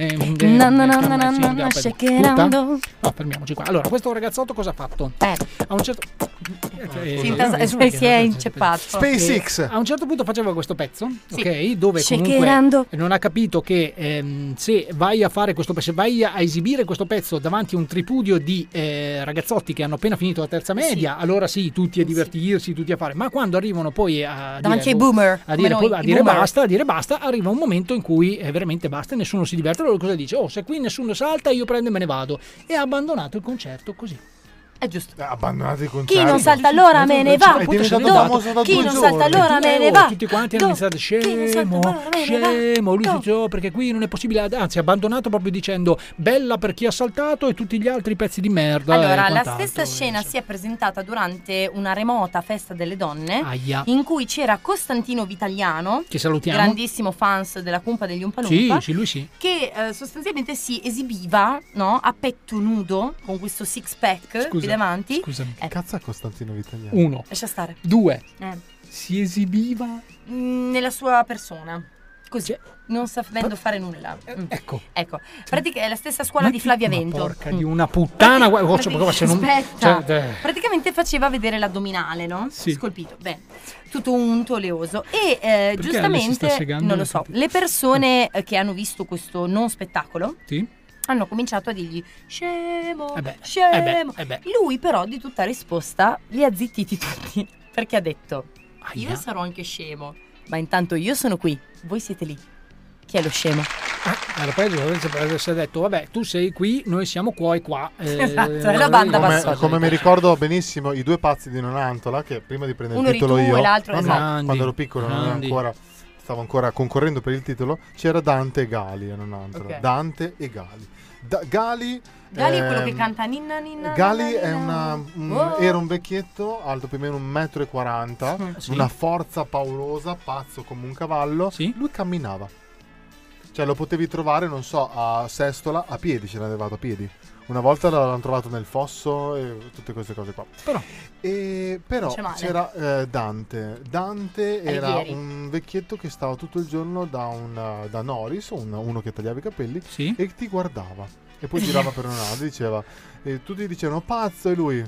na na na na na na na, shake it ando. No, fermiamoci qua. Allora, questo ragazzotto cosa ha fatto? Eh. A un certo eh, Si intas- eh, si- si è inceppato. SpaceX. A un certo punto faceva questo pezzo, Sì. ok? Dove Shakerando. comunque non ha capito che ehm, se vai a fare questo se vai a esibire questo pezzo davanti a un tripudio di eh, ragazzotti che hanno appena finito la terza media, allora sì, tutti a divertirsi, tutti a fare, ma quando arrivano poi a Davanti dire, ai boomer, a dire, come noi, a i dire boomer. basta, a dire basta, arriva un momento in cui è veramente basta e nessuno si diverte. Allora cosa dice? Oh, se qui nessuno salta, io prendo e me ne vado. E ha abbandonato il concerto così. È giusto. Eh, abbandonate il Chi concerto. non salta allora me ne va. È diventato Do- famoso da Chi due non giorni. salta allora E tu- me ne oh, va. tutti quanti Do- hanno iniziato Chi non salta scemo, allora me ne va. scemo, lui Do- dice oh, perché qui non è possibile, anzi ha abbandonato proprio dicendo bella per chi ha saltato e tutti gli altri pezzi di merda. Allora, e la quant'altro. stessa scena si è presentata durante una remota festa delle donne Aia. in cui c'era Costantino Vitagliano, Che salutiamo. grandissimo fans della Cumpa degli Umpa Sì, Lumpa, sì, lui sì. che eh, sostanzialmente si esibiva, no, a petto nudo con questo six pack. Scusami, davanti. Scusami. Eh, Cazzo è Costantino Vitagliano? Uno. lascia stare. Due. Eh. Si esibiva. Mm, nella sua persona. Così, Cioè, non sapendo fare nulla. Mm. Ecco. Ecco, pratica- è la stessa scuola di Flavia Vento. Porca di una puttana. guarda, Prati- guarda, cioè, non- Aspetta, cioè, eh. praticamente faceva vedere l'addominale, no? Sì. Scolpito, bene, tutto unto, oleoso. E eh, Perché Ale si giustamente, sta segando non lo le so, pupille? le persone eh, che hanno visto questo non spettacolo Sì. hanno cominciato a dirgli scemo, Eh beh, scemo. eh beh, eh beh. Lui però di tutta risposta li ha zittiti tutti, perché ha detto io Aia. sarò anche scemo, ma intanto io sono qui, voi siete lì. Chi è lo scemo? Ah, era peggio se avesse detto vabbè tu sei qui, noi siamo qua e qua. Eh, Esatto, è la banda Come, bassotta. come mi ricordo benissimo i due pazzi di Nonantola, che prima di prendere Uno il titolo eri tu io, e l'altro, no, no, esatto. Grandi, quando ero piccolo non ero grandi. ancora, stavo ancora concorrendo per il titolo, c'era Dante e Gali a Nonantola. Ok. Dante e Gali. Da- Gali Gali è quello ehm, che canta ninna ninna. Gali ninna, è ninna. una, un- Oh. era un vecchietto alto più o meno un metro e quaranta, Sì. una forza paurosa, pazzo come un cavallo. Sì. Lui camminava. Cioè lo potevi trovare, non so, a Sestola, a piedi, ce n'è arrivato a piedi. Una volta l'hanno trovato nel fosso e tutte queste cose qua. Però. E però C'è male. c'era eh, Dante. Dante era Alighieri. un vecchietto che stava tutto il giorno da, un, da Norris, un- uno che tagliava i capelli, Sì. e ti guardava. E poi girava per un lato e diceva, e tutti dicevano pazzo, e lui,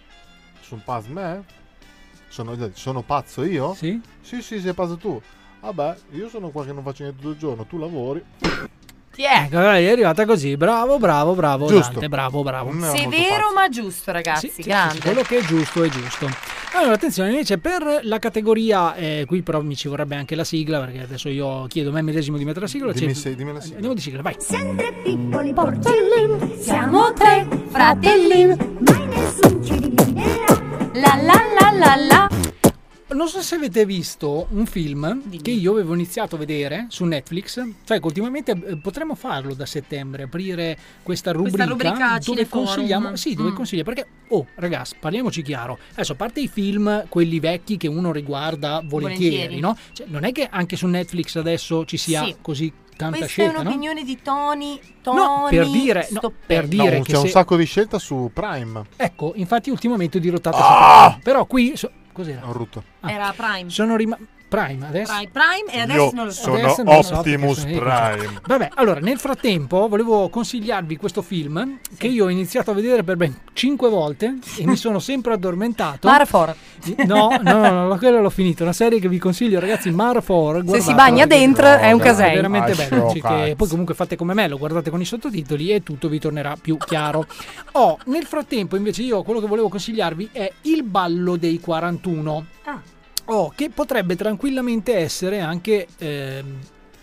sono pazzo me? Sono, sono pazzo io? Sì. Sì, sì, sei pazzo tu. Vabbè, io sono qua che non faccio niente tutto il giorno, tu lavori. Chi è? Ecco, è arrivata così. Bravo, bravo, bravo. Giusto. Dante, bravo, bravo. Non era molto Severo pazzo. ma giusto, ragazzi, Sì, sì, grande. sì, quello che è giusto è giusto. Allora, attenzione, invece per la categoria, eh, qui però mi ci vorrebbe anche la sigla, perché adesso io chiedo a me medesimo di mettere la sigla. Dimmi, c'è- se- dimmi la sigla. Andiamo di sigla, vai. Sempre piccoli porcellin, siamo tre fratellin, mai nessun ci dividerà. La la la la la. Non so se avete visto un film che io avevo iniziato a vedere su Netflix. Sai che ultimamente eh, potremmo farlo da settembre, aprire questa rubrica, rubrica dove Cineforum. consigliamo, sì, dove Mm. consiglia, perché oh ragazzi, parliamoci chiaro. Adesso, a parte i film, quelli vecchi che uno riguarda volentieri, Volentieri. no? Cioè, non è che anche su Netflix adesso ci sia Sì. così tanta Questa è scelta, no? un'opinione di Tony. Tony No, per dire, no, per No, dire c'è che un se- sacco di scelta su Prime. ecco, infatti ultimamente ho dirottato Ah! su- però qui so- cos'era? Ho rotto. Era Prime. Sono rimasto Prime adesso. Prime, Prime e adesso Io non lo so. sono Adesso non lo so, Optimus perché sono io, Prime. Vabbè, allora nel frattempo volevo consigliarvi questo film che io ho iniziato a vedere per ben cinque volte e mi sono sempre addormentato. Marafor. No, no, no, no, quello l'ho finito. Una serie che vi consiglio, ragazzi, Marafor. Se si bagna dentro è un casei. È veramente Ah, bello. sciocco, che cazzo. poi comunque fate come me, lo guardate con i sottotitoli e tutto vi tornerà più chiaro. Oh, nel frattempo invece io quello che volevo consigliarvi è Il ballo dei quarantuno. Ah. Oh, che potrebbe tranquillamente essere anche ehm,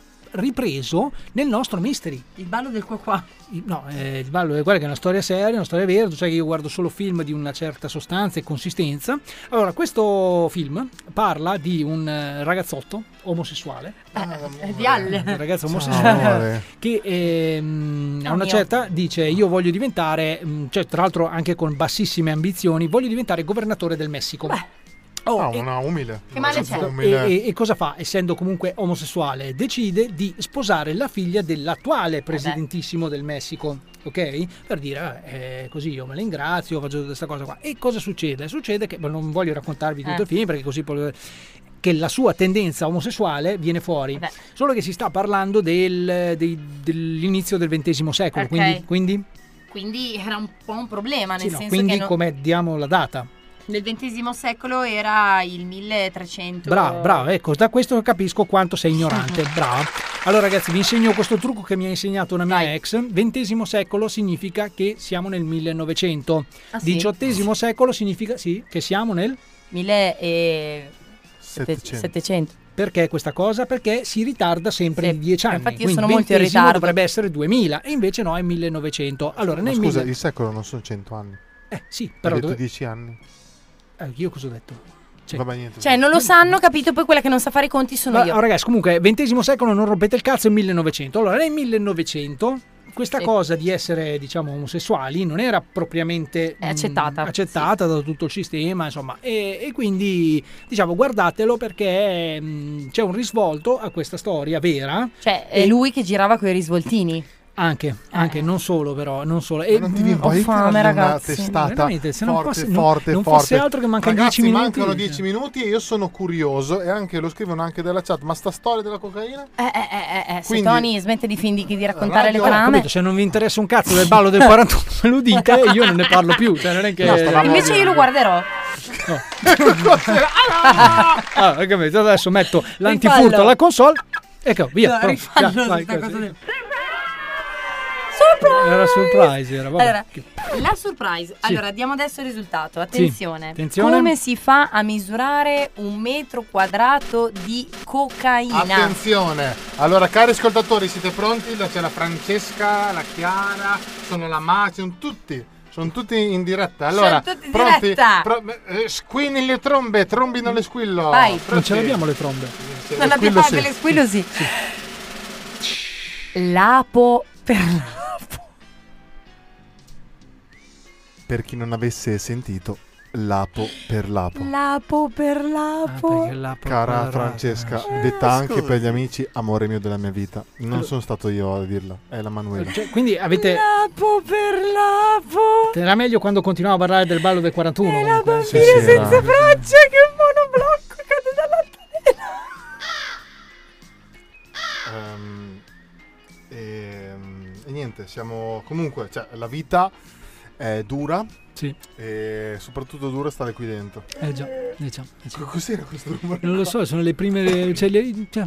ripreso nel nostro Mystery. Il ballo del qua qua. Il- No, eh, il ballo è quella che è una storia seria, una storia vera. Tu sai che io guardo solo film di una certa sostanza e consistenza. Allora, questo film parla di un eh, ragazzotto omosessuale, Eh, di Alle. un ragazzo Ciao, omosessuale amore. che ehm, a Oh una mio. certa dice io voglio diventare, mh, cioè tra l'altro anche con bassissime ambizioni, voglio diventare governatore del Messico. Oh, Ah, e- una umile. Che male Una c'è? umile. e, e- e cosa fa? Essendo comunque omosessuale, decide di sposare la figlia dell'attuale presidentissimo del Messico, ok? Per dire, eh, così io me la ingrazio, faccio tutta questa cosa qua. E cosa succede? Succede che, ma non voglio raccontarvi tutto Eh. il film perché così poi- che la sua tendenza omosessuale viene fuori. Beh. Solo che si sta parlando del- dei- dell'inizio del ventesimo secolo, Ok. quindi, quindi, Quindi era un po' un problema, nel sì, no, senso quindi che no- come diamo la data? nel ventesimo secolo era il milletrecento. Bravo, bravo, ecco, da questo capisco quanto sei ignorante, bravo. Allora ragazzi, vi insegno questo trucco che mi ha insegnato una mia Vai. ex. Ventesimo secolo significa che siamo nel millenovecento. Ah, sì? Diciottesimo secolo significa sì, che siamo nel... Settecento. millesettecento. Perché questa cosa? Perché si ritarda sempre Sì, di dieci anni. infatti io Quindi sono molto in ventesimo ritardo. dovrebbe essere duemila e invece no, è millenovecento. Allora, Ma nel scusa, mille... il secolo non sono cento anni. Eh sì, Hai però... detto dove- dieci anni. Eh, io cosa ho detto? Cioè, Vabbè, niente. Cioè, non lo sanno, capito? Poi quella che non sa fare i conti sono Ma, io. oh, ragazzi, comunque, ventesimo secolo, non rompete il cazzo, è millenovecento. Allora, nel millenovecento questa Sì. cosa di essere, diciamo, omosessuali non era propriamente È mh, accettata. accettata da tutto il sistema, insomma. E, e quindi, diciamo, guardatelo perché mh, c'è un risvolto a questa storia vera. Cioè, è E- lui che girava con i risvoltini. Anche, anche, non solo però, non solo. E non ti mm, viene ho poi fame, una ragazzi. testata Veramente, se non forte, fosse, forte, non, non forte. fosse altro che mancano Ragazzi, dieci minuti. mancano dieci minuti e io sono curioso, e anche lo scrivono anche della chat, ma sta storia della cocaina? Eh, eh, eh, eh, se Quindi- Tony smette di, fin- di raccontare Radio- le Eh, trame. capito, se non vi interessa un cazzo del ballo del quarantuno me lo dite e io non ne parlo più, cioè non è che No, stavamo- Invece io lo guarderò. Ah, hai capito? Adesso metto l'antifurto Rifallo. alla console. Ecco, via. No, pronto. rifallo Via, vai, sta così. cosa del- Surprise! Era surprise, era vabbè. Allora, la surprise. Allora, diamo adesso il risultato. Attenzione. attenzione. Come si fa a misurare un metro quadrato di cocaina? Attenzione! Allora, cari ascoltatori, siete pronti? C'è la Francesca, la Chiara, sono la Ma, sono tutti. Sono tutti in diretta. Allora, Sono tutti in pronti? diretta. Pro- eh, squilli le trombe, trombino le squillo. Vai. Non Pronti? ce l'abbiamo le trombe. Sì, Non le abbiamo squillo delle sì. squillo sì. Lapo per Per chi non avesse sentito, lapo per lapo. lapo per Ah, lapo. Cara Francesca, detta anche per gli amici amore mio della mia vita. Non sono stato io a dirla, è la Manuela. Cioè, quindi avete. Lapo per lapo. Era meglio quando continuavo a parlare del ballo del quarantuno. comunque. Sì, sì, senza no. braccia che un monoblocco cade dall'altalena. Ehm, e, e niente, siamo comunque, cioè la vita è dura. Sì. E soprattutto dura stare qui dentro. Eh già, eh già, eh già. Cos'era questo rumore? Non lo so, sono le prime. Cioè, le- cioè,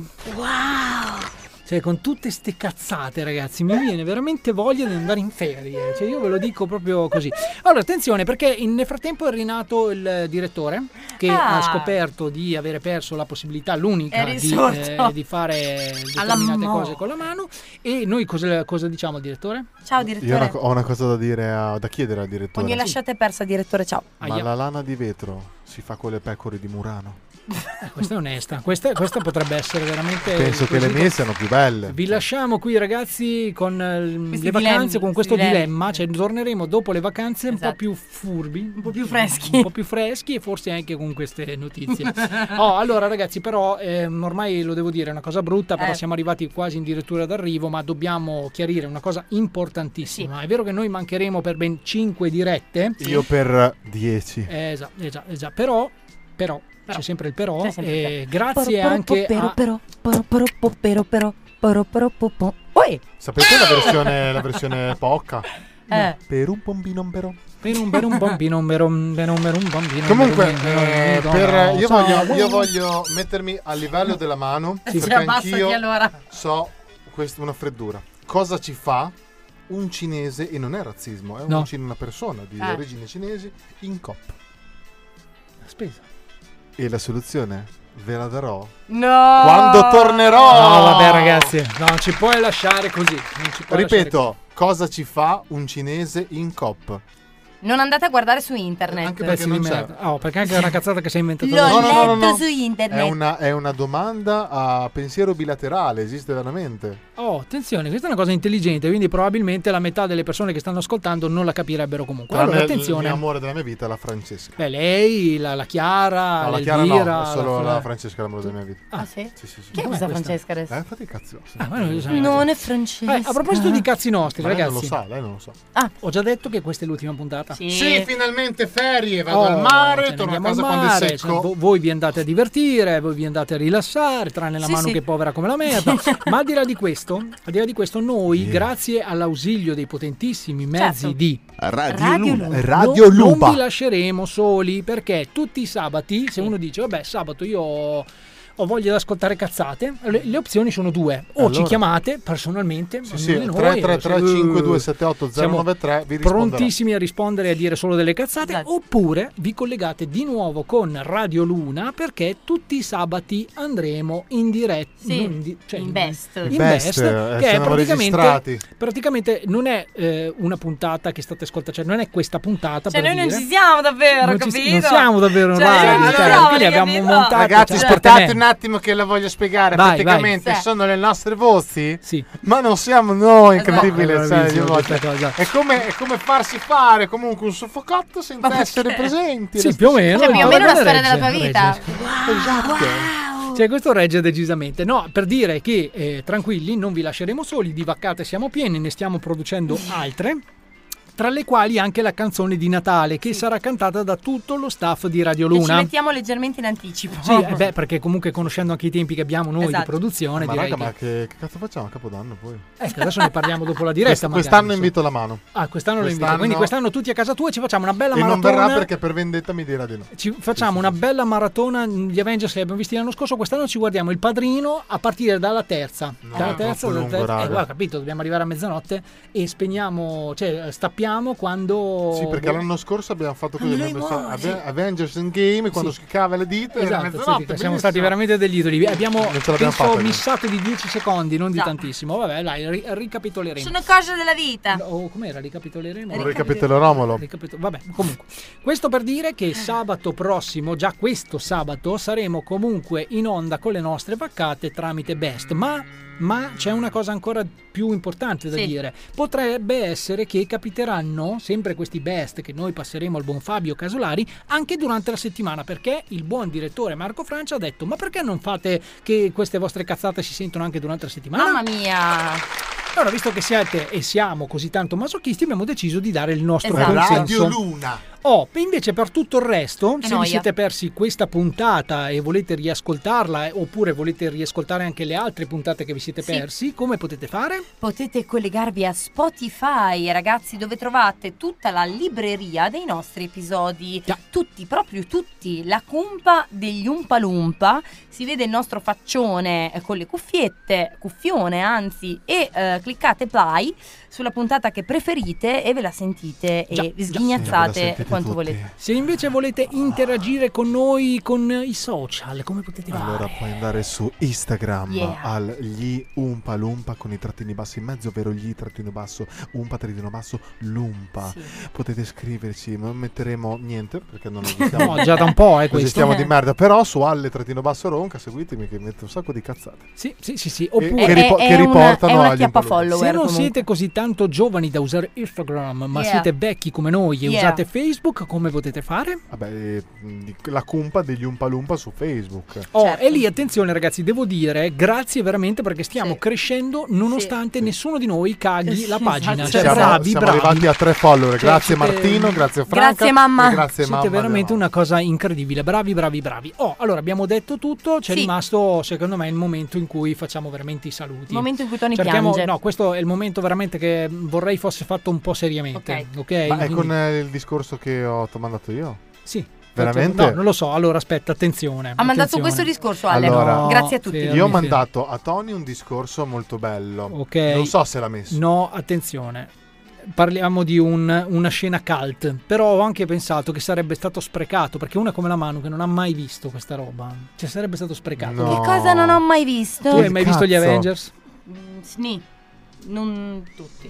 cioè, con tutte ste cazzate, ragazzi, mi viene veramente voglia di andare in ferie. Cioè, io ve lo dico proprio così. Allora, attenzione, perché in- nel frattempo è rinato il direttore che Ah. ha scoperto di avere perso la possibilità, l'unica, È di, risorto. eh, di fare Alla determinate mo- cose con la mano. E noi cosa, cosa diciamo al direttore? Ciao Io ho una, direttore. co- ho una cosa da dire, a- da chiedere al direttore. Ogni lasciata è persa, direttore, ciao. Ma la lana di vetro si fa con le pecore di Murano? Eh, questa è onesta, questa, questa potrebbe essere veramente. Penso che le mie siano più belle. Vi lasciamo qui, ragazzi, con eh, Questi le vacanze, dilemmi, con questo questi dilemma. Cioè, torneremo dopo le vacanze un po' Esatto. più furbi, Un po' più freschi. un po' più freschi e forse anche con queste notizie. Oh, allora, ragazzi, però, ehm, ormai lo devo dire, è una cosa brutta, però Eh. siamo arrivati quasi in dirittura d'arrivo, ma dobbiamo chiarire una cosa importantissima. È vero che noi mancheremo per ben cinque dirette. Io per dieci. Eh, esatto, eh, già, eh, già. Però, però, c'è sempre il però. C'è sempre il e però. grazie Però, anche però, a... però, però, però, però, però, però, però, però, però. Oi! Sapete la versione, la versione pocca? Eh. Per un pompino però. Per un, per un bambino, per un, per un, per un bambino. Comunque, per un- eh, no, per- no, io, so- voglio, io voglio mettermi a livello della mano, Sì, perché abbassati anch'io allora. so questa una freddura. Cosa ci fa un cinese, e non è razzismo, è un No. cin- una persona di Eh. origini cinesi in coppa? Spesa. E la soluzione ve la darò No! quando tornerò. No, vabbè, ragazzi, non ci puoi lasciare così. Non ci puoi Ripeto, cosa ci fa un cinese in cop? Non andate a guardare su internet. Anche lasciare perché così. non Pezzi di c'è. merda. Oh, perché anche è una cazzata che sei inventato L'ho da No, no, solo. no, no, letto no. su internet. È una, è una domanda a pensiero bilaterale, esiste veramente. Oh, attenzione, questa è una cosa intelligente, quindi probabilmente la metà delle persone che stanno ascoltando non la capirebbero comunque. Allora, Tranne il attenzione. mio amore della mia vita, la Francesca. Beh, lei, la, la Chiara, No, la Chiara l'Elvira, no, è solo la- la Francesca l'amore della mia vita. Ah, sì? Sì, sì, sì. Chi è questa Francesca adesso? Eh, fate i cazzi vostri. Ah, ma noi lo sappiamo. Non è Francesca. Eh, a proposito di cazzi nostri, Ma lei non ragazzi. lo sa, lei non lo sa. Ah, Ho già detto che questa è l'ultima puntata. sì. Sì, finalmente ferie, vado Oh, al mare, cioè, torno a andiamo casa al quando è mare, secco. cioè, vo- voi vi andate a divertire, voi vi andate a rilassare, tranne la Sì, mano sì. che è povera come la merda. Ma al di là di questo, al di là di questo, noi, Yeah. grazie all'ausilio dei potentissimi mezzi Certo. di Radio, Radio Luna. Luna. Radio non, non Luba. vi lasceremo soli, perché tutti i sabati, se uno dice vabbè, sabato io ho, ho voglia di ascoltare cazzate, le, le opzioni sono due: o Allora. ci chiamate personalmente, Sì, ognuno sì, di noi, tre tre tre eh, cinque due sette otto zero siamo nove tre, vi risponderò. prontissimi a rispondere e a dire solo delle cazzate, Esatto. oppure vi collegate di nuovo con Radio Luna, perché tutti i sabati andremo in diretta, Sì, non in di- cioè in best. in Best, best, eh, che è siamo praticamente, registrati. praticamente non è eh, una puntata che state ascoltando, cioè non è questa puntata, Cioè, per noi non dire. ci siamo davvero, non, ci- capito? non siamo davvero in Cioè, radio, non cioè, siamo, quindi abbiamo capito? montato, Ragazzi, cioè, aspettate certamente. un attimo che la voglio spiegare. Vai, Praticamente vai. sono le nostre voci, Sì. ma non siamo noi, Esatto. incredibile. No, è sai, bravissimo di volte. questa cosa. È come, è come farsi fare comunque un soffocotto senza Ma perché? essere presenti. Sì, più o meno. Cioè, più o no, meno una regge, storia della tua vita. regge. Esatto. Cioè, questo regge decisamente. No, per dire che eh, tranquilli, non vi lasceremo soli, di vaccate siamo pieni, ne stiamo producendo altre, tra le quali anche la canzone di Natale, che sarà cantata da tutto lo staff di Radio Che ci Luna. mettiamo leggermente in anticipo. Sì, eh beh, perché comunque conoscendo anche i tempi che abbiamo noi Esatto. di produzione, Ma direi raga, che... ma che, che cazzo facciamo a Capodanno poi? Ecco, adesso ne parliamo dopo la diretta. Quest- magari, quest'anno insomma. invito la mano. Ah, quest'anno lo invito. Quest'anno- Quindi quest'anno tutti a casa tua ci facciamo una bella E non maratona. verrà perché per vendetta mi dirà di no. Ci facciamo una bella maratona. Gli Avengers che abbiamo visti l'anno scorso. Quest'anno ci guardiamo Il Padrino a partire dalla terza. No, dalla terza, troppo dalla lungo, terza. raga. Eh, guarda, capito, dobbiamo arrivare a mezzanotte e spegniamo, cioè stappiamo quando. Sì, perché l'anno scorso abbiamo fatto così, Lui abbiamo messo muore, Ave- sì. Avengers Endgame quando Sì. schiccava le dita era Esatto, mezzanotte, sì, siamo bellissimo. stati veramente degli idoli. Abbiamo Non ce l'abbiamo penso fatta, missato di dieci secondi, non di No. tantissimo. Vabbè, dai, ri- ricapitoleremo. Sono cose della vita. Oh, com'era? Ricapitoleremo? Un ricapitolo Romolo. Ricapito- Vabbè, comunque, questo per dire che sabato prossimo, già questo sabato, saremo comunque in onda con le nostre vaccate tramite Best, ma, ma c'è una cosa ancora più importante da Sì. dire. Potrebbe essere che capiteranno sempre questi Best che noi passeremo al buon Fabio Casolari anche durante la settimana, perché il buon direttore Marco Francia ha detto: ma perché non fate che queste vostre cazzate si sentono anche durante la settimana? Mamma mia. Allora, visto che siete e siamo così tanto masochisti, abbiamo deciso di dare il nostro Esatto. consenso. Radio Luna. Oh, invece per tutto il resto, Che se vi noia. siete persi questa puntata e volete riascoltarla, eh, oppure volete riascoltare anche le altre puntate che vi siete Sì. persi, come potete fare? Potete collegarvi a Spotify, ragazzi, dove trovate tutta la libreria dei nostri episodi. Già. Tutti, proprio tutti. La cumpa degli Umpa Lumpa. Si vede il nostro faccione eh, con le cuffiette, cuffione anzi, e eh, cliccate play sulla puntata che preferite e ve la sentite Già, e vi già. sghignazzate Sì, ve la sentite quanto tutti. volete. Se invece volete interagire con noi con i social, come potete fare? Allora puoi andare su Instagram Yeah. al gli Umpa Lumpa con i trattini bassi in mezzo, ovvero gli trattino basso Umpa trattino basso Lumpa. Sì. Potete scriverci, non metteremo niente perché non esistiamo. No, già da un po', eh, Così questo. stiamo di merda, però su alle trattino basso Ronca seguitemi che metto un sacco di cazzate. Sì, sì, sì, sì. E- Oppure che, ripo- è che una- riportano è una agli chiappa Umpa Lumpa. follower. se non comunque. siete così tanto giovani da usare Instagram, ma Yeah. siete vecchi come noi e Yeah. usate Facebook, come potete fare? Vabbè, eh, di- la cumpa degli Umpa Lumpa su Facebook. Oh, Certo. e lì attenzione ragazzi, devo dire grazie veramente perché stiamo Sì. crescendo nonostante nessuno di noi caghi Sì, la pagina. esatto. Cioè, siamo bravi, siamo bravi. arrivati a tre follower. Cioè, Grazie siete- Martino, grazie Franca. Grazie, mamma. e Grazie Siete mamma. veramente Leonardo. una cosa incredibile, bravi, bravi, bravi. Oh, allora abbiamo detto tutto, c'è Sì. rimasto secondo me il momento in cui facciamo veramente i saluti. Il momento in cui Tony Cerchiamo, piange. no, questo è il momento veramente che vorrei fosse fatto un po' seriamente. Ok, Ma è Quindi- con eh, il discorso che ho ti ho mandato io? Sì. Veramente? No, non lo so. Allora aspetta, attenzione. Ha mandato attenzione. questo discorso, Ale. Allora, Grazie a tutti. fermi, Io ho fermi. mandato a Tony un discorso molto bello. Ok. Non so se l'ha messo. No, attenzione. Parliamo di un- una scena cult, però ho anche pensato che sarebbe stato sprecato, perché una come la Manu che non ha mai visto questa roba, cioè sarebbe stato sprecato. No. Che cosa non ho mai visto? Tu hai mai visto gli Cazzo. Avengers? Mm, Sni. Non tutti.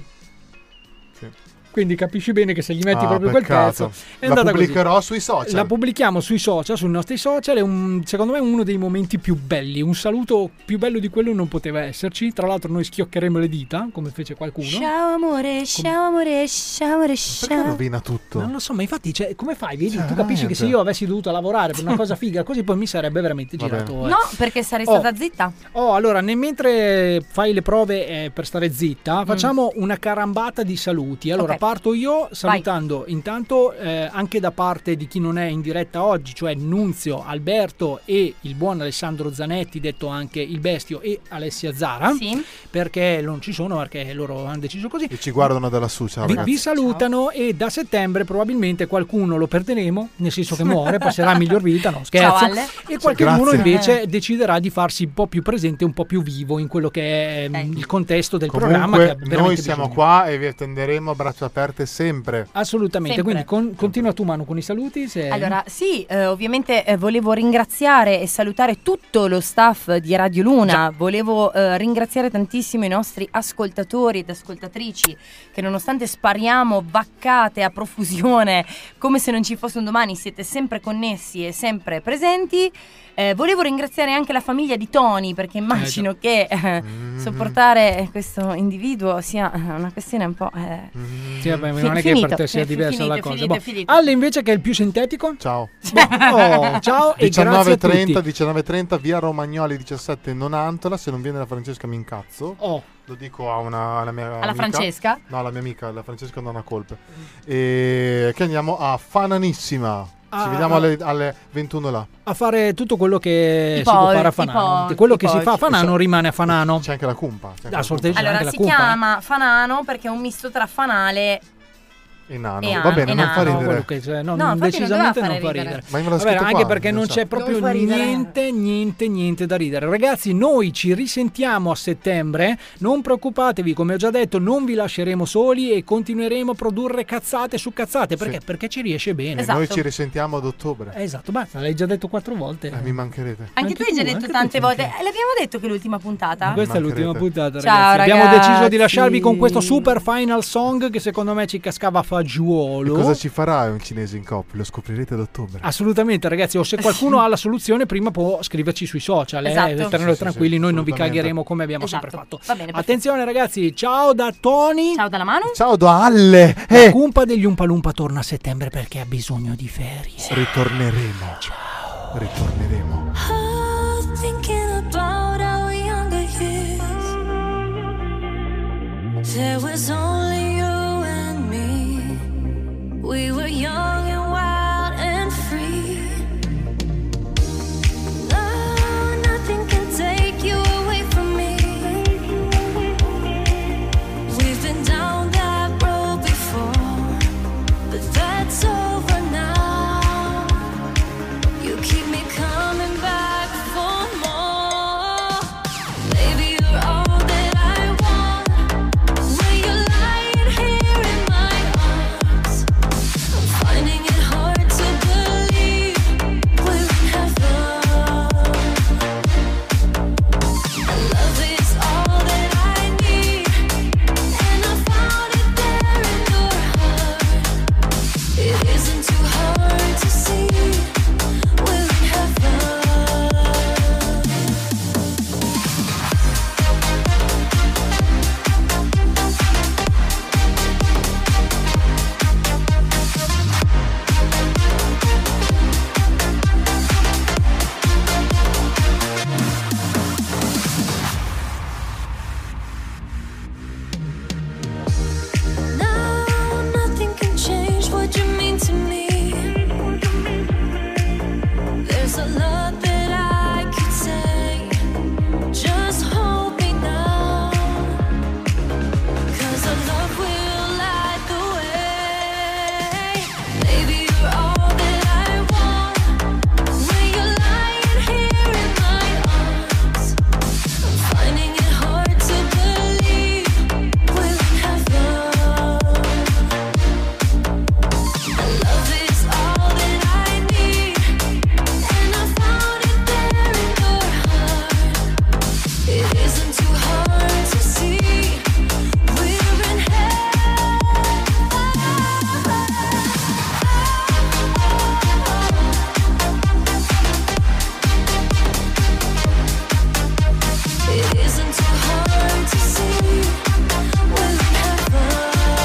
Sì. Quindi capisci bene che se gli metti Ah, proprio peccato. quel pezzo è La andata così. pubblicherò sui social. La pubblichiamo sui social, sui nostri social. È un, secondo me uno dei momenti più belli. Un saluto più bello di quello non poteva esserci. Tra l'altro, noi schioccheremo le dita, come fece qualcuno. Ciao amore, ciao amore, ciao amore, Perché ciao. rovina tutto? Non lo so, ma infatti, cioè, come fai? Vedi, Cioè, tu capisci veramente. che se io avessi dovuto lavorare per una cosa figa, così poi mi sarebbe veramente Vabbè. girato. eh. No, perché sarei Oh. stata zitta. Oh, allora, ne- mentre fai le prove eh, per stare zitta, facciamo una carambata di saluti. Allora, Ok. parto io salutando intanto eh, anche da parte di chi non è in diretta oggi, cioè Nunzio, Alberto e il buon Alessandro Zanetti, detto anche il Bestio, e Alessia Zara, Sì. perché non ci sono, perché loro hanno deciso così. E ci guardano dalla su, ciao Vi, ragazzi. vi salutano e da settembre probabilmente qualcuno lo perderemo, nel senso che muore, passerà a miglior vita, no scherzo, Ciao, Ale. e qualcuno Grazie. invece deciderà di farsi un po' più presente, un po' più vivo in quello che è mm, il contesto del programma. Che ha Comunque veramente noi siamo bisogno. qua e vi attenderemo a braccia aperte sempre. Assolutamente, Sempre. quindi con- continua tu Manu con i saluti. Se... Allora, sì, eh, ovviamente eh, volevo ringraziare e salutare tutto lo staff di Radio Luna. Volevo eh, ringraziare tantissimo i nostri ascoltatori ed ascoltatrici che, nonostante spariamo vaccate a profusione come se non ci fosse un domani, siete sempre connessi e sempre presenti. Eh, volevo ringraziare anche la famiglia di Tony, perché immagino che eh, sopportare questo individuo sia eh, una questione un po' eh, Sì, vabbè, Fi- non è che finito. per te sia Fi- diversa finito, la cosa. finito, Boh. finito. Alle invece che è il più sintetico? Ciao. Oh, ciao e grazie diciannove a e trenta, tutti. diciannove e trenta, via Romagnoli diciassette Nonantola. Se non viene la Francesca mi incazzo. Oh. Lo dico a una alla mia Alla amica. Francesca? No, alla mia amica, la Francesca non ha colpe. E che andiamo a Fananissima. Ci Ah. vediamo alle, alle ventuno là. A fare tutto quello che Tipo- si può fare a Fanano. tipo- quello che tipo- si fa a Fanano rimane a Fanano. C'è anche la cumpa. C'è anche Ah, la sorteggia cumpa. anche Allora, la si cumpa, eh. chiama Fanano perché è un misto tra fanale E nano. E Va an- bene, e non fa nano. ridere. Quello che c'è, no, No, infatti non decisamente doveva non fa fare ridere. ridere. Ma me l'ha Vabbè, scritto anche qua, perché non non so. c'è proprio Dove fa ridere? niente, niente, niente da ridere. Ragazzi, noi ci risentiamo a settembre. Non preoccupatevi, come ho già detto, non vi lasceremo soli e continueremo a produrre cazzate su cazzate. Perché? Sì. Perché ci riesce bene. E noi ci risentiamo ad ottobre. Esatto, basta, l'hai già detto quattro volte. Eh, mi mancherete. Anche, tu hai già tu, detto anche tu, tante anche volte. Eh, l'abbiamo detto che è l'ultima puntata? Questa è mancherete. l'ultima puntata, Ciao, ragazzi. Abbiamo ragazzi. deciso di lasciarvi con questo super final song che secondo me ci cascava a E fagiolo. cosa ci farà un cinese in coppia? Lo scoprirete ad ottobre. Assolutamente, ragazzi. O se qualcuno ha la soluzione, prima può scriverci sui social. Eh, Esatto. Tenere Sì, sì, tranquilli, sì, noi non vi assolutamente. cagheremo come abbiamo Esatto. sempre fatto. Va bene, perfetto. Attenzione, ragazzi. Ciao da Tony. Ciao dalla mano. Ciao da Alle. La Eh, cumpa degli Umpalumpa torna a settembre perché ha bisogno di ferie. ritorneremo. Ciao. Ritorneremo. Thinking about our younger years, there was only you and me. We were young and wild and free. No, nothing can take you away from me. We've been down that road before, but that's over now. You keep me coming back for more. Baby, you're all that I want. When you're lying here in my arms, I'm finding it hard to believe we're in heaven. And love is all that I need, and I found it there in your heart. It isn't too hard to see. We're in heaven. Now nothing can change what you mean to me. There's a lot that I could say. Just hold me now, 'cause our love will light the way. Baby, you're all that I want. When you're lying here in my arms, I'm finding it hard to believe we're in heaven. And love is all that I need, and I found it there in your heart. It isn't too hard to see. We're in heaven. It isn't too hard to see. We're in heaven.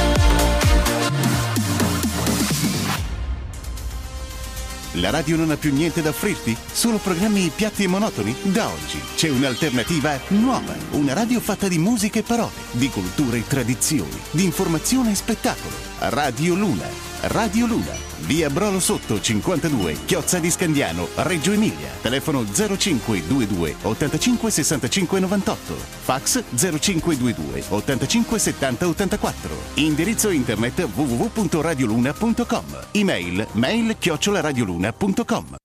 La radio non ha più niente da offrirti? Solo programmi piatti e monotoni? Da oggi c'è un'alternativa nuova. Una radio fatta di musica e parole, di cultura e tradizioni, di informazione e spettacolo. Radio Luna. Radio Luna. Via Brolo Sotto cinquantadue, Chiozza di Scandiano, Reggio Emilia. Telefono zero cinque due due ottantacinque sessantacinque novantotto. Fax zero cinque due due ottantacinque settanta ottantaquattro. Indirizzo internet w w w punto radioluna punto com. Email mail chiocciola radioluna punto com.